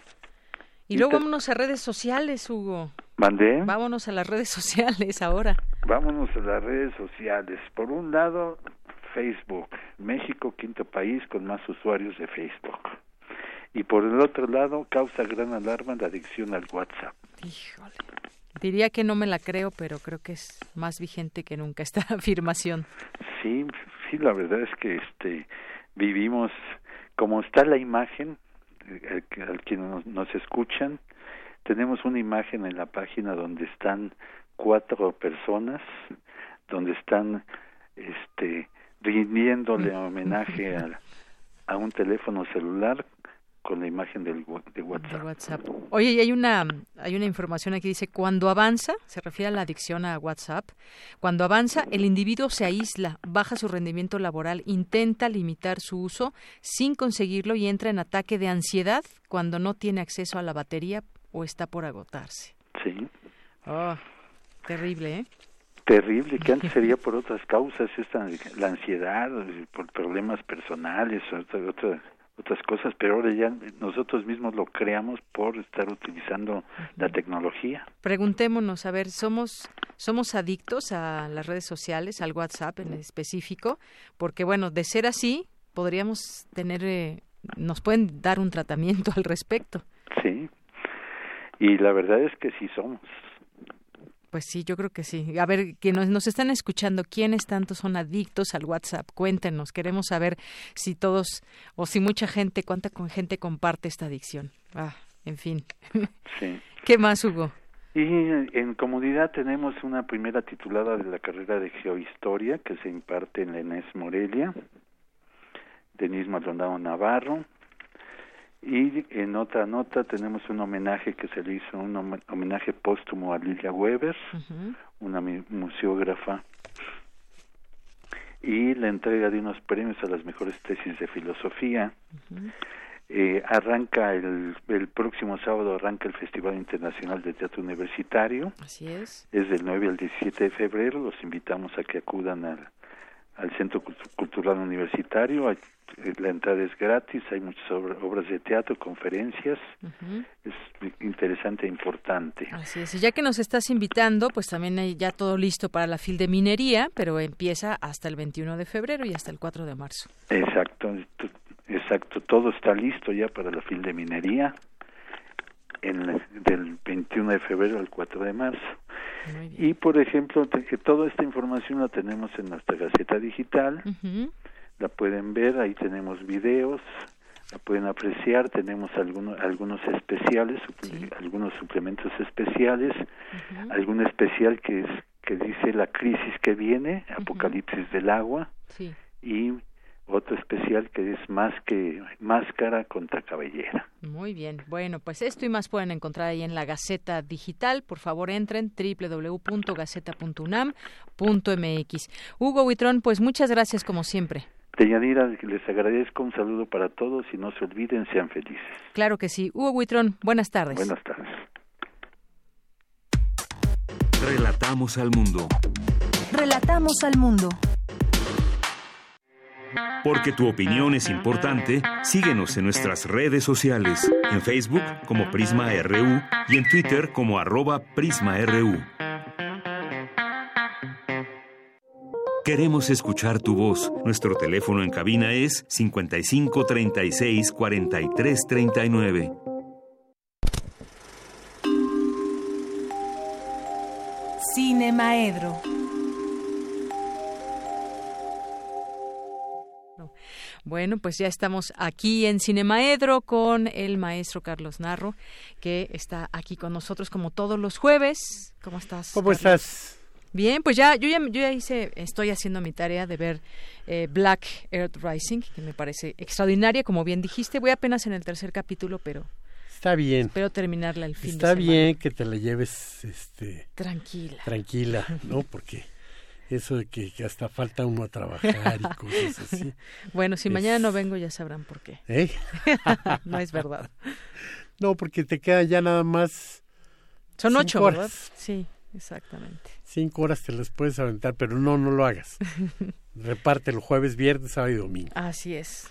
Y luego vámonos a redes sociales, Hugo. ¿Mandé? Vámonos a las redes sociales ahora. Vámonos a las redes sociales. Por un lado, Facebook. México, 5º país con más usuarios de Facebook. Y por el otro lado, causa gran alarma la adicción al WhatsApp. Híjole. Diría que no me la creo, pero creo que es más vigente que nunca esta afirmación. Sí, la verdad es que vivimos, como está la imagen, al quienes nos escuchan, tenemos una imagen en la página donde están 4 personas, donde están rindiéndole homenaje a un teléfono celular con la imagen de WhatsApp. Oye, y hay una información aquí, dice, cuando avanza, se refiere a la adicción a WhatsApp, cuando avanza, el individuo se aísla, baja su rendimiento laboral, intenta limitar su uso sin conseguirlo y entra en ataque de ansiedad cuando no tiene acceso a la batería o está por agotarse. Sí. Oh, terrible, ¿eh? Terrible, que antes sería por otras causas, la ansiedad, por problemas personales, otras cosas, pero ahora ya nosotros mismos lo creamos por estar utilizando la tecnología. Preguntémonos, a ver, ¿somos adictos a las redes sociales, al WhatsApp en específico? Porque, bueno, de ser así, podríamos nos pueden dar un tratamiento al respecto. Sí, y la verdad es que sí somos. Pues sí, yo creo que sí. A ver, que nos están escuchando, ¿quiénes tantos son adictos al WhatsApp? Cuéntenos, queremos saber si todos o si mucha gente, cuánta gente comparte esta adicción. En fin. Sí. ¿Qué más, Hugo? Y en comunidad tenemos una primera titulada de la carrera de Geohistoria que se imparte en la ENES Morelia, Denise Maldonado Navarro. Y en otra nota tenemos un homenaje que se le hizo, un homenaje póstumo a Lilia Weber, una museógrafa, y la entrega de unos premios a las mejores tesis de filosofía. Arranca el próximo sábado, arranca el Festival Internacional de Teatro Universitario. Así es. Es del 9 al 17 de febrero, los invitamos a que acudan al Centro Cultural Universitario. La entrada es gratis, hay muchas obras de teatro, conferencias, es interesante e importante. Así es, y ya que nos estás invitando, pues también hay ya todo listo para la FIL de Minería, pero empieza hasta el 21 de febrero y hasta el 4 de marzo. Exacto, todo está listo ya para la FIL de Minería, del 21 de febrero al 4 de marzo. Y, por ejemplo, que toda esta información la tenemos en nuestra Gaceta Digital, la pueden ver, ahí tenemos videos, la pueden apreciar, tenemos algunos especiales, algunos suplementos especiales, algún especial que dice la crisis que viene, Apocalipsis del agua, y otro especial que es máscara contra cabellera. Muy bien, bueno, pues esto y más pueden encontrar ahí en la Gaceta Digital. Por favor, entren www.gaceta.unam.mx. Hugo Huitrón, pues muchas gracias como siempre. Deyanira, les agradezco, un saludo para todos y no se olviden, sean felices. Claro que sí. Hugo Huitrón, buenas tardes. Buenas tardes. Relatamos al mundo. Relatamos al mundo. Porque tu opinión es importante, síguenos en nuestras redes sociales, en Facebook como Prisma RU y en Twitter como @PrismaRU. Queremos escuchar tu voz. Nuestro teléfono en cabina es 55 36 43 39. Cinemaedro. Bueno, pues ya estamos aquí en Cinemaedro con el maestro Carlos Narro, que está aquí con nosotros como todos los jueves. ¿Cómo estás? ¿Cómo estás? Bien, pues yo ya estoy haciendo mi tarea de ver Black Earth Rising, que me parece extraordinaria, como bien dijiste. Voy apenas en el 3er capítulo, pero está bien. Espero terminarla el fin de semana. Está bien que te la lleves tranquila, ¿no? Porque eso de que hasta falta uno a trabajar y cosas así. Bueno, si mañana no vengo ya sabrán por qué. No es verdad. No, porque te quedan ya nada más. Son 8 horas. ¿Verdad? Sí, exactamente. 5 horas te las puedes aventar, pero no lo hagas. Repártelo jueves, viernes, sábado y domingo. Así es.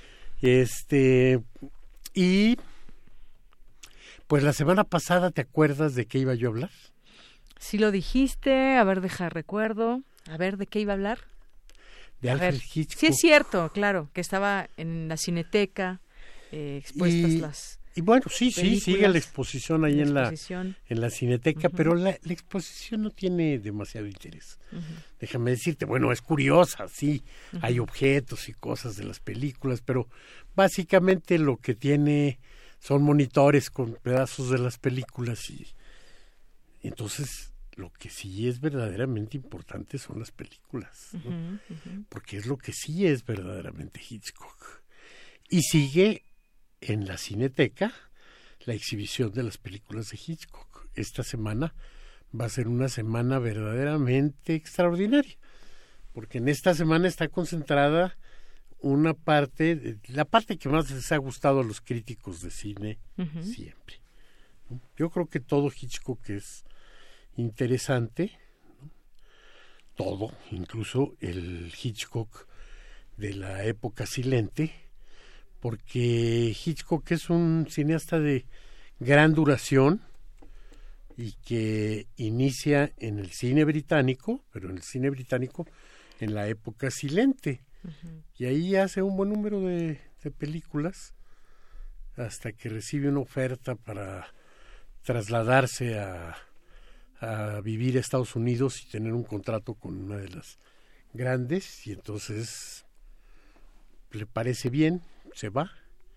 Y pues la semana pasada, ¿te acuerdas de qué iba yo a hablar? Sí lo dijiste, a ver, recuerdo. A ver, ¿de qué iba a hablar? De Alfred Hitchcock. Sí, es cierto, claro, que estaba en la Cineteca, expuestas las y bueno, sí, sigue la exposición ahí en la Cineteca, pero la exposición no tiene demasiado interés. Déjame decirte, bueno, es curiosa, sí, hay objetos y cosas de las películas, pero básicamente lo que tiene son monitores con pedazos de las películas y entonces lo que sí es verdaderamente importante son las películas, ¿no? Porque es lo que sí es verdaderamente Hitchcock. Y sigue en la Cineteca la exhibición de las películas de Hitchcock. Esta semana va a ser una semana verdaderamente extraordinaria, porque en esta semana está concentrada una parte, la parte que más les ha gustado a los críticos de cine siempre, ¿no? Yo creo que todo Hitchcock es interesante, ¿no? Todo, incluso el Hitchcock de la época silente, porque Hitchcock es un cineasta de gran duración y que inicia en el cine británico, pero en el cine británico en la época silente, y ahí hace un buen número de películas hasta que recibe una oferta para trasladarse a vivir a Estados Unidos y tener un contrato con una de las grandes, y entonces le parece bien, se va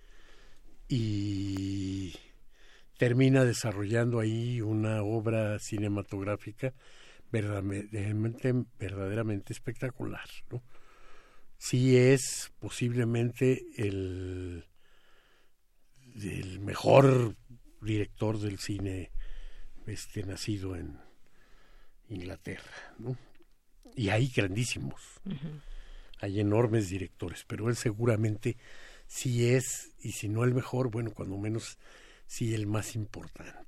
y termina desarrollando ahí una obra cinematográfica verdaderamente espectacular, ¿no? Sí es posiblemente el mejor director del cine nacido en Inglaterra, ¿no? Y hay grandísimos, hay enormes directores, pero él seguramente sí es, y si no el mejor, bueno, cuando menos sí el más importante.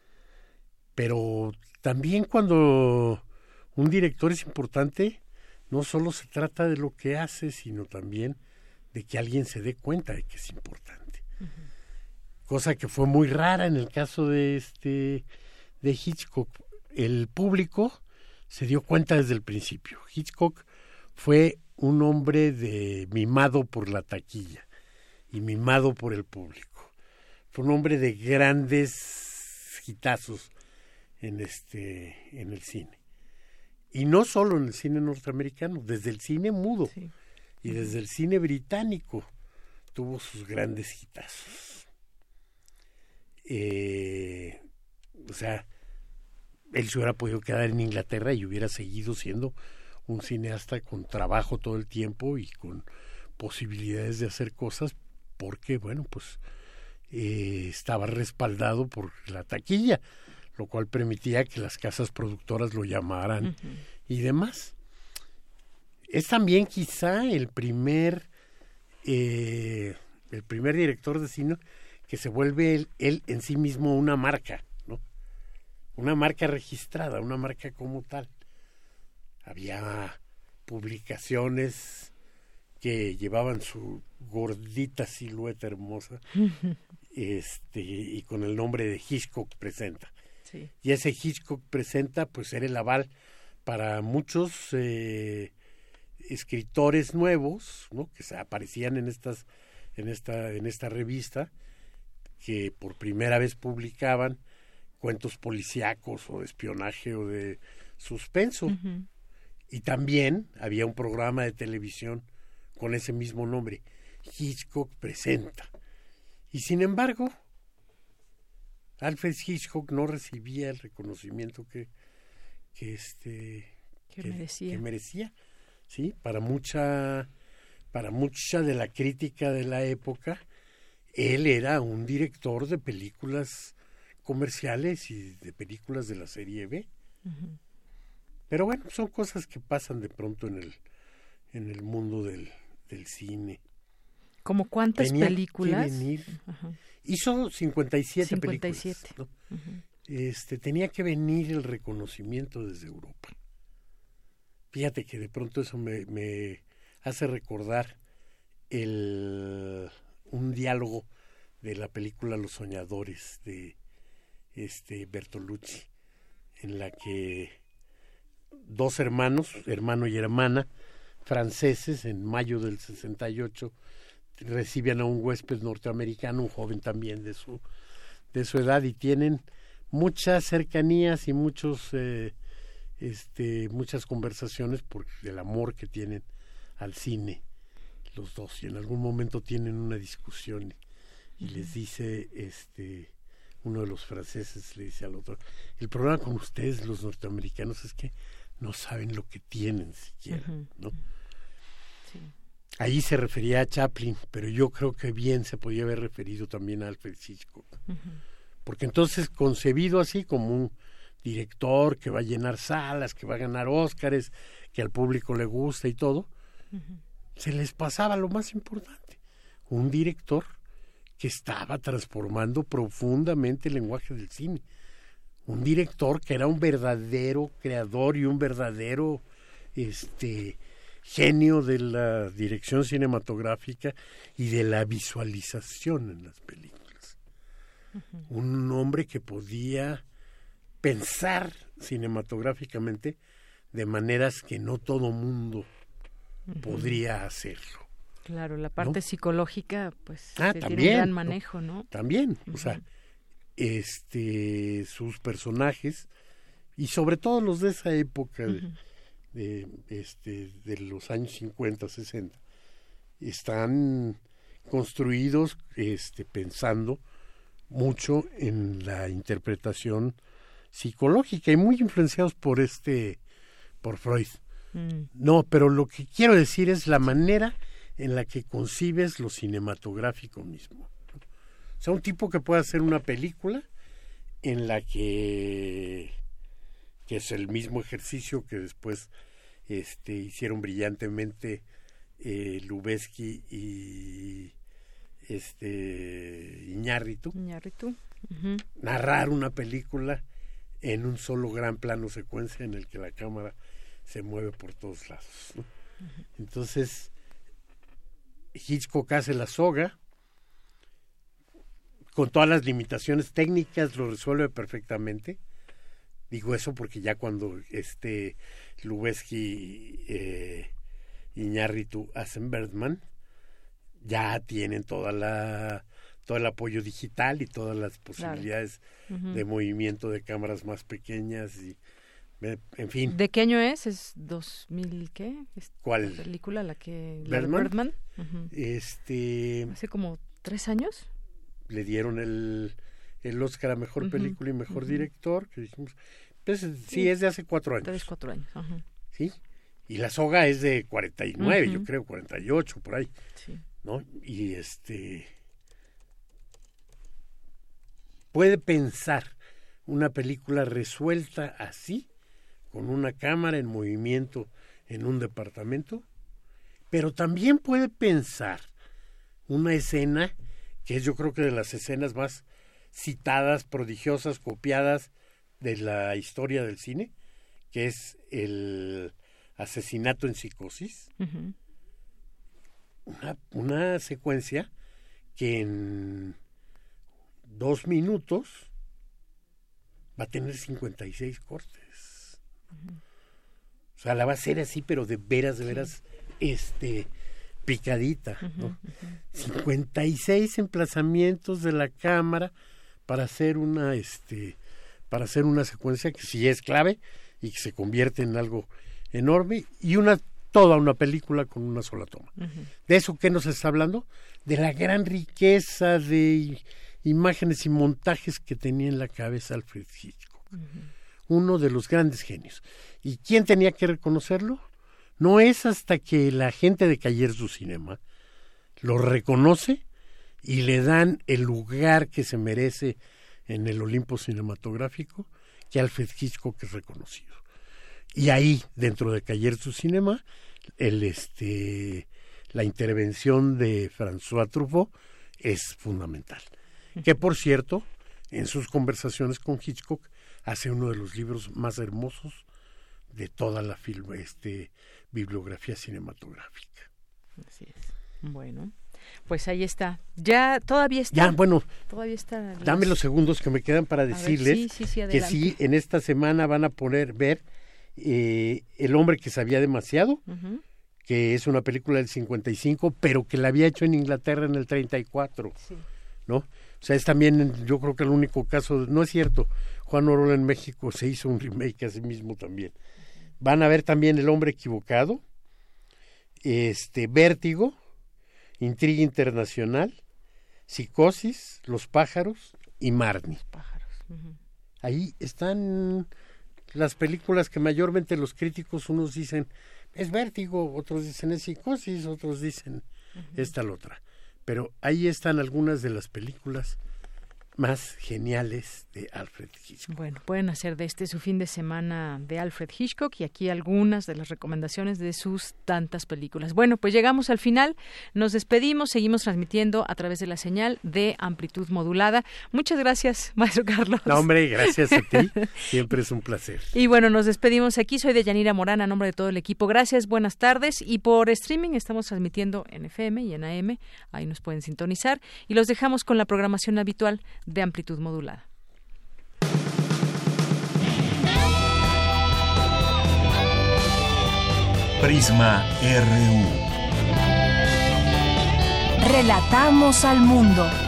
Pero también cuando un director es importante, no solo se trata de lo que hace, sino también de que alguien se dé cuenta de que es importante. Cosa que fue muy rara en el caso de Hitchcock. El público se dio cuenta desde el principio. Hitchcock fue un hombre mimado por la taquilla y mimado por el público. Fue un hombre de grandes hitazos en el cine. Y no solo en el cine norteamericano, desde el cine mudo y desde el cine británico tuvo sus grandes hitazos. O sea, él se hubiera podido quedar en Inglaterra y hubiera seguido siendo un cineasta con trabajo todo el tiempo y con posibilidades de hacer cosas porque, bueno, pues estaba respaldado por la taquilla, lo cual permitía que las casas productoras lo llamaran y demás. Es también quizá el primer director de cine que se vuelve él en sí mismo una marca, ¿no? Una marca registrada, una marca como tal. Había publicaciones que llevaban su gordita silueta hermosa y con el nombre de Hitchcock Presenta. Sí. Y ese Hitchcock Presenta pues era el aval para muchos escritores nuevos, ¿no? Que se aparecían en esta revista, que por primera vez publicaban cuentos policíacos o de espionaje o de suspenso. Y también había un programa de televisión con ese mismo nombre, Hitchcock Presenta. Y sin embargo, Alfred Hitchcock no recibía el reconocimiento que merecía. ¿Sí? Para mucha de la crítica de la época, él era un director de películas comerciales y de películas de la serie B. Pero bueno, son cosas que pasan de pronto en el mundo del cine. ¿Como cuántas películas? Hizo 57 películas, ¿no? Tenía que venir el reconocimiento desde Europa. Fíjate que de pronto eso me hace recordar un diálogo de la película Los Soñadores de Bertolucci, en la que dos hermano y hermana franceses, en mayo del 68, reciben a un huésped norteamericano, un joven también de su edad, y tienen muchas cercanías y muchas conversaciones por el amor que tienen al cine los dos, y en algún momento tienen una discusión y les dice uno de los franceses le dice al otro: el problema con ustedes los norteamericanos es que no saben lo que tienen siquiera, ¿no? Sí. Ahí se refería a Chaplin, pero yo creo que bien se podía haber referido también a Alfred Hitchcock, porque entonces, concebido así como un director que va a llenar salas, que va a ganar Óscares, que al público le gusta y todo, se les pasaba lo más importante: un director que estaba transformando profundamente el lenguaje del cine, un director que era un verdadero creador y un verdadero genio de la dirección cinematográfica y de la visualización en las películas. Un hombre que podía pensar cinematográficamente de maneras que no todo mundo podría hacerlo. Claro, la parte psicológica, pues, también, tiene un gran manejo, ¿no? También, o sea, sus personajes, y sobre todo los de esa época de los años 50, 60, están construidos pensando mucho en la interpretación psicológica y muy influenciados por Freud. No, pero lo que quiero decir es la manera en la que concibes lo cinematográfico mismo. O sea, un tipo que puede hacer una película en la que es el mismo ejercicio que después hicieron brillantemente Lubezki y Iñárritu. Narrar una película en un solo gran plano secuencia en el que la cámara se mueve por todos lados, ¿no? Entonces Hitchcock hace La soga, con todas las limitaciones técnicas lo resuelve perfectamente. Digo eso porque ya cuando Lubezki, Iñárritu hacen Birdman, ya tienen todo el apoyo digital y todas las posibilidades de movimiento de cámaras más pequeñas y en fin. ¿De qué año es? ¿Es 2000 qué? ¿Cuál? La película, la de Birdman. Hace como 3 años. Le dieron el Oscar a Mejor Película y Mejor Director, que dijimos, pues, sí, es de hace 4 años. 3-4 años. Sí, y La soga es de 49, yo creo, 48, por ahí. Sí. ¿No? Y puede pensar una película resuelta así, con una cámara en movimiento en un departamento, pero también puede pensar una escena que es, yo creo que de las escenas más citadas, prodigiosas, copiadas de la historia del cine, que es el asesinato en Psicosis. Una secuencia que en 2 minutos va a tener 56 cortes. O sea, la va a hacer así, pero de veras, picadita, ¿no? 56 emplazamientos de la cámara para hacer una secuencia que sí es clave y que se convierte en algo enorme, y toda una película con una sola toma. ¿De eso qué nos está hablando? De la gran riqueza de imágenes y montajes que tenía en la cabeza Alfred Hitchcock. Uno de los grandes genios. ¿Y quién tenía que reconocerlo? No es hasta que la gente de Cahiers du Cinema lo reconoce y le dan el lugar que se merece en el Olimpo cinematográfico, que Alfred Hitchcock es reconocido. Y ahí, dentro de Cahiers du Cinema, la intervención de François Truffaut es fundamental. Que, por cierto, en sus conversaciones con Hitchcock, hace uno de los libros más hermosos de toda la bibliografía cinematográfica. Así es. Bueno, pues ahí está. Ya, todavía está. Ya, bueno, todavía está. Dame los segundos que me quedan para decirles que sí, en esta semana van a ver El hombre que sabía demasiado, que es una película del 55, pero que la había hecho en Inglaterra en el 34, ¿no? O sea, es también, yo creo que el único caso, no es cierto, Juan Orola en México se hizo un remake a sí mismo también. Van a ver también El hombre equivocado, Vértigo, Intriga internacional, Psicosis, Los pájaros y Marnie. Ahí están las películas que mayormente los críticos, unos dicen es Vértigo, otros dicen es Psicosis, otros dicen esta la otra. Pero ahí están algunas de las películas más geniales de Alfred Hitchcock. Bueno, pueden hacer de su fin de semana de Alfred Hitchcock, y aquí algunas de las recomendaciones de sus tantas películas. Bueno, pues llegamos al final, nos despedimos, seguimos transmitiendo a través de la señal de amplitud modulada. Muchas gracias, maestro Carlos. No, hombre, gracias a ti, siempre es un placer. Y bueno, nos despedimos aquí, soy Deyanira Morán, a nombre de todo el equipo. Gracias, buenas tardes, y por streaming estamos transmitiendo en FM y en AM, ahí nos pueden sintonizar, y los dejamos con la programación habitual de amplitud modulada. Prisma RU. Relatamos al mundo.